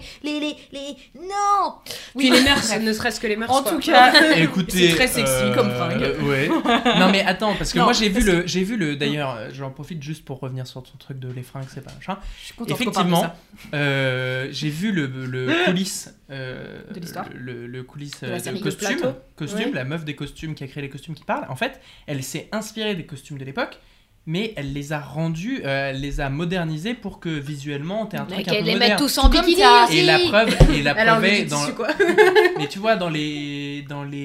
non. Puis les mœurs, ne serait-ce que les mœurs. En quoi. tout cas, Écoutez, c'est très sexy comme fringue. Ouais. Non mais attends, parce que Non, moi j'ai vu le d'ailleurs, j'en profite juste pour revenir sur ton truc de les fringues, c'est pas machin. je suis contente qu'on parle de ça. Effectivement, j'ai vu le coulisses De l'histoire. le coulisses De la de série, le costumes, plateau. costumes, Ouais. la meuf des costumes qui a créé les costumes qui parlent. En fait, elle s'est inspirée des costumes de l'époque, mais elle les a rendus, elle les a modernisés pour que visuellement t'aies un truc un peu Qu'elle les moderne. mette tous en Tout comme bikini ça. aussi. Et la preuve Elle a envie est de dans tissu quoi. mais tu vois dans les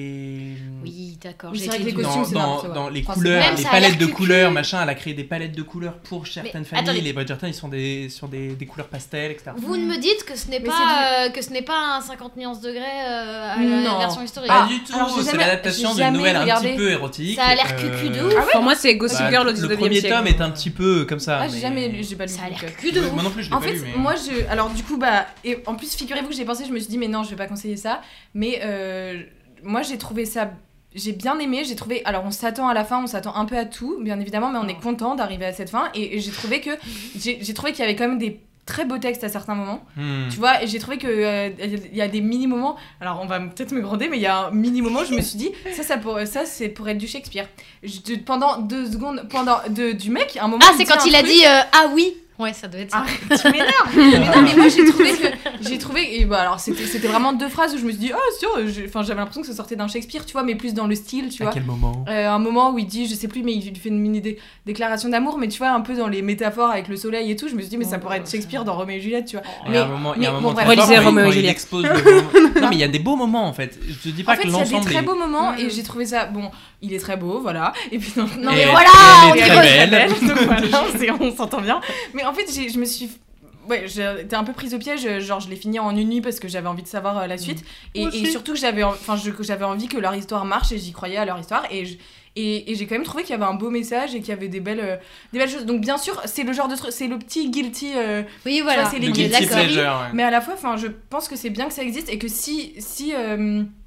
Oui, d'accord. Oui, j'ai c'est vrai été que les dure. costumes, c'est n'importe quoi. dans les Enfin, couleurs, même les ça a l'air palettes de cucu. couleurs, machin, elle a créé des palettes de couleurs pour certaines familles. attendez. Les Bridgerton, ils sont sur des couleurs pastel, etc. Vous ne me dites que ce n'est Mais pas un 50 nuances degrés à la Non. version historique. Pas du tout, alors, j'ai c'est jamais- l'adaptation j'ai d'une jamais nouvelle un regardé. petit peu érotique. Ça a l'air cucu de ouf. Pour moi, c'est Gossip bah, Girl au le 19e premier siècle. tome est un petit peu comme ça. Ah, mais- j'ai jamais lu, j'ai pas lu. Ça a l'air donc, cucu de ouf. Moi non plus, je l'ai En pas fait, lu. Mais... moi, alors du coup, et en plus, figurez-vous que j'ai pensé, je me suis dit, mais non, je vais pas conseiller ça. Mais moi, j'ai trouvé ça, j'ai bien aimé. J'ai trouvé, alors on s'attend à la fin, on s'attend un peu à tout, bien évidemment, mais on est content d'arriver à cette fin. Et j'ai trouvé j'ai trouvé qu'il y avait quand même des très beaux textes à certains moments. Tu vois, et j'ai trouvé que il y a des mini-moments, alors on va peut-être me gronder, mais il y a un mini-moment où je me suis dit, ça c'est pour être du Shakespeare. Pendant 2 secondes, du mec, à un moment... Ah, c'est quand il a dit ah oui. Ouais, ça doit être ça. Ah, tu m'énerves. Mais non, mais moi j'ai trouvé et bah alors c'était vraiment 2 phrases où je me suis dit j'avais l'impression que ça sortait d'un Shakespeare, tu vois, mais plus dans le style, tu à vois. quel moment? Un moment où il dit, je sais plus, mais il fait une mini déclaration d'amour, mais tu vois, un peu dans les métaphores avec le soleil et tout, je me suis dit mais ça pourrait être Shakespeare dans Roméo et Juliette, tu vois. Il y a un moment, bon, très bref. fort Relisez quand Roméo et il Juliette. expose le beau- Non mais il y a des beaux moments en fait. Je te dis pas En fait, que il y a des l'ensemble très est... beaux moments et j'ai trouvé ça bon, il est très beau, voilà. Et puis non Et mais elle- voilà, elle est on très est belle. donc voilà, on s'entend bien. Mais en fait, je me suis j'étais un peu prise au piège, genre je l'ai fini en une nuit parce que j'avais envie de savoir la suite et surtout que j'avais envie que leur histoire marche et j'y croyais à leur histoire et j'ai quand même trouvé qu'il y avait un beau message et qu'il y avait des belles choses. Donc bien sûr, c'est le genre de truc, c'est le petit guilty Oui, voilà. c'est les Le guilty guilty pleasure. pleasure, ouais. Mais à la fois, enfin, je pense que c'est bien que ça existe et que si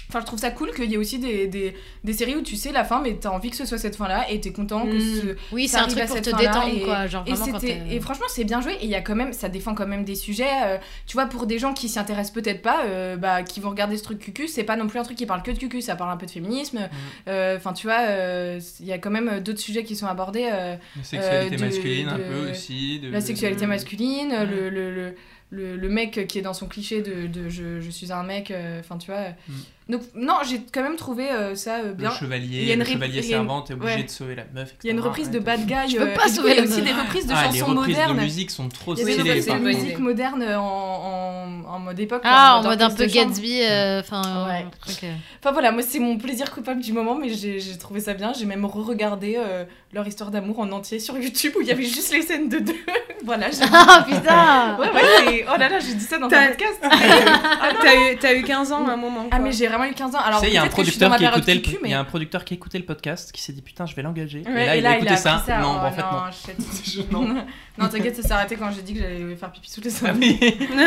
Enfin, je trouve ça cool qu'il y ait aussi des séries où tu sais la fin, mais t'as envie que ce soit cette fin-là et t'es content que Oui, c'est ça un arrive truc à pour cette te fin-là, détendre, quoi. Genre vraiment quand et franchement, c'est bien joué. Et il y a quand même, ça défend quand même des sujets. Tu vois, pour des gens qui s'y intéressent peut-être pas, qui vont regarder ce truc cucu, c'est pas non plus un truc qui parle que de cucu. Ça parle un peu de féminisme. Enfin, tu vois, il y a quand même d'autres sujets qui sont abordés. La sexualité masculine, un peu aussi. La sexualité masculine, le mec qui est dans son cliché de je suis un mec, enfin tu vois. Donc non, j'ai quand même trouvé ça bien. Le chevalier, Il y a une servant, t'es obligé ouais. de sauver la meuf, etc. Il y a une reprise de Bad Guy. Je peux pas sauver il y a la aussi meuf. des reprises de Les chansons reprises modernes. de musique sont trop Il y a des stylées. reprises de c'est une bonne musique idée. moderne en mode époque. Ah, en mode un orchestre peu de chambre. Gatsby, enfin... Ouais. truc, Enfin voilà, moi c'est mon plaisir coupable du moment, mais j'ai trouvé ça bien. J'ai même re-regardé leur histoire d'amour en entier sur YouTube où il y avait juste les scènes de deux. Voilà. Ah putain. Ouais, oh là là, j'ai dit ça dans un podcast. T'as eu 15 ans à un moment. Ah quoi. mais j'ai vraiment eu 15 ans. Alors Tu sais, il y a un peut-être que je suis dans producteur ma qui période écoutait cucu, mais... il y a un producteur qui écoutait le podcast qui s'est dit putain, je vais l'engager. Ouais, et là, il a écouté a ça. appris Non, Oh, en fait non. shit. Non, t'inquiète, ça s'est arrêté quand j'ai dit que j'allais faire pipi sous les Ah sols. oui.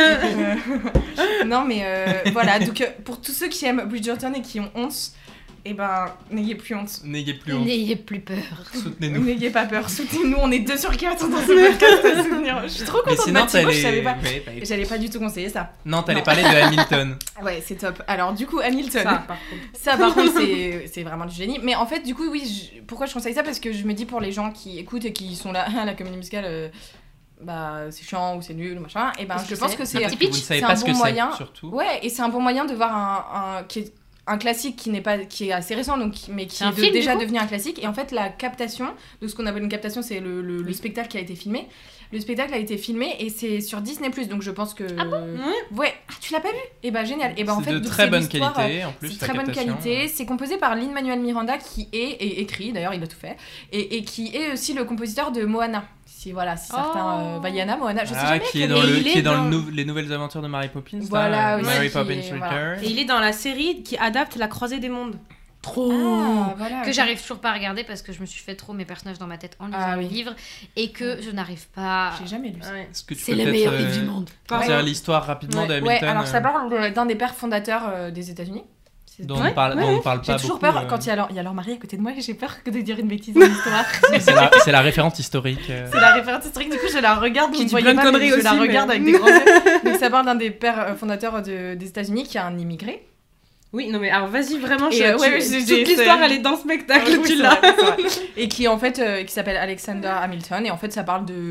Non mais voilà, donc pour tous ceux qui aiment Bridgerton et qui ont honte, eh ben n'ayez plus honte. N'ayez plus honte. N'ayez plus peur. Soutenez-nous. N'ayez pas peur, soutenez-nous, on est 2 sur 4 dans ce podcast à soutenir. Je suis trop Mais contente de sinon, Mathieu, je savais pas. Ouais, bah, J'allais pas du tout conseiller ça. non, t'allais Non. parler de Hamilton. Ouais, c'est top. Alors du coup, Hamilton. Ça, par contre. Ça, par contre, c'est vraiment du génie. Mais en fait, du coup, oui, pourquoi je conseille ça? Parce que je me dis pour les gens qui écoutent et qui sont là, la comédie musicale, bah, c'est chiant ou c'est nul ou machin, et ben Qu'est-ce je que pense c'est que Un c'est petit pitch. Vous ne savez c'est pas un ce bon que moyen. c'est, surtout. Ouais, et c'est un bon moyen de voir un classique qui est assez récent, donc, mais qui C'est un est film, déjà du coup devenu un classique. Et en fait, la captation, de ce qu'on appelle une captation, c'est le spectacle qui a été filmé. Le spectacle a été filmé et c'est sur Disney+, donc je pense que... Ah bon Ouais. Ah, tu l'as pas vu? Et ben génial. Et ben en C'est fait, de donc, très c'est bonne l'histoire, qualité, en plus. c'est la très bonne captation. qualité. C'est composé par Lin-Manuel Miranda qui est et écrit, d'ailleurs il a tout fait, et qui est aussi le compositeur de Moana. Si certains Vaiana, Moana, je sais jamais. Qui est quel dans, est- qui est dans les nouvelles aventures de Mary Poppins. Voilà, là, oui, Mary qui Poppins est- Return. voilà. Et il est dans la série qui adapte La Croisée des Mondes. Trop. Ah, voilà. Que j'arrive toujours pas à regarder parce que je me suis fait trop mes personnages dans ma tête en lisant Ah le oui. livre et que je n'arrive pas. J'ai jamais lu ça. Est-ce que tu C'est peux le peut-être, meilleur livre du monde. dire l'histoire rapidement de Hamilton Ouais, alors ça parle d'un des pères fondateurs des États-Unis. dont on ne parle pas J'ai toujours beaucoup. peur quand il y a leur mari à côté de moi et j'ai peur de dire une bêtise dans l'histoire. C'est la référence historique. C'est la référence historique, du coup je la regarde, Qui vous dit voyez plein de pas, mais conneries je aussi, la mais- regarde avec des grands yeux. Donc ça parle d'un des pères fondateurs des États-Unis qui est un immigré. Oui, non mais alors vas-y, vraiment, Et, ouais, toute l'histoire elle est dans ce spectacle, Oui, tu c'est l'as. vrai, c'est vrai. Et qui en fait qui s'appelle Alexander Hamilton et en fait ça parle de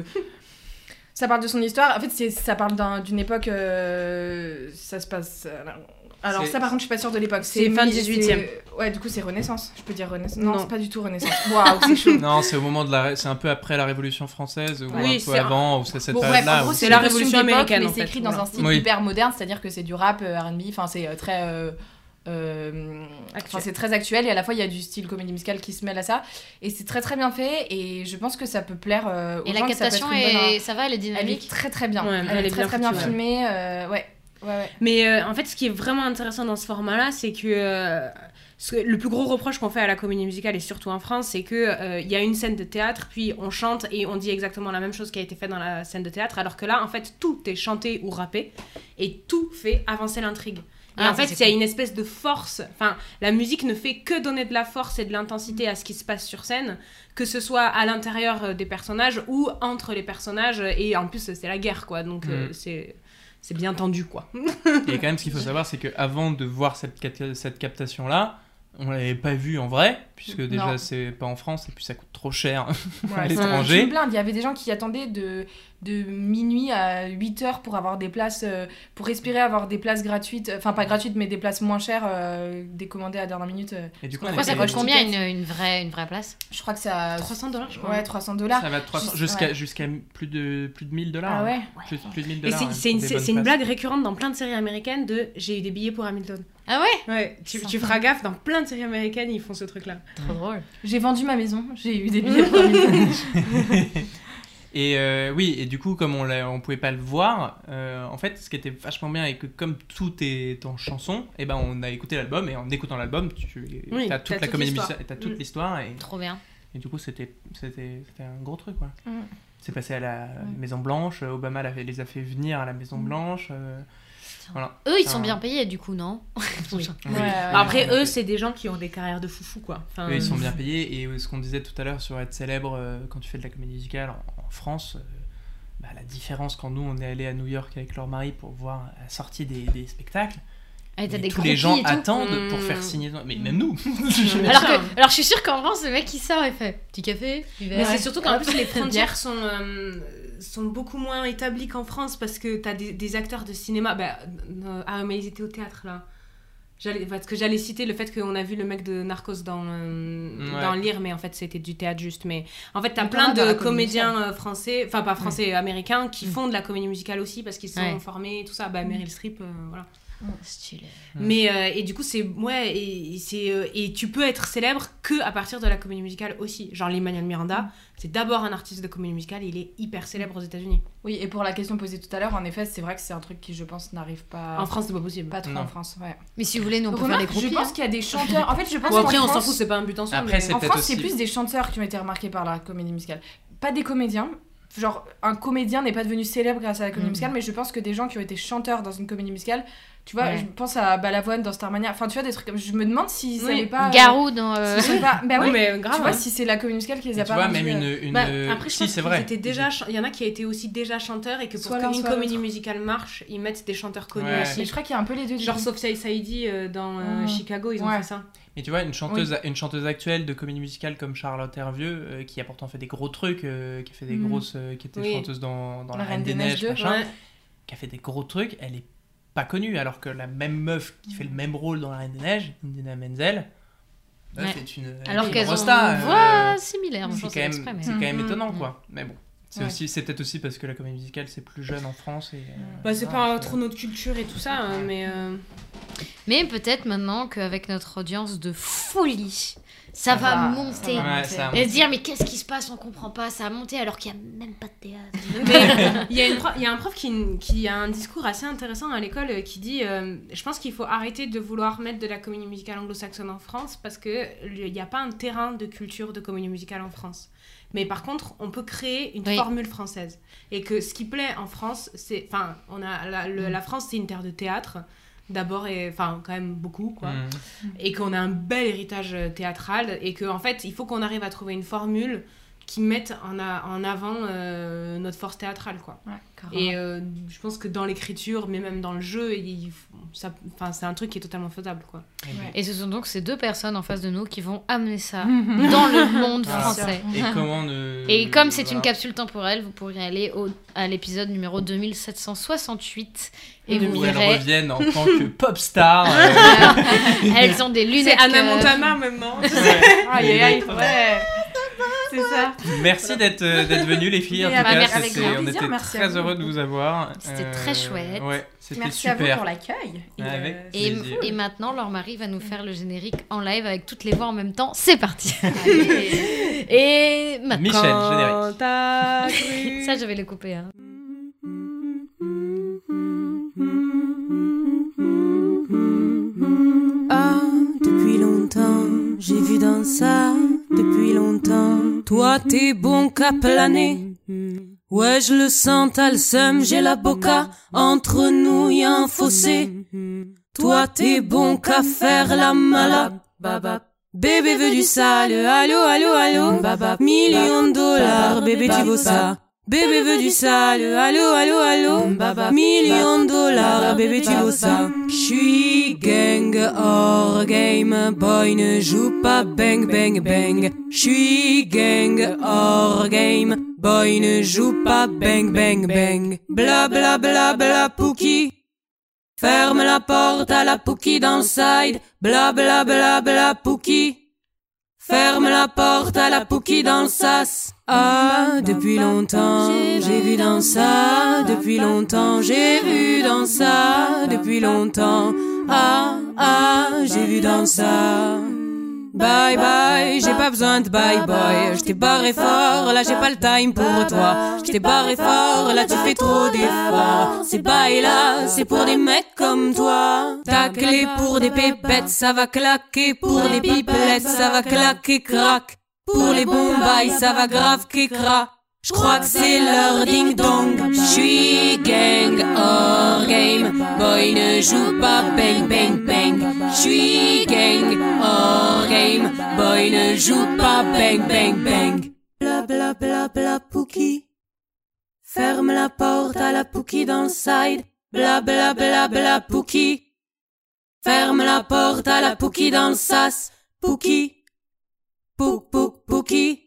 son histoire. En fait ça parle d'une époque ça se passe alors C'est- ça par contre je suis pas sûre de l'époque. c'est fin 18e. Ouais, du coup c'est Renaissance, je peux dire Renaissance. Non, Non. c'est pas du tout Renaissance. Waouh, c'est chaud. Non, c'est au moment c'est un peu après la Révolution française ou Oui, un c'est peu avant, ou c'est cette Bon, bref, période-là. en gros, où c'est la une costume Révolution d'époque, américaine, mais en c'est fait, écrit dans voilà. un style Oui. hyper moderne, c'est-à-dire que c'est du rap, R&B, enfin c'est très enfin, c'est très actuel et à la fois il y a du style comédie musicale qui se mêle à ça et c'est très très bien fait et je pense que ça peut plaire aux Et la gens, que ça peut captation être une bonne- ça va, elle est elle dynamique. est très très bien, Ouais, elle est très bien très bien foutue, filmée, ouais. Mais en fait, ce qui est vraiment intéressant dans ce format-là, c'est que le plus gros reproche qu'on fait à la comédie musicale, et surtout en France, c'est que y a une scène de théâtre, puis on chante et on dit exactement la même chose qui a été fait dans la scène de théâtre, alors que là, en fait, tout est chanté ou rappé, et tout fait avancer l'intrigue. Et Ah, en fait, ça, il c'est y a cool. une espèce de force. Enfin, la musique ne fait que donner de la force et de l'intensité à ce qui se passe sur scène, que ce soit à l'intérieur des personnages ou entre les personnages. Et en plus, c'est la guerre, quoi. Donc, c'est bien tendu, quoi. Et quand même, ce qu'il faut savoir, c'est qu'avant de voir cette captation-là, on l'avait pas vue en vrai, puisque déjà Non. c'est pas en France et puis ça coûte trop cher à Ouais, l'étranger. c'est une blinde. Il y avait des gens qui attendaient de minuit à 8h pour avoir des places, pour espérer avoir des places gratuites, enfin pas gratuites mais des places moins chères, décommandées à la dernière minute. Et du coup, Ouais, Pourquoi ça Ouais, coûte je combien ticket. une vraie place? Je crois que ça... $300, je crois. Ouais, $300. ça va de 300 jusqu'à plus de $1000. Ah ouais. Plus de 1000 Et $. c'est une blague récurrente dans plein de séries américaines de j'ai eu des billets pour Hamilton. Ah ouais? Ouais, tu feras gaffe, dans plein de séries américaines, ils font ce truc-là. Trop drôle. J'ai vendu ma maison, j'ai eu des billets pour Hamilton. Et oui, et du coup, comme on pouvait pas le voir, en fait, ce qui était vachement bien, et que comme tout est en chanson, et ben on a écouté l'album, et en écoutant l'album, Oui, t'as toute t'as la toute comédie l'histoire. musicale, t'as toute l'histoire, Trop bien. et du coup, c'était un gros truc, quoi. C'est passé à la Maison Blanche, Obama les a fait venir à la Maison Blanche. Voilà. Eux, ils sont bien payés, du coup, non? Oui. Oui. Après, eux, c'est des gens qui ont des carrières de foufou, quoi. Enfin, Eux, ils sont bien payés. Et ce qu'on disait tout à l'heure sur être célèbre quand tu fais de la comédie musicale en France, la différence quand nous, on est allé à New York avec leur mari pour voir la sortie des spectacles. Ah, t'as Mais des tous les croquis gens et tout. attendent pour faire signer. Mais même nous. Alors je suis sûre qu'en France, le mec qui sort, il fait petit café, du verre. Mais c'est surtout qu'en plus, les frontières sont beaucoup moins établies qu'en France parce que t'as des acteurs de cinéma. Mais ils étaient au théâtre, là. Parce que j'allais citer le fait qu'on a vu le mec de Narcos dans Lire, mais en fait c'était du théâtre juste. Mais en fait t'as plein de comédiens français, enfin pas français, américains, qui font de la comédie musicale aussi parce qu'ils sont formés, tout ça. Meryl Streep, voilà. Stylé. Mais et du coup et tu peux être célèbre que à partir de la comédie musicale aussi. Genre Lin-Manuel Miranda, c'est d'abord un artiste de comédie musicale et il est hyper célèbre aux États-Unis. Oui, et pour la question posée tout à l'heure, en effet, c'est vrai que c'est un truc qui, je pense, n'arrive pas... En France, c'est pas possible. Pas trop Non. en France, ouais. Mais si vous voulez, nous on peut Remarque, faire des groupies. je pense qu'il y a des chanteurs... En fait, je pense Bon, après, qu'en on s'en France- fout, c'est pas un but en soi. Après, mais... c'est En peut-être France, c'est aussi- plus des chanteurs qui ont été remarqués par la comédie musicale. Pas des comédiens. Genre, un comédien n'est pas devenu célèbre grâce à la comédie musicale, mais je pense que des gens qui ont été chanteurs dans une comédie musicale, tu vois, je pense à Balavoine dans Starmania, enfin, tu vois, des trucs comme... Je me demande s'ils savaient pas... Garou dans... s'ils savaient pas... Bah oui, mais grave. tu vois, si c'est la comédie musicale qui les a Tu pas vois, rendus, même une. Après, je Si, pense c'est qu'ils vrai. étaient déjà... Il y en a qui a été aussi déjà chanteurs et que pour Soit l'un, qu'une soit comédie l'autre. musicale marche, ils mettent des chanteurs connus Ouais. aussi. Mais je crois qu'il y a un peu les deux. du Genre coup. Sofia Saidi dans Chicago, ils ont Ouais. fait ça. Mais tu vois, une chanteuse actuelle de comédie musicale comme Charlotte Hervieux, qui a pourtant fait des gros trucs, qui a fait des grosses. Qui était Oui. chanteuse dans La Reine des Neiges, 2, machin, Ouais. qui a fait des gros trucs, elle est pas connue, alors que la même meuf qui fait le même rôle dans La Reine des Neiges, Idina Menzel, Ouais. c'est une. Alors une qu'elles ont rosta, une voix similaire, c'est je pense quand même, exprès, mais... c'est quand même Mhm. étonnant, quoi. Mais bon. Ouais. C'est peut-être aussi parce que la comédie musicale c'est plus jeune en France et C'est pas trop notre culture et tout ça, hein, mais Mais peut-être maintenant qu'avec notre audience de folie, ça va monter. Ouais, ça Et se dire, mais qu'est-ce qui se passe, on comprend pas, ça a monté alors qu'il n'y a même pas de théâtre. il y a un prof qui a un discours assez intéressant à l'école qui dit je pense qu'il faut arrêter de vouloir mettre de la comédie musicale anglo-saxonne en France parce qu'il n'y a pas un terrain de culture de comédie musicale en France. Mais par contre, on peut créer une formule française. Et que ce qui plaît en France, c'est... Enfin, on a la France, c'est une terre de théâtre. D'abord, enfin, quand même beaucoup, quoi. Et qu'on a un bel héritage théâtral. Et qu'en fait, il faut qu'on arrive à trouver une formule qui mette en avant notre force théâtrale, quoi. Ouais, et je pense que dans l'écriture, mais même dans le jeu, c'est un truc qui est totalement faisable, quoi. Et ce sont donc ces deux personnes en face de nous qui vont amener ça dans le monde français. Et comment ne... Et comme c'est une capsule temporelle, vous pourrez aller à l'épisode numéro 2768 et vous où elles verrez. reviennent en tant que pop star. Elles ont des lunettes. C'est Anna Montana maintenant. Aïe, aïe, ouais. C'est ça. Merci d'être venues les filles. En tout cas, avec grand on plaisir, était merci à très vous. heureux de vous avoir. C'était très chouette. Ouais, c'était Merci à vous super. pour l'accueil. Avec Et, plaisir. et maintenant, leur mari va nous faire le générique en live avec toutes les voix en même temps. C'est parti. Et maintenant. Michel, générique. T'as cru. Ça, je vais le couper. Hein. Ah, depuis longtemps, j'ai vu dans ça, depuis longtemps. Toi, t'es bon qu'à planer. Ouais, je le sens, t'as le seum, j'ai la boca. Entre nous, y a un fossé. Toi, t'es bon qu'à faire la malade. Bébé veut du sale, allô, allô, allô. Millions de dollars, bébé, tu vaux ça. Bébé veut du sale, allô, allô, allô. Millions de dollars, bébé, tu vaux ça. J'suis gang hors game, boy ne joue pas bang, bang, bang. J'suis gang hors game, boy ne joue pas bang, bang, bang. Bla, bla, bla, bla, Pookie. Ferme la porte à la Pookie dans le side. Bla, bla, bla, bla, Pookie. Ferme la porte à la Pookie dans le sas. Ah, depuis longtemps, j'ai vu dans ça. Depuis longtemps, j'ai vu dans ça. Depuis longtemps, j'ai vu dans ça. Bye bye, j'ai pas besoin de bye boy. J't'ai barré fort, là j'ai pas le time pour toi. J't'ai barré fort, là tu fais trop d'efforts. Ces bails là, c'est pour des mecs comme toi. Ta clé pour des pépettes, ça va claquer. Pour des pipelettes, ça va claquer crack. Pour les bons bails, ça va grave qu'écra. J'crois que c'est leur ding-dong. J'suis gang hors game. Boy ne joue pas bang bang bang. J'suis gang hors game. Boy ne joue pas bang bang bang. Bla bla bla bla Pookie. Ferme la porte à la Pookie dans le side. Bla bla bla bla Pookie. Ferme la porte à la Pookie dans le sas. Pookie. Pouk pouk Pookie.